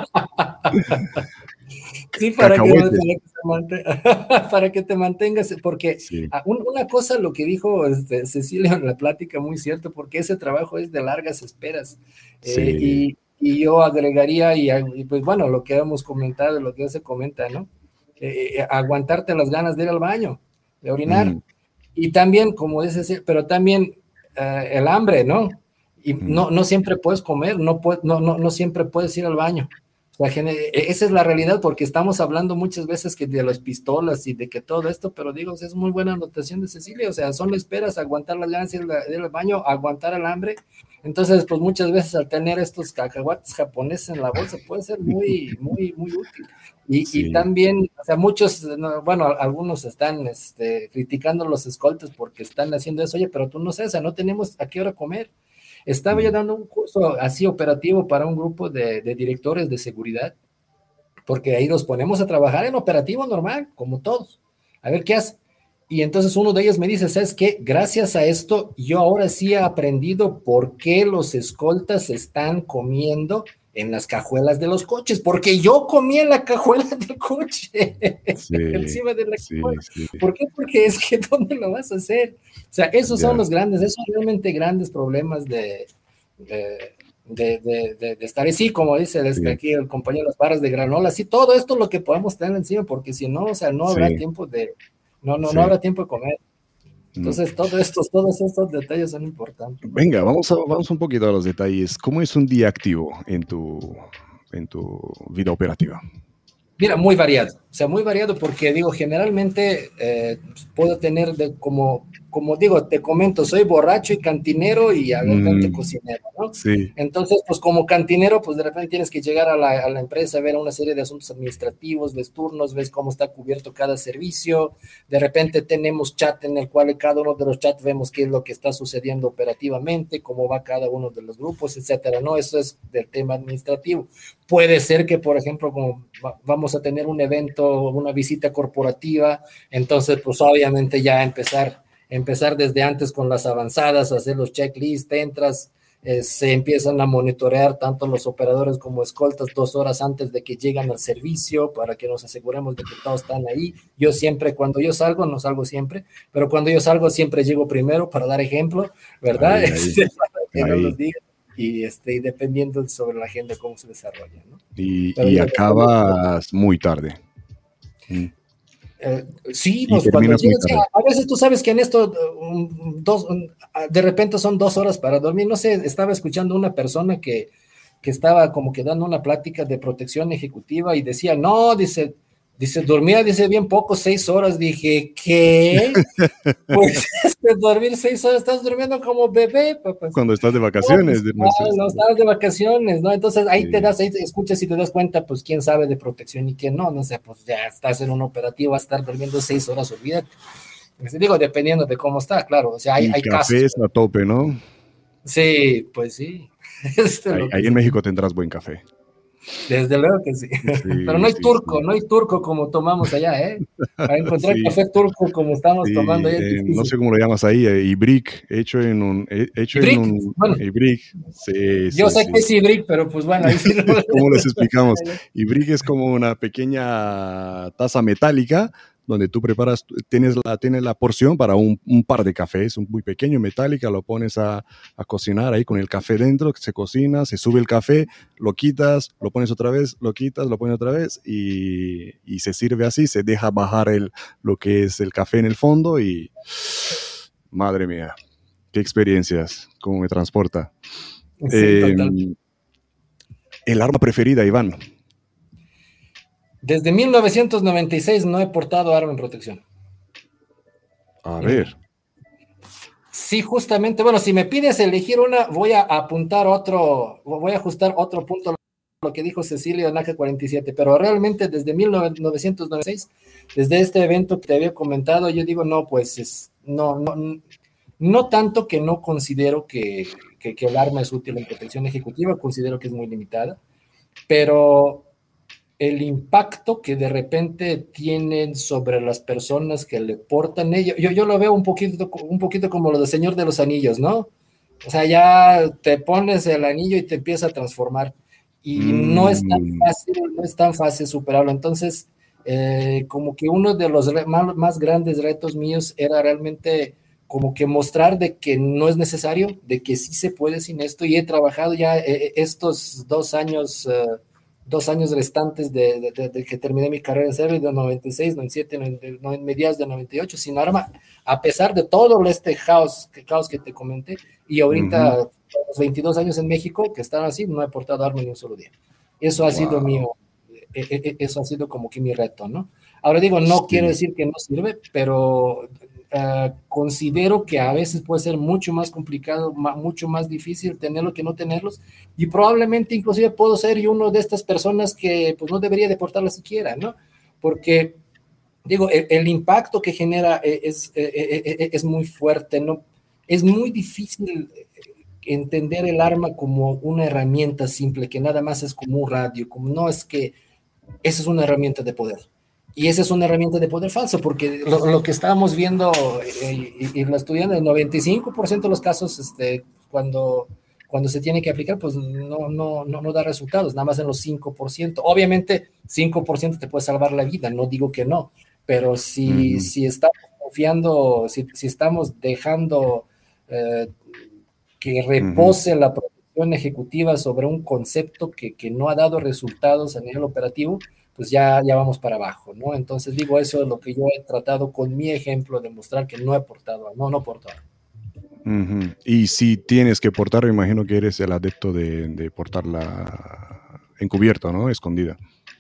Sí, para que, para Cacahuetes. que, te mantenga, para que te mantengas, porque Sí, uh, un, una cosa, lo que dijo este, Cecilia en la plática, muy cierto, porque ese trabajo es de largas esperas. Eh, sí. y, y, yo agregaría, y, y, pues bueno, lo que hemos comentado, lo que se comenta, ¿no? Eh, eh, aguantarte las ganas de ir al baño, de orinar. Mm, Y también, como dices, pero también uh, el hambre, ¿no? Y mm, no, no siempre puedes comer, no, puede, no, no, no siempre puedes ir al baño. La gente, esa es la realidad, porque estamos hablando muchas veces que de las pistolas y de que todo esto, pero digo, es muy buena anotación de Cecilia, o sea, son las esperas, aguantar las ganas de ir al baño, aguantar el hambre. Entonces, pues muchas veces al tener estos cacahuates japoneses en la bolsa puede ser muy, muy, muy útil. Y, y sí. también, o sea, muchos, no, bueno, algunos están este, criticando los escoltas porque están haciendo eso, oye, pero tú no sabes, o sea, no tenemos a qué hora comer. Estaba yo Mm, dando un curso así operativo para un grupo de, de directores de seguridad, porque ahí los ponemos a trabajar en operativo normal, como todos. A ver qué hace. Y entonces uno de ellos me dice, ¿sabes qué? Gracias a esto, yo ahora sí he aprendido por qué los escoltas están comiendo en las cajuelas de los coches, porque yo comía en la cajuela del coche, sí, encima de la sí, cajuela. sí. ¿Por qué? Porque es que ¿dónde lo vas a hacer? O sea, esos son Ya, los grandes, esos son realmente grandes problemas de, de, de, de, de, de estar así, como dice desde sí, aquí el compañero Las Barras de Granola, sí, todo esto es lo que podemos tener encima, porque si no, o sea, no habrá sí, tiempo de, no, no, no sí. habrá tiempo de comer. Mm. Entonces, todo estos, todos estos detalles son importantes. Venga, vamos, a, vamos un poquito a los detalles. ¿Cómo es un día activo en tu, en tu vida operativa? Mira, muy variado, o sea, muy variado porque digo, generalmente eh, puedo tener de, como, como digo, te comento, soy borracho y cantinero y de repente Mm, cocinero, ¿no? sí, Entonces, pues como cantinero, pues de repente tienes que llegar a la, a la empresa, ver una serie de asuntos administrativos, ves turnos, ves cómo está cubierto cada servicio, de repente tenemos chat en el cual en cada uno de los chats vemos qué es lo que está sucediendo operativamente, cómo va cada uno de los grupos, etcétera, ¿no? Eso es del tema administrativo. Puede ser que, por ejemplo, como vamos a tener un evento, una visita corporativa, entonces, pues obviamente ya empezar, empezar desde antes con las avanzadas, hacer los checklists, entras, eh, se empiezan a monitorear tanto los operadores como escoltas dos horas antes de que llegan al servicio para que nos aseguremos de que todos están ahí. Yo siempre, cuando yo salgo, no salgo siempre, pero cuando yo salgo siempre llego primero para dar ejemplo, ¿verdad? ahí, ahí, Este, para que no los ahí. digan y, este, y dependiendo sobre la agenda cómo se desarrolla, ¿no? Y, Pero y digo, acabas muy tarde. Mm. eh, sí, Y pues cuando terminas muy llegas, tarde. a veces tú sabes que en esto, um, dos, um, de repente son dos horas para dormir. No sé, estaba escuchando una persona que, que estaba como que dando una plática de protección ejecutiva y decía, no, dice, dice, dormía, dice, bien poco, seis horas. Dije, ¿qué? Pues este, dormir seis horas, estás durmiendo como bebé, papá. Cuando estás de No, vacaciones, pues, de- no, no estabas de vacaciones, ¿no? Entonces ahí te sí, das, ahí te escuchas y te das cuenta, pues quién sabe de protección y quién no, no sé, pues ya estás en un operativo, vas a estar durmiendo seis horas, olvídate. Pues, digo, dependiendo de cómo está, claro, o sea, hay, y hay casos. cafés a tope, ¿no? Sí, pues sí, esto es Ahí, lo que ahí en se tiene. México tendrás buen café. Desde luego que sí, pero no Sí, hay sí, turco, sí. no hay turco como tomamos allá, ¿eh? Para encontrar Sí, café turco como estamos tomando sí, allá es eh, no difícil. sé cómo lo llamas ahí, eh, ibrick, hecho en un, he- hecho en Ibrick, un bueno, ibrick. Sí, yo sí, sé sí. que es Ibrick, pero pues bueno, ahí sí. ¿Cómo les explicamos? Ibrick es como una pequeña taza metálica donde tú preparas, tienes la, tienes la porción para un, un par de cafés, un muy pequeño, metálica, lo pones a, a cocinar ahí con el café dentro, se cocina, se sube el café, lo quitas, lo pones otra vez, lo quitas, lo pones otra vez y, y se sirve así, se deja bajar el, lo que es el café en el fondo y madre mía, qué experiencias, cómo me transporta. Sí, Eh, total. el arma preferida, Iván. Desde mil novecientos noventa y seis no he portado arma en protección. A Ninguna. ver. Sí, justamente, bueno, si me pides elegir una, voy a apuntar otro, voy a ajustar otro punto a lo que dijo Cecilio en A G cuarenta y siete, pero realmente desde mil novecientos noventa y seis, desde este evento que te había comentado, yo digo, no, pues es, no, no, no tanto que no considero que, que, que el arma es útil en protección ejecutiva, considero que es muy limitada, pero el impacto que de repente tienen sobre las personas que le portan ello, yo, yo lo veo un poquito, un poquito como lo del Señor de los Anillos, ¿no? O sea, ya te pones el anillo y te empieza a transformar, y no es tan Mm, fácil, no es tan fácil superarlo. Entonces, eh, como que uno de los re más, más grandes retos míos era realmente como que mostrar de que no es necesario, de que sí se puede sin esto, y he trabajado ya eh, estos dos años, eh, dos años restantes de, de, de, de, que terminé mi carrera en serio, de noventa y seis, noventa y siete, en mediados de noventa y ocho, sin arma, a pesar de todo este caos, caos que te comenté, y ahorita, ujú. los veintidós años en México, que están así, no he portado arma ni un solo día. Eso ha sido Wow. mío, eso ha sido como que mi reto, ¿no? Ahora digo, no quiero Sí. decir que no sirve, pero uh, considero que a veces puede ser mucho más complicado, ma, mucho más difícil tenerlo que no tenerlos, y probablemente inclusive puedo ser yo uno de estas personas que pues no debería deportarla siquiera, ¿no? Porque digo, el, el impacto que genera es, es, es muy fuerte, ¿no? Es muy difícil entender el arma como una herramienta simple, que nada más es como un radio, como no es que esa es una herramienta de poder. Y esa es una herramienta de poder falso, porque lo, lo que estábamos viendo eh, y, y lo estudiando, el noventa y cinco por ciento de los casos, este, cuando, cuando se tiene que aplicar, pues no, no, no, no da resultados, nada más en los cinco por ciento. Obviamente, cinco por ciento te puede salvar la vida, no digo que no, pero si, Ujú, si estamos confiando, si, si estamos dejando eh, que ujú. repose la protección ejecutiva sobre un concepto que, que no ha dado resultados a nivel operativo, pues ya, ya vamos para abajo, ¿no? Entonces digo, eso es lo que yo he tratado con mi ejemplo de mostrar que no he portado, no, no portado. Ujú. Y si tienes que portar, me imagino que eres el adepto de, de portarla encubierto, ¿no? Escondida.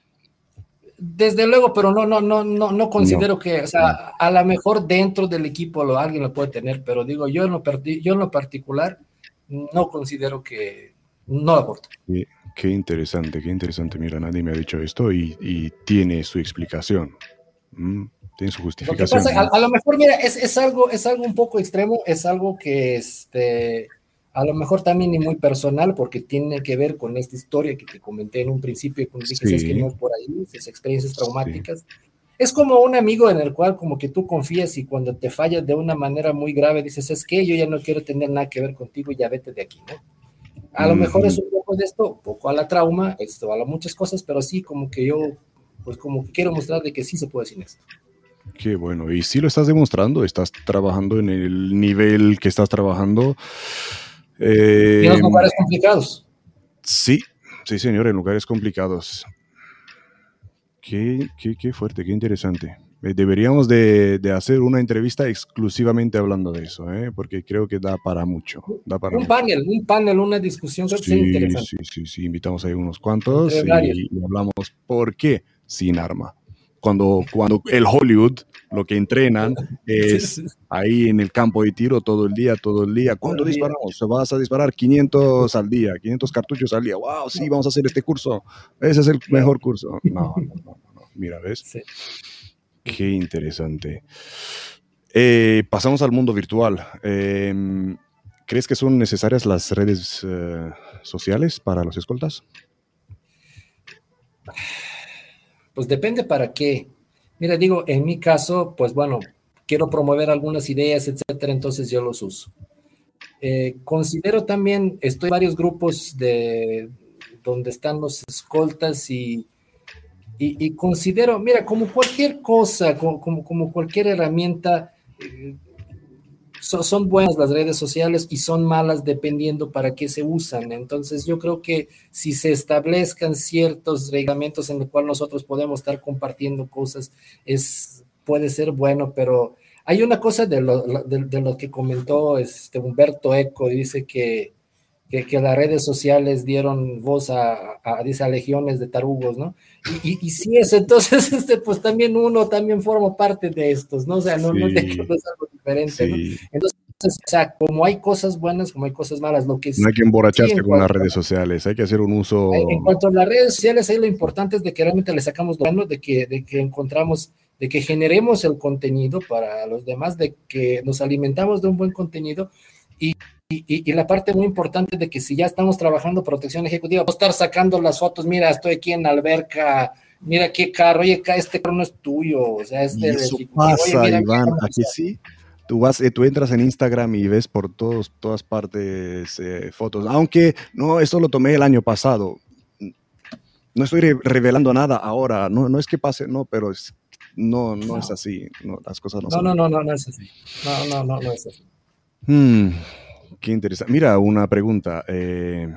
Desde luego, pero no, no, no, no, no No, considero que, o sea, no. a lo mejor dentro del equipo lo, alguien lo puede tener, pero digo, yo en lo, yo en lo particular no considero que no aporta. Qué, qué interesante, qué interesante. Mira, nadie me ha dicho esto y, y tiene su explicación. Mm, tiene su Lo que justificación. pasa, a, a lo mejor, mira, es, es, algo, es algo un poco extremo, es algo que este, a lo mejor también y muy personal, porque tiene que ver con esta historia que te comenté en un principio, cuando dije, es que Sí, no es por ahí, esas experiencias sí. traumáticas. Es como un amigo en el cual como que tú confías, y cuando te fallas de una manera muy grave, dices, es que yo ya no quiero tener nada que ver contigo, ya vete de aquí, ¿no? A lo mejor es Ujú. un poco de esto, un poco a la trauma, esto, a las muchas cosas, pero sí como que yo, pues como que quiero mostrar de que sí se puede sin esto. Qué bueno. Y sí lo estás demostrando, estás trabajando en el nivel que estás trabajando. Y en los Eh, lugares complicados. sí, sí, señor, en lugares complicados. Qué, qué, qué fuerte, qué interesante. Eh, Deberíamos de, de hacer una entrevista exclusivamente hablando de eso, ¿eh? Porque creo que da para mucho, da para Un mucho. panel, un panel, una discusión, creo que sería Sí, interesante, sí, sí, sí, invitamos ahí unos entre cuantos varios. y, y hablamos por qué sin arma. Cuando, cuando el Hollywood lo que entrenan es ahí en el campo de tiro todo el día, todo el día. Todo ¿Cuánto el día. disparamos? Vas a disparar quinientos al día, quinientos cartuchos al día. ¡Wow! Sí, vamos a hacer este curso. Ese es el Claro. mejor curso. No, no, no, no. no. Mira, ¿ves? Sí. Qué interesante. Eh, pasamos al mundo virtual. Eh, ¿Crees que son necesarias las redes eh, sociales para los escoltas? Pues depende para qué. Mira, digo, en mi caso, pues bueno, quiero promover algunas ideas, etcétera, entonces yo los uso. Eh, considero también, estoy en varios grupos de donde están los escoltas, y, y, y considero, mira, como cualquier cosa, como, como, como cualquier herramienta, eh, so, son buenas las redes sociales y son malas dependiendo para qué se usan. Entonces yo creo que si se establezcan ciertos reglamentos en los cuales nosotros podemos estar compartiendo cosas, es, puede ser bueno, pero hay una cosa de lo, de, de lo que comentó este Humberto Eco, dice que, que, que las redes sociales dieron voz a, a, dice, a legiones de tarugos, ¿no? Y, y, y sí es, entonces, este, pues también uno también forma parte de estos, ¿no? O sea, no, no, no Sí, es algo diferente, ¿no? sí. Entonces, o sea, como hay cosas buenas, como hay cosas malas, lo que no hay que emborracharse sí, con las redes sociales, hay que hacer un uso... En cuanto a las redes sociales, ahí lo importante es de que realmente le sacamos lo bueno, de que, de que encontramos, de que generemos el contenido para los demás, de que nos alimentamos de un buen contenido y, y, y la parte muy importante de que si ya estamos trabajando protección ejecutiva, no estar sacando las fotos, mira, estoy aquí en la alberca, mira qué carro, oye, este carro no es tuyo, o sea, es del Eso ejecutivo, oye, pasa, mira, Iván, mira, ¿a que sí? Tú, vas, eh, tú entras en Instagram y ves por todos, todas partes eh, fotos, aunque no, esto lo tomé el año pasado. No estoy re revelando nada ahora, no, no es que pase, no, pero es, no, no, no es así, no, las cosas no, no, son no, así. no, no, no es así, no, no, no, no es así. Hmm, qué interesante. Mira, una pregunta eh,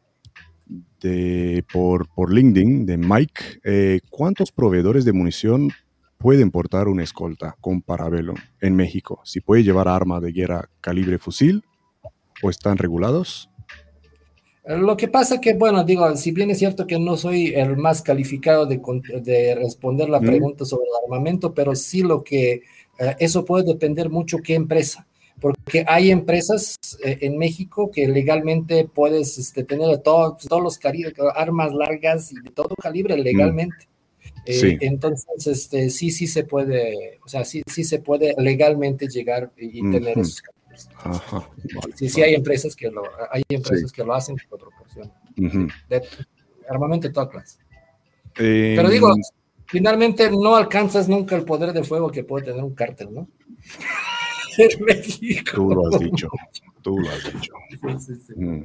de, por, por LinkedIn de Mike. Eh, ¿Cuántos proveedores de munición pueden portar una escolta con Parabellum en México? ¿Si puede llevar arma de guerra calibre fusil o están regulados? Lo que pasa que, bueno, digo, si bien es cierto que no soy el más calificado de, de responder la ¿Mm? pregunta sobre el armamento, pero sí lo que, eh, eso puede depender mucho qué empresa, porque hay empresas eh, en México que legalmente puedes este, tener todo, todos los calibres, armas largas y de todo calibre legalmente. Mm. Sí. Eh, entonces, este, sí, sí se puede, o sea, sí, sí se puede legalmente llegar y, y tener Uh-huh. esos calibres. Ajá, vale, sí, sí vale. hay empresas que lo, hay empresas Sí. que lo hacen, que lo proporcionan. Uh-huh. Sí, de armamento de toda clase. Eh, Pero digo, finalmente no alcanzas nunca el poder de fuego que puede tener un cártel, ¿no? En México. Tú lo has dicho, tú lo has dicho. Sí, sí, sí. Mm.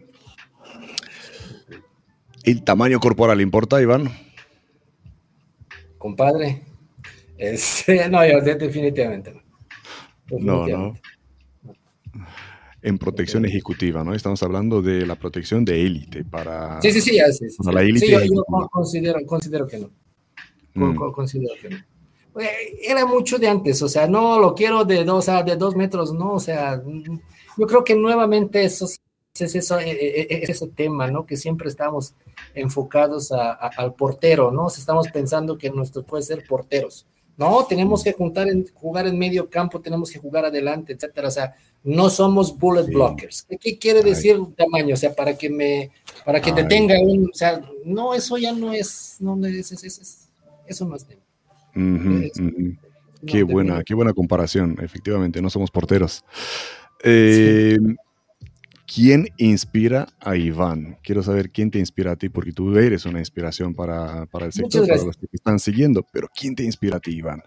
¿El tamaño corporal importa, Iván? Compadre, este, no, yo definitivamente no. Definitivamente. No, no. En protección ejecutiva, ¿no? Estamos hablando de la protección de élite para, sí, sí, sí, ya, sí, sí, para la élite sí, yo, ejecutiva. yo considero, considero que no. Mm. Considero que no. Era mucho de antes, o sea, no lo quiero de dos, o sea, de dos metros, no, o sea, yo creo que nuevamente eso es, eso, es ese tema, ¿no? Que siempre estamos enfocados a, a, al portero, ¿no? O sea, estamos pensando que nuestro puede ser porteros. No, tenemos que juntar en, jugar en medio campo, tenemos que jugar adelante, etcétera. O sea, no somos bullet sí. blockers. ¿Qué quiere decir Ay. tamaño? O sea, para que me, para que Ay. detenga un, o sea, no, eso ya no es, no es, es, es, es eso no es tema. Uh-huh, es, uh-huh. no, qué buena, qué buena comparación. Efectivamente, no somos porteros. Eh, sí. ¿Quién inspira a Iván? Quiero saber quién te inspira a ti, porque tú eres una inspiración para, para el sector, para los que te están siguiendo. Pero ¿quién te inspira a ti, Iván?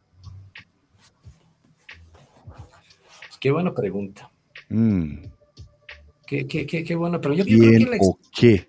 Qué buena pregunta. Mm. Qué, qué, qué, qué buena pregunta. Yo, yo creo que la, o qué?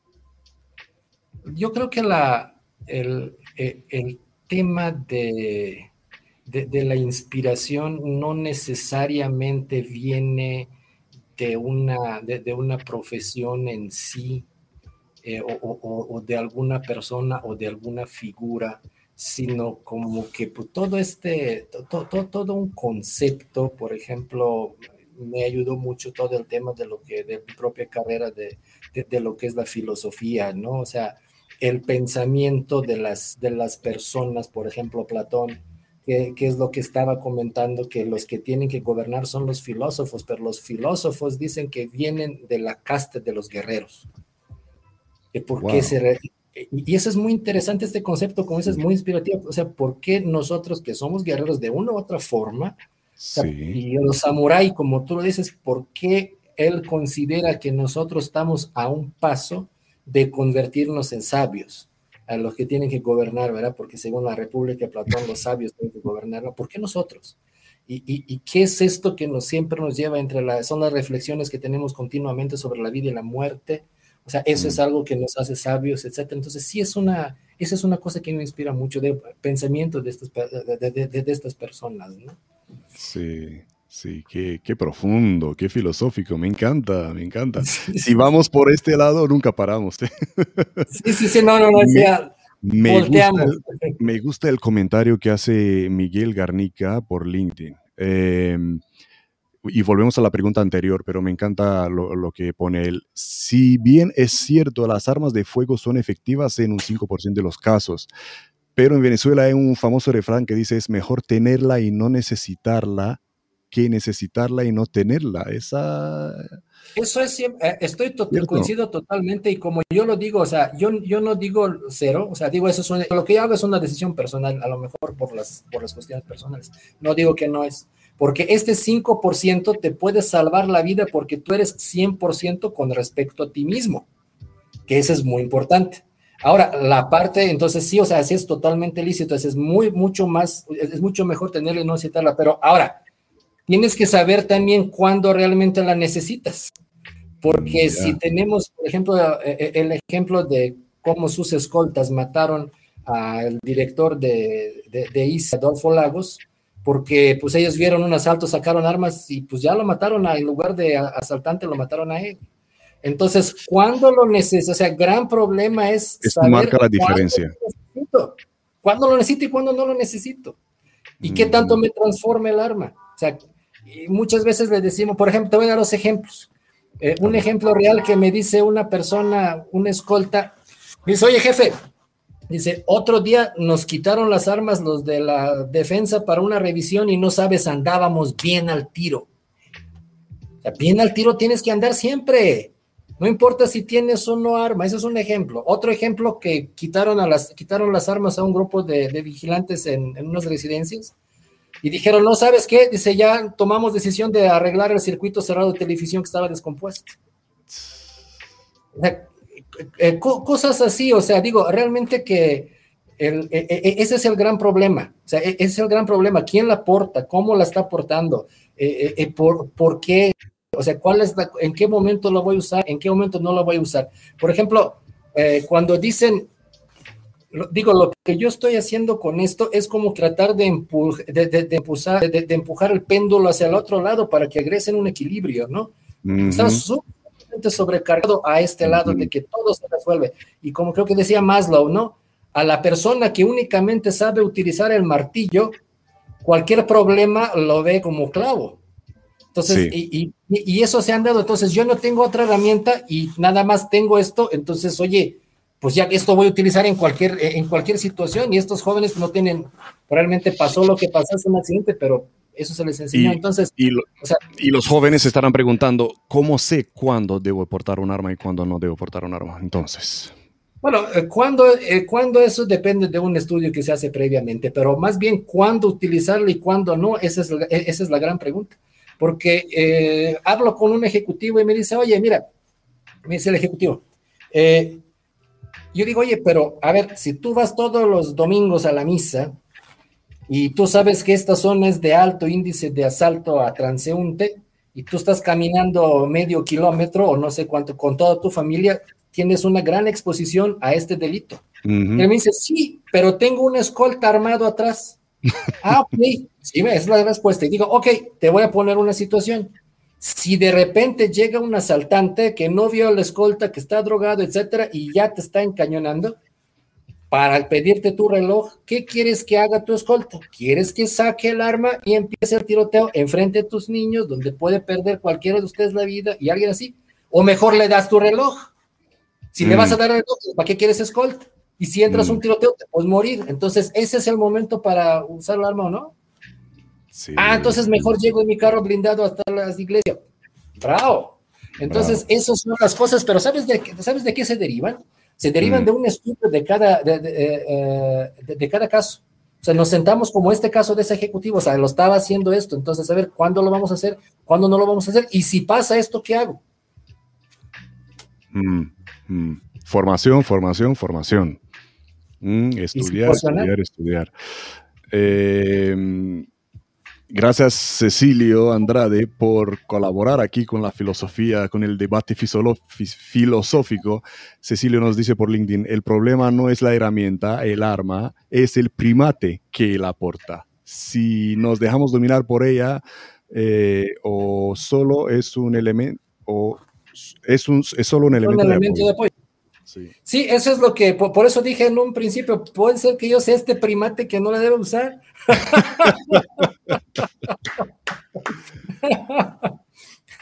Yo creo que la, el, el, el tema de, de, de la inspiración no necesariamente viene de una, de, de una profesión en sí, eh, o, o, o de alguna persona o de alguna figura, sino como que pues, todo este, to, to, todo un concepto, por ejemplo, me ayudó mucho todo el tema de lo que, de mi propia carrera, de, de, de lo que es la filosofía, ¿no? O sea, el pensamiento de las, de las personas, por ejemplo, Platón, que, que es lo que estaba comentando, que los que tienen que gobernar son los filósofos, pero los filósofos dicen que vienen de la casta de los guerreros. ¿Por wow. qué se re... Y eso es muy interesante, este concepto, como dices, es muy inspirativo. O sea, ¿por qué nosotros que somos guerreros de una u otra forma, sí. o sea, y los samuráis, como tú lo dices, ¿por qué él considera que nosotros estamos a un paso de convertirnos en sabios, a los que tienen que gobernar, ¿verdad? Porque según la República de Platón, los sabios tienen que gobernar, ¿no? ¿Por qué nosotros? ¿Y, y, y qué es esto que nos, siempre nos lleva entre las, son las reflexiones que tenemos continuamente sobre la vida y la muerte? O sea, eso mm. es algo que nos hace sabios, etcétera. Entonces, sí es una, esa es una cosa que me inspira mucho de pensamiento de estas, de, de, de, de estas personas, ¿no? Sí. Sí, qué, qué profundo, qué filosófico, me encanta, me encanta. Si vamos por este lado, nunca paramos. ¿eh? Sí, sí, sí, no, no, no, me, sea, me, gusta el, me gusta el comentario que hace Miguel Garnica por LinkedIn. Eh, y volvemos a la pregunta anterior, pero me encanta lo, lo que pone él. Si bien es cierto, las armas de fuego son efectivas en un cinco por ciento de los casos, pero en Venezuela hay un famoso refrán que dice, es mejor tenerla y no necesitarla qué necesitarla y no tenerla. Esa... Eso es, estoy total, coincido totalmente, y como yo lo digo, o sea, yo, yo no digo cero, o sea, digo, eso es una, lo que yo hago es una decisión personal, a lo mejor por las, por las cuestiones personales, no digo que no es, porque este cinco por ciento te puede salvar la vida porque tú eres cien por ciento con respecto a ti mismo, que eso es muy importante. Ahora, la parte, entonces sí, o sea, sí es totalmente lícito, es muy, mucho más, es mucho mejor tenerla y no necesitarla, pero ahora, tienes que saber también cuándo realmente la necesitas. Porque yeah. si tenemos, por ejemplo, el ejemplo de cómo sus escoltas mataron al director de, de, de I C E, Adolfo Lagos, porque pues ellos vieron un asalto, sacaron armas y pues ya lo mataron, a, en lugar de asaltante lo mataron a él. Entonces, ¿cuándo lo necesito? O sea, gran problema es Esto saber marca la diferencia. Lo cuándo lo necesito y cuándo no lo necesito. Y mm. qué tanto me transforma el arma. O sea, y muchas veces le decimos, por ejemplo, te voy a dar los ejemplos. Eh, un ejemplo real que me dice una persona, una escolta, dice, oye jefe, dice, otro día nos quitaron las armas los de la defensa para una revisión y no sabes, andábamos bien al tiro. O sea, bien al tiro tienes que andar siempre, no importa si tienes o no arma, ese es un ejemplo. Otro ejemplo que quitaron, a las, quitaron las armas a un grupo de, de vigilantes en, en unas residencias. Y dijeron, no, ¿sabes qué? Dice, ya tomamos decisión de arreglar el circuito cerrado de televisión que estaba descompuesto. O sea, eh, co cosas así, o sea, digo, realmente que el, eh, eh, ese es el gran problema. O sea, ese es el gran problema. ¿Quién la aporta? ¿Cómo la está aportando? Eh, eh, por, ¿Por qué? O sea, ¿cuál es la, ¿en qué momento la voy a usar? ¿En qué momento no la voy a usar? Por ejemplo, eh, cuando dicen... Digo, lo que yo estoy haciendo con esto es como tratar de, empu de, de, de, empujar, de, de empujar el péndulo hacia el otro lado para que regrese en un equilibrio, ¿no? Uh-huh. Está sumamente sobrecargado a este uh-huh. lado de que todo se resuelve. Y como creo que decía Maslow, ¿no? A la persona que únicamente sabe utilizar el martillo, cualquier problema lo ve como clavo. Entonces, sí. y, y, y eso se han dado. Entonces, yo no tengo otra herramienta y nada más tengo esto. Entonces, oye, pues ya esto voy a utilizar en cualquier, en cualquier situación, y estos jóvenes no tienen, realmente pasó lo que pasó, es un accidente, pero eso se les enseñó. Y, entonces, y, lo, o sea, y los jóvenes se estarán preguntando, ¿cómo sé cuándo debo portar un arma y cuándo no debo portar un arma? Entonces... Bueno, eh, cuando, eh, cuando eso depende de un estudio que se hace previamente, pero más bien cuándo utilizarlo y cuándo no, esa es la, esa es la gran pregunta. Porque eh, hablo con un ejecutivo y me dice, oye, mira, me dice el ejecutivo, eh, yo digo, oye, pero a ver, si tú vas todos los domingos a la misa y tú sabes que esta zona es de alto índice de asalto a transeúnte y tú estás caminando medio kilómetro o no sé cuánto con toda tu familia, tienes una gran exposición a este delito. Uh-huh. Y él me dice, sí, pero tengo una escolta armado atrás. Ah, ok, sí, esa es la respuesta. Y digo, ok, te voy a poner una situación. Si de repente llega un asaltante que no vio a la escolta, que está drogado, etcétera, y ya te está encañonando, para pedirte tu reloj, ¿qué quieres que haga tu escolta? ¿Quieres que saque el arma y empiece el tiroteo enfrente de tus niños, donde puede perder cualquiera de ustedes la vida y alguien así? ¿O mejor le das tu reloj? Si mm. le vas a dar el reloj, ¿para qué quieres escolta? Y si entras mm. un tiroteo, te puedes morir. Entonces, ¿ese es el momento para usar el arma o no? Sí. Ah, entonces mejor llego en mi carro blindado hasta las iglesias. Bravo. Entonces, Bravo. Esas son las cosas, pero ¿sabes de, ¿sabes de qué se derivan? Se derivan mm. de un estudio de cada, de, de, de, de, de cada caso. O sea, nos sentamos como este caso de ese ejecutivo, o sea, lo estaba haciendo esto, entonces a ver, ¿cuándo lo vamos a hacer? ¿Cuándo no lo vamos a hacer? Y si pasa esto, ¿qué hago? Mm, mm. Formación, formación, formación. Mm, estudiar, estudiar, estudiar. Eh, Gracias, Cecilio Andrade, por colaborar aquí con la filosofía, con el debate filosófico. Cecilio nos dice por LinkedIn, el problema no es la herramienta, el arma, es el primate que la aporta. Si nos dejamos dominar por ella, eh, o solo es un elemento, o es, un, es solo un elemento, un elemento de apoyo. De apoyo. Sí. Sí, eso es lo que, por, por eso dije en un principio, puede ser que yo sea este primate que no la debe usar.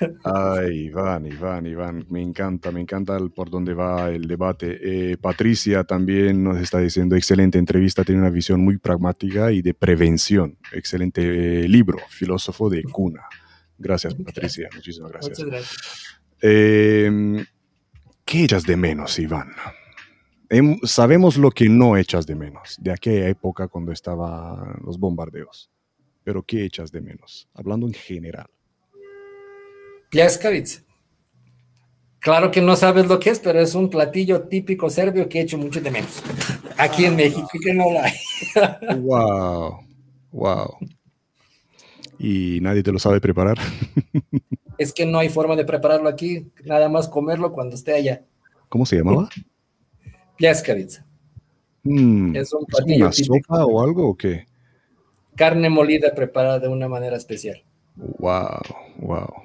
Ay, Iván, Iván, Iván, me encanta, me encanta el- por dónde va el debate. Eh, Patricia también nos está diciendo, excelente entrevista, tiene una visión muy pragmática y de prevención. Excelente eh, libro, Filósofo de Cuna. Gracias, Gracias. Patricia, muchísimas Muchas gracias. gracias. Eh, ¿Qué echas de menos, Iván? Hem- sabemos lo que no echas de menos, de aquella época cuando estaban los bombardeos. Pero ¿qué echas de menos? Hablando en general. Pljeskavica. Claro que no sabes lo que es, pero es un platillo típico serbio que he hecho mucho de menos. Aquí en México, que no lo hay. Wow, wow. Y nadie te lo sabe preparar. Es que no hay forma de prepararlo aquí, nada más comerlo cuando esté allá. ¿Cómo se llamaba? Pljeskavica. Mm, Es un ¿es como una platillo típico. sopa o algo o qué? Carne molida preparada de una manera especial. Wow, wow.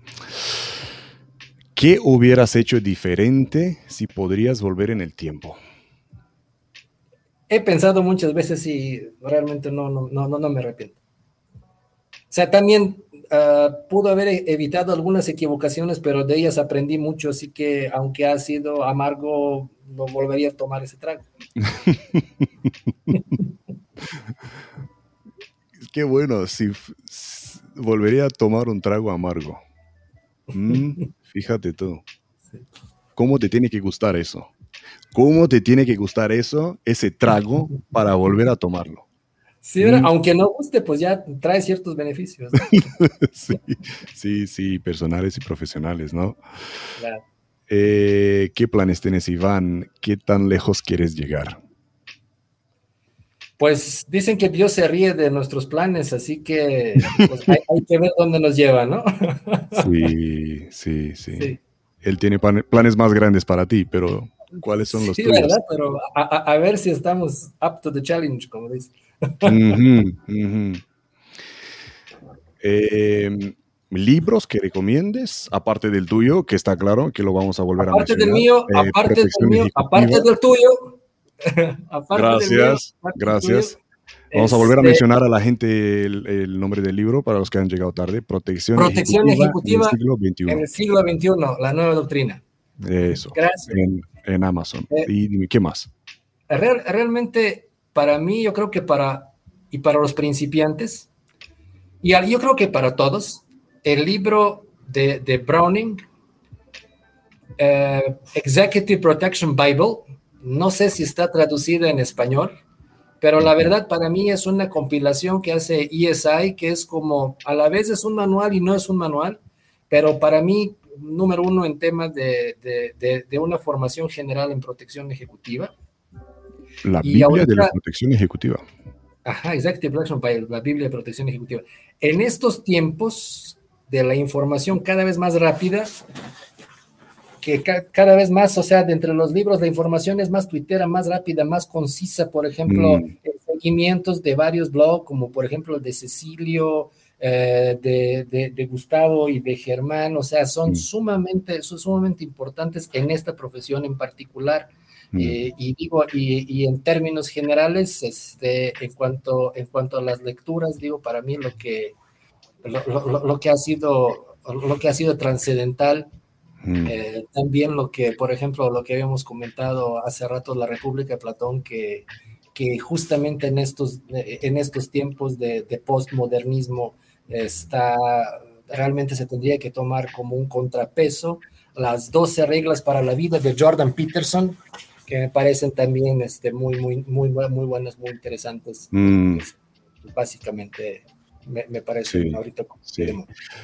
¿Qué hubieras hecho diferente si podrías volver en el tiempo? He pensado muchas veces y realmente no, no, no, no me arrepiento. O sea, también uh, pudo haber evitado algunas equivocaciones, pero de ellas aprendí mucho, así que aunque ha sido amargo, no volvería a tomar ese trago. Qué bueno, si s- volvería a tomar un trago amargo. Mm, fíjate tú. Sí. ¿Cómo te tiene que gustar eso? ¿Cómo te tiene que gustar eso, ese trago, para volver a tomarlo? Sí, Mm, aunque no guste, pues ya trae ciertos beneficios, ¿no? sí, sí, sí, personales y profesionales, ¿no? Claro. Eh, ¿qué planes tienes, Iván? ¿Qué tan lejos quieres llegar? Pues dicen que Dios se ríe de nuestros planes, así que pues hay, hay que ver dónde nos lleva, ¿no? Sí, sí, sí. Sí. Él tiene pan- planes más grandes para ti, pero ¿cuáles son los Sí, tuyos? ¿verdad? Pero a, a, a ver si estamos up to the challenge, como dice. Ujú, ujú. Eh, ¿libros que recomiendes, aparte del tuyo, que está claro que lo vamos a volver a Aparte del mencionar? mío, Eh, aparte del protección mío, ejecutiva. aparte del tuyo, aparte del mío, Gracias, aparte del tuyo, gracias. Vamos a volver a este, mencionar a la gente el, el nombre del libro para los que han llegado tarde. Protección protección ejecutiva en el ejecutiva siglo en veintiuno. el siglo veintiuno, la nueva doctrina. Eso, Gracias. en, en Amazon. Eh, ¿Y dime, qué más? real, realmente, para mí, yo creo que para, y para los principiantes, y yo creo que para todos, el libro de, de Browning, uh, Executive Protection Bible, no sé si está traducida en español, pero la verdad para mí es una compilación que hace E S I, que es como, a la vez es un manual y no es un manual, pero para mí, número uno en temas de, de, de, de una formación general en protección ejecutiva. La Y Biblia de la ahorita, protección ejecutiva. ajá, Executive Protection Bible, la Biblia de protección ejecutiva. En estos tiempos de la información cada vez más rápida, que ca cada vez más, o sea, de entre los libros la información es más tuitera, más rápida, más concisa, por ejemplo, Mm, seguimientos de varios blogs, como por ejemplo el de Cecilio, eh, de, de, de Gustavo y de Germán, o sea, son mm, sumamente, son sumamente importantes en esta profesión en particular. mm. Eh, y digo, y, y en términos generales, este, en cuanto, en cuanto a las lecturas, digo, para mí lo que, lo, lo, lo que ha sido, lo que ha sido trascendental. Mm, Eh, también lo que, por ejemplo, lo que habíamos comentado hace rato, la República de Platón, que, que justamente en estos, en estos tiempos de, de postmodernismo está, realmente se tendría que tomar como un contrapeso las doce reglas para la vida de Jordan Peterson, que me parecen también este, muy, muy, muy, muy buenas, muy interesantes. mm, Es, básicamente me, me parecen sí, ahorita sí.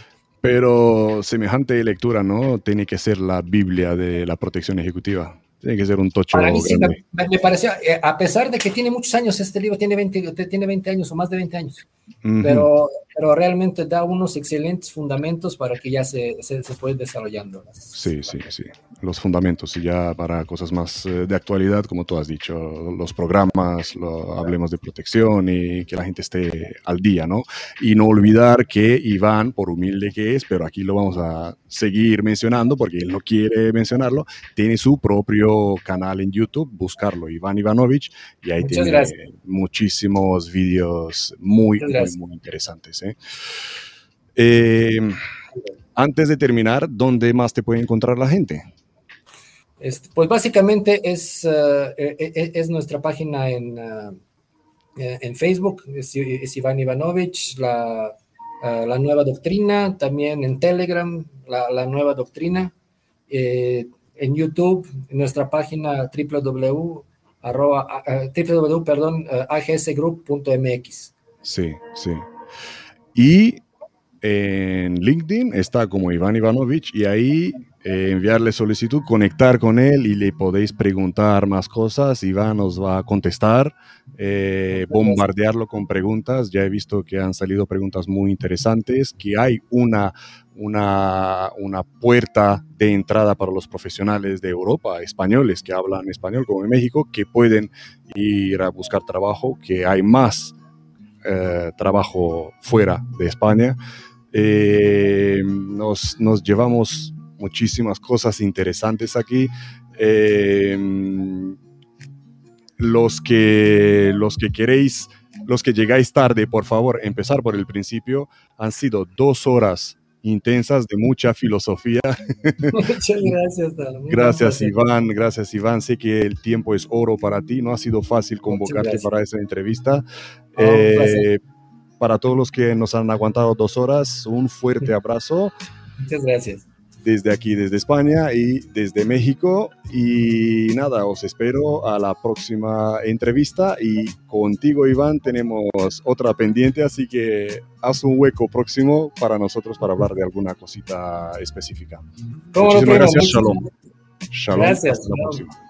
Pero semejante lectura, ¿no? Tiene que ser la Biblia de la protección ejecutiva. Tiene que ser un Para mí tocho sí, me, grande. me pareció, eh, a pesar de que tiene muchos años, este libro tiene veinte, tiene veinte años o más de veinte años, Ujú. pero, pero realmente da unos excelentes fundamentos para que ya se, se, se pueda desarrollando. Las, Sí, las sí, sí. Los fundamentos, y ya para cosas más eh, de actualidad, como tú has dicho, los programas, lo, hablemos de protección y que la gente esté al día, ¿no? Y no olvidar que Iván, por humilde que es, pero aquí lo vamos a seguir mencionando porque él no quiere mencionarlo, tiene su propio canal en YouTube, buscarlo, Iván Ivanovich, y ahí Muchas tiene gracias. muchísimos vídeos muy, Muchas muy, gracias. muy interesantes. ¿eh? Eh, Antes de terminar, ¿dónde más te puede encontrar la gente? Este, pues básicamente es, uh, es, es nuestra página en, uh, en Facebook, es, es Iván Ivanovich, la, uh, la nueva doctrina, también en Telegram, la, la nueva doctrina, eh, en YouTube, en nuestra página www, arroba, uh, www perdón, uh, a g s group punto m x. Sí, sí. Y en LinkedIn está como Iván Ivanovich y ahí eh, enviarle solicitud, conectar con él y le podéis preguntar más cosas. Iván os va a contestar, eh, bombardearlo con preguntas. Ya he visto que han salido preguntas muy interesantes, que hay una, una, una puerta de entrada para los profesionales de Europa, españoles que hablan español como en México, que pueden ir a buscar trabajo, que hay más eh, trabajo fuera de España. Eh, nos, nos llevamos muchísimas cosas interesantes aquí. Eh, los, que, los que queréis, los que llegáis tarde, por favor, empezar por el principio. Han sido dos horas intensas de mucha filosofía. Muchas gracias, Tano. Gracias, Iván. Gracias, Iván. Sé que el tiempo es oro para ti. No ha sido fácil convocarte para esa entrevista. Oh, eh, para todos los que nos han aguantado dos horas, un fuerte abrazo. Muchas gracias. Desde aquí, desde España y desde México. Y nada, os espero a la próxima entrevista. Y contigo, Iván, tenemos otra pendiente, así que haz un hueco próximo para nosotros para hablar de alguna cosita específica. Muchísimas gracias. Shalom. Shalom. Gracias. Hasta la próxima.